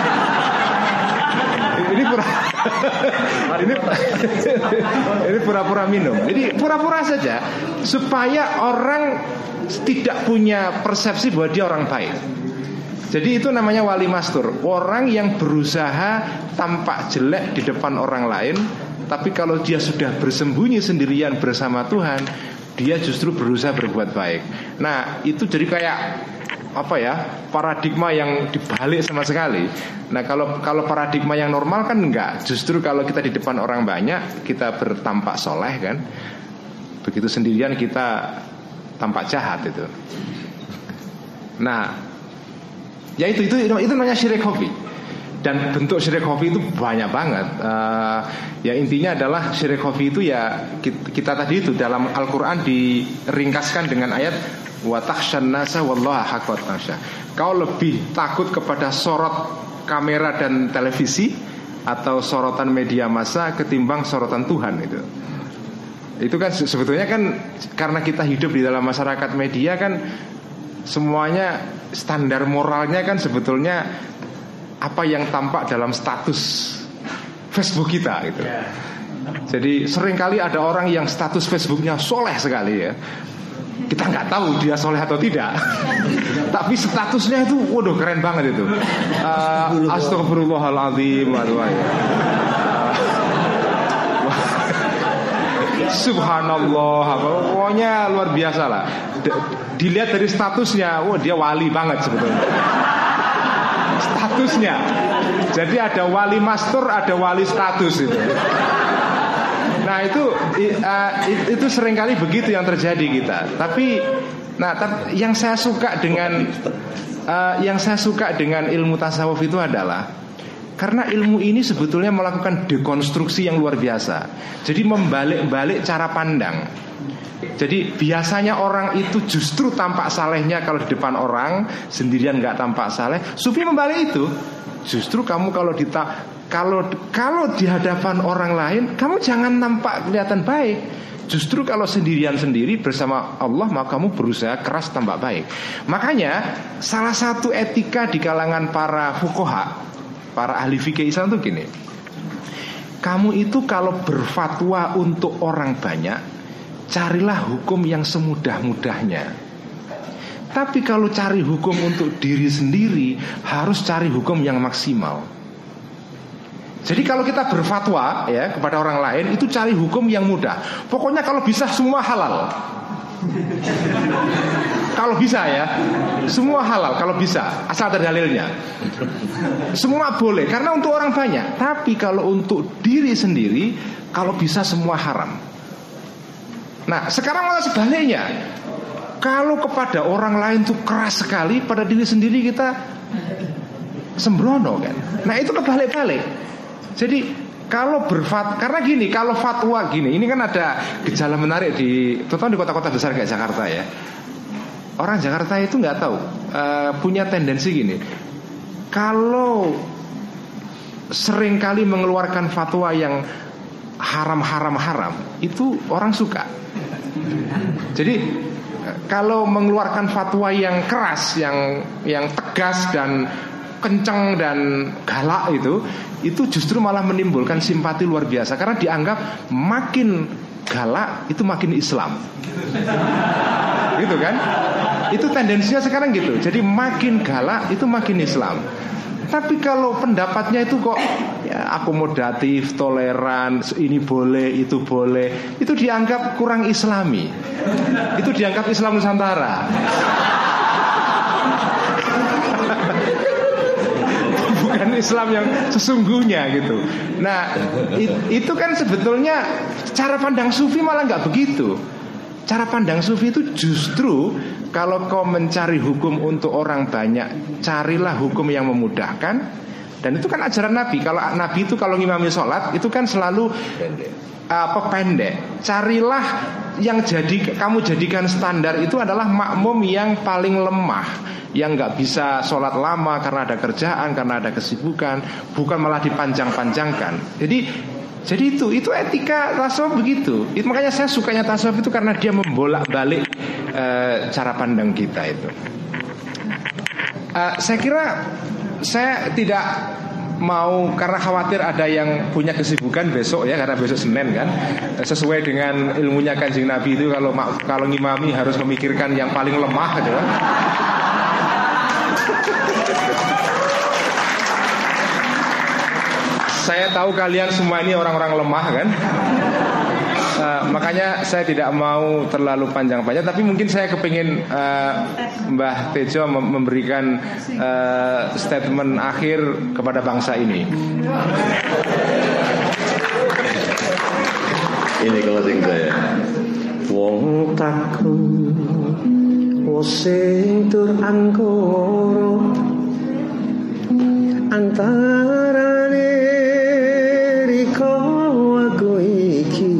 Ini pura ini, ini pura-pura minum. Jadi pura-pura saja supaya orang tidak punya persepsi bahwa dia orang baik. Jadi itu namanya wali mastur. Orang yang berusaha tampak jelek di depan orang lain, tapi kalau dia sudah bersembunyi sendirian bersama Tuhan, dia justru berusaha berbuat baik. Nah itu jadi kayak apa ya, paradigma yang dibalik sama sekali. Nah kalau kalau paradigma yang normal kan enggak. Justru kalau kita di depan orang banyak kita bertampak soleh kan, begitu sendirian kita tampak jahat itu. Nah, ya itu itu itu namanya syirik khafi. Dan bentuk syirik khafi itu banyak banget. Uh, ya intinya adalah syirik khafi itu ya kita, kita tadi itu dalam Al-Quran diringkaskan dengan ayat wa takhshan nasa wallaha haqqa takhsha. Kau lebih takut kepada sorot kamera dan televisi atau sorotan media massa ketimbang sorotan Tuhan itu. Itu kan sebetulnya kan karena kita hidup di dalam masyarakat media kan semuanya standar moralnya kan sebetulnya apa yang tampak dalam status Facebook kita gitu. Jadi seringkali ada orang yang status Facebooknya soleh sekali ya. Kita nggak tahu dia soleh atau tidak. Tapi statusnya itu, waduh keren banget itu. Uh, Astagfirullahaladzim. Uh, Subhanallah. Pokoknya luar biasa lah. D- dilihat dari statusnya, wah dia wali banget sebetulnya. Statusnya. Jadi ada wali master, ada wali status itu. Nah itu uh, itu seringkali begitu yang terjadi kita. Tapi, nah tapi yang saya suka dengan uh, yang saya suka dengan ilmu tasawuf itu adalah karena ilmu ini sebetulnya melakukan dekonstruksi yang luar biasa. Jadi membalik-balik cara pandang. Jadi biasanya orang itu justru tampak salehnya kalau di depan orang, sendirian nggak tampak saleh. Sufi membalik itu. Justru kamu kalau dita Kalau kalau di hadapan orang lain kamu jangan nampak kelihatan baik. Justru kalau sendirian sendiri bersama Allah maka kamu berusaha keras tampak baik. Makanya salah satu etika di kalangan para fuqaha, para ahli fikih Islam itu gini. Kamu itu kalau berfatwa untuk orang banyak, carilah hukum yang semudah-mudahnya. Tapi kalau cari hukum untuk diri sendiri, harus cari hukum yang maksimal. Jadi kalau kita berfatwa ya kepada orang lain, itu cari hukum yang mudah. Pokoknya kalau bisa semua halal. Kalau bisa ya, semua halal kalau bisa, asal ada dalilnya. Semua boleh karena untuk orang banyak. Tapi kalau untuk diri sendiri, kalau bisa semua haram. Nah sekarang malah sebaliknya. Kalau kepada orang lain tuh keras sekali, pada diri sendiri kita sembrono kan. Nah itu kebalik-balik. Jadi kalau berfat, karena gini, kalau fatwa gini, ini kan ada gejala menarik di, terutama di kota-kota besar kayak Jakarta ya. Orang Jakarta itu nggak tahu, uh, punya tendensi gini. Kalau seringkali mengeluarkan fatwa yang haram-haram-haram, itu orang suka. Jadi kalau mengeluarkan fatwa yang keras, yang yang tegas dan kencang dan galak itu, itu justru malah menimbulkan simpati luar biasa karena dianggap makin galak itu makin Islam. Gitu kan? Itu tendensinya sekarang gitu. Jadi makin galak itu makin Islam. Tapi kalau pendapatnya itu kok ya, akomodatif, toleran, ini boleh, itu boleh, itu dianggap kurang Islami. Itu dianggap Islam Nusantara. Bukan Islam yang sesungguhnya gitu. Nah it, itu kan sebetulnya cara pandang sufi malah nggak begitu. Cara pandang sufi itu justru kalau kau mencari hukum untuk orang banyak, carilah hukum yang memudahkan. Dan itu kan ajaran Nabi. Kalau Nabi itu kalau ngimami sholat itu kan selalu pendek. Apa pendek. Carilah yang jadi kamu jadikan standar itu adalah makmum yang paling lemah, yang nggak bisa sholat lama karena ada kerjaan, karena ada kesibukan, bukan malah dipanjang-panjangkan. Jadi jadi itu itu etika tasawuf begitu. Itu makanya saya sukanya tasawuf itu karena dia membolak-balik e, cara pandang kita itu. E, saya kira saya tidak mau karena khawatir ada yang punya kesibukan besok ya, karena besok Senin kan. Sesuai dengan ilmunya Kanjeng Nabi itu kalau kalau ngimami harus memikirkan yang paling lemah gitu kan. Saya tahu kalian semua ini orang-orang lemah kan. uh, makanya saya tidak mau terlalu panjang-panjang, tapi mungkin saya kepingin uh, Mbah Tejo memberikan uh, statement akhir kepada bangsa ini. Ini closing saya. Wong takon sing tur angkara antarane riko aku iki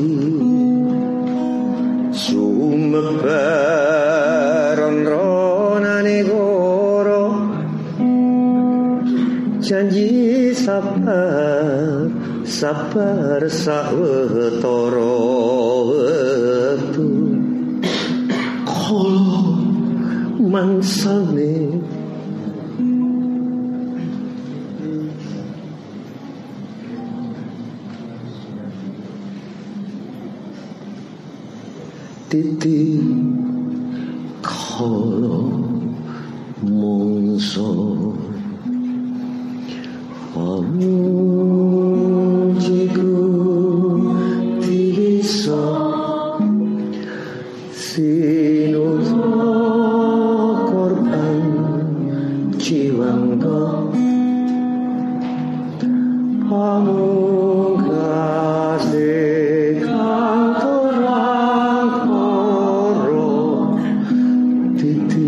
sumebaron ronane goro janji sabar sabar sawetara wektu kala mangsane titi kala mungso Jiku bisa sinuso korban jiwangga pamungkase kantorang koro titi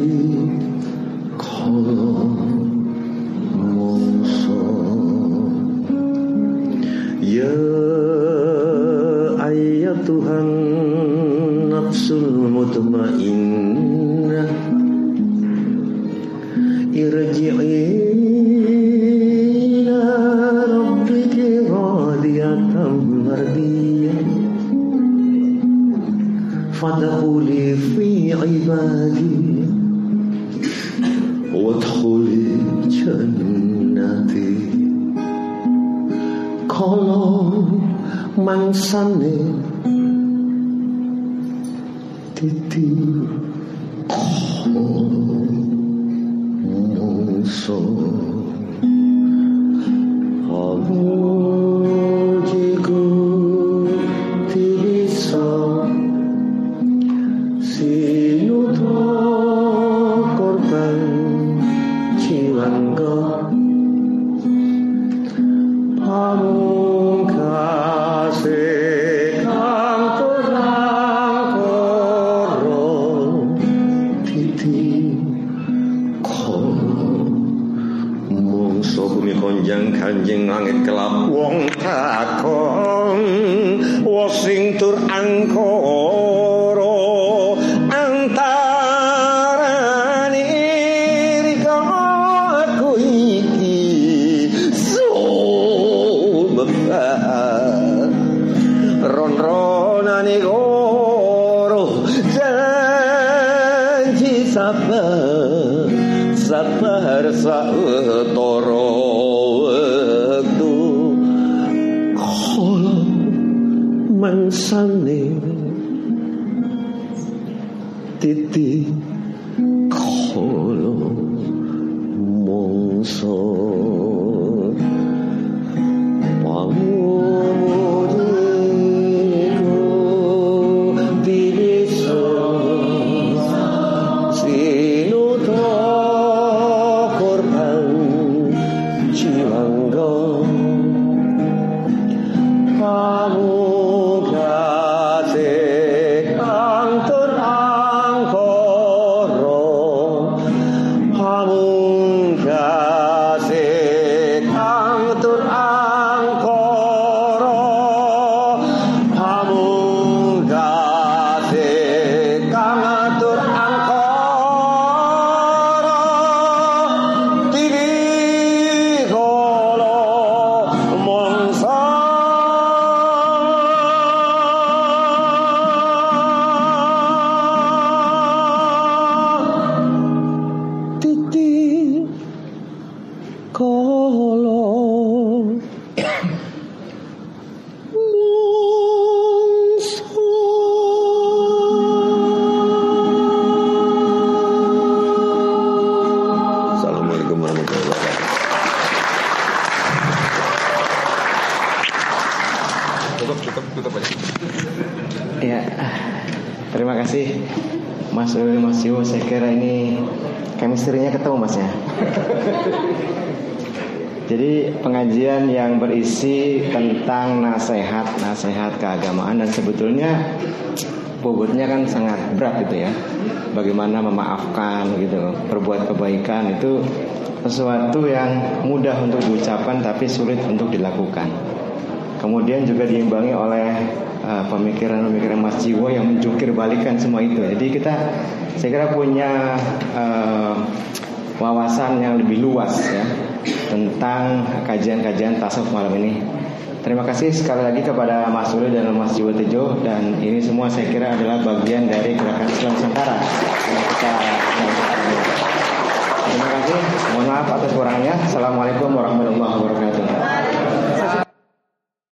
kolo mongso. Ya ayyatuhan nafsul mutmainnah irji'i ila rabbiki radiyatan mardiyah fadkhuli fi ibadi wadkhuli jannati. Kala mangsane titi mongso jiku bisa sinuto korban jiwangga pamungkase kang turang koro titi kolo mungso bumi konjang kanjeng langit kelap wong takon wong sing tur angkara antarane riko aku iki ron-ronane goro janji sabar sabar sawetara wektu kala mangsane titi kala mongso Tutup, tutup, tutup aja. Terima kasih Mas Ulil, Mas Jiwo. Saya kira ini chemistry-nya ketemu Mas ya. Jadi pengajian yang berisi tentang nasihat-nasihat keagamaan, dan sebetulnya bobotnya kan sangat berat gitu ya. Bagaimana memaafkan gitu, berbuat kebaikan itu sesuatu yang mudah untuk diucapkan tapi sulit untuk dilakukan. Kemudian juga diimbangi oleh uh, pemikiran-pemikiran Mas Jiwo yang menjungkir balikan semua itu. Jadi kita saya kira punya uh, wawasan yang lebih luas ya tentang kajian-kajian tasawuf malam ini. Terima kasih sekali lagi kepada Mas Ulil dan Mas Jiwo Tejo, dan ini semua saya kira adalah bagian dari gerakan Islam Nusantara. Kita, terima kasih. Mohon maaf atas kurangnya. Assalamualaikum warahmatullahi wabarakatuh.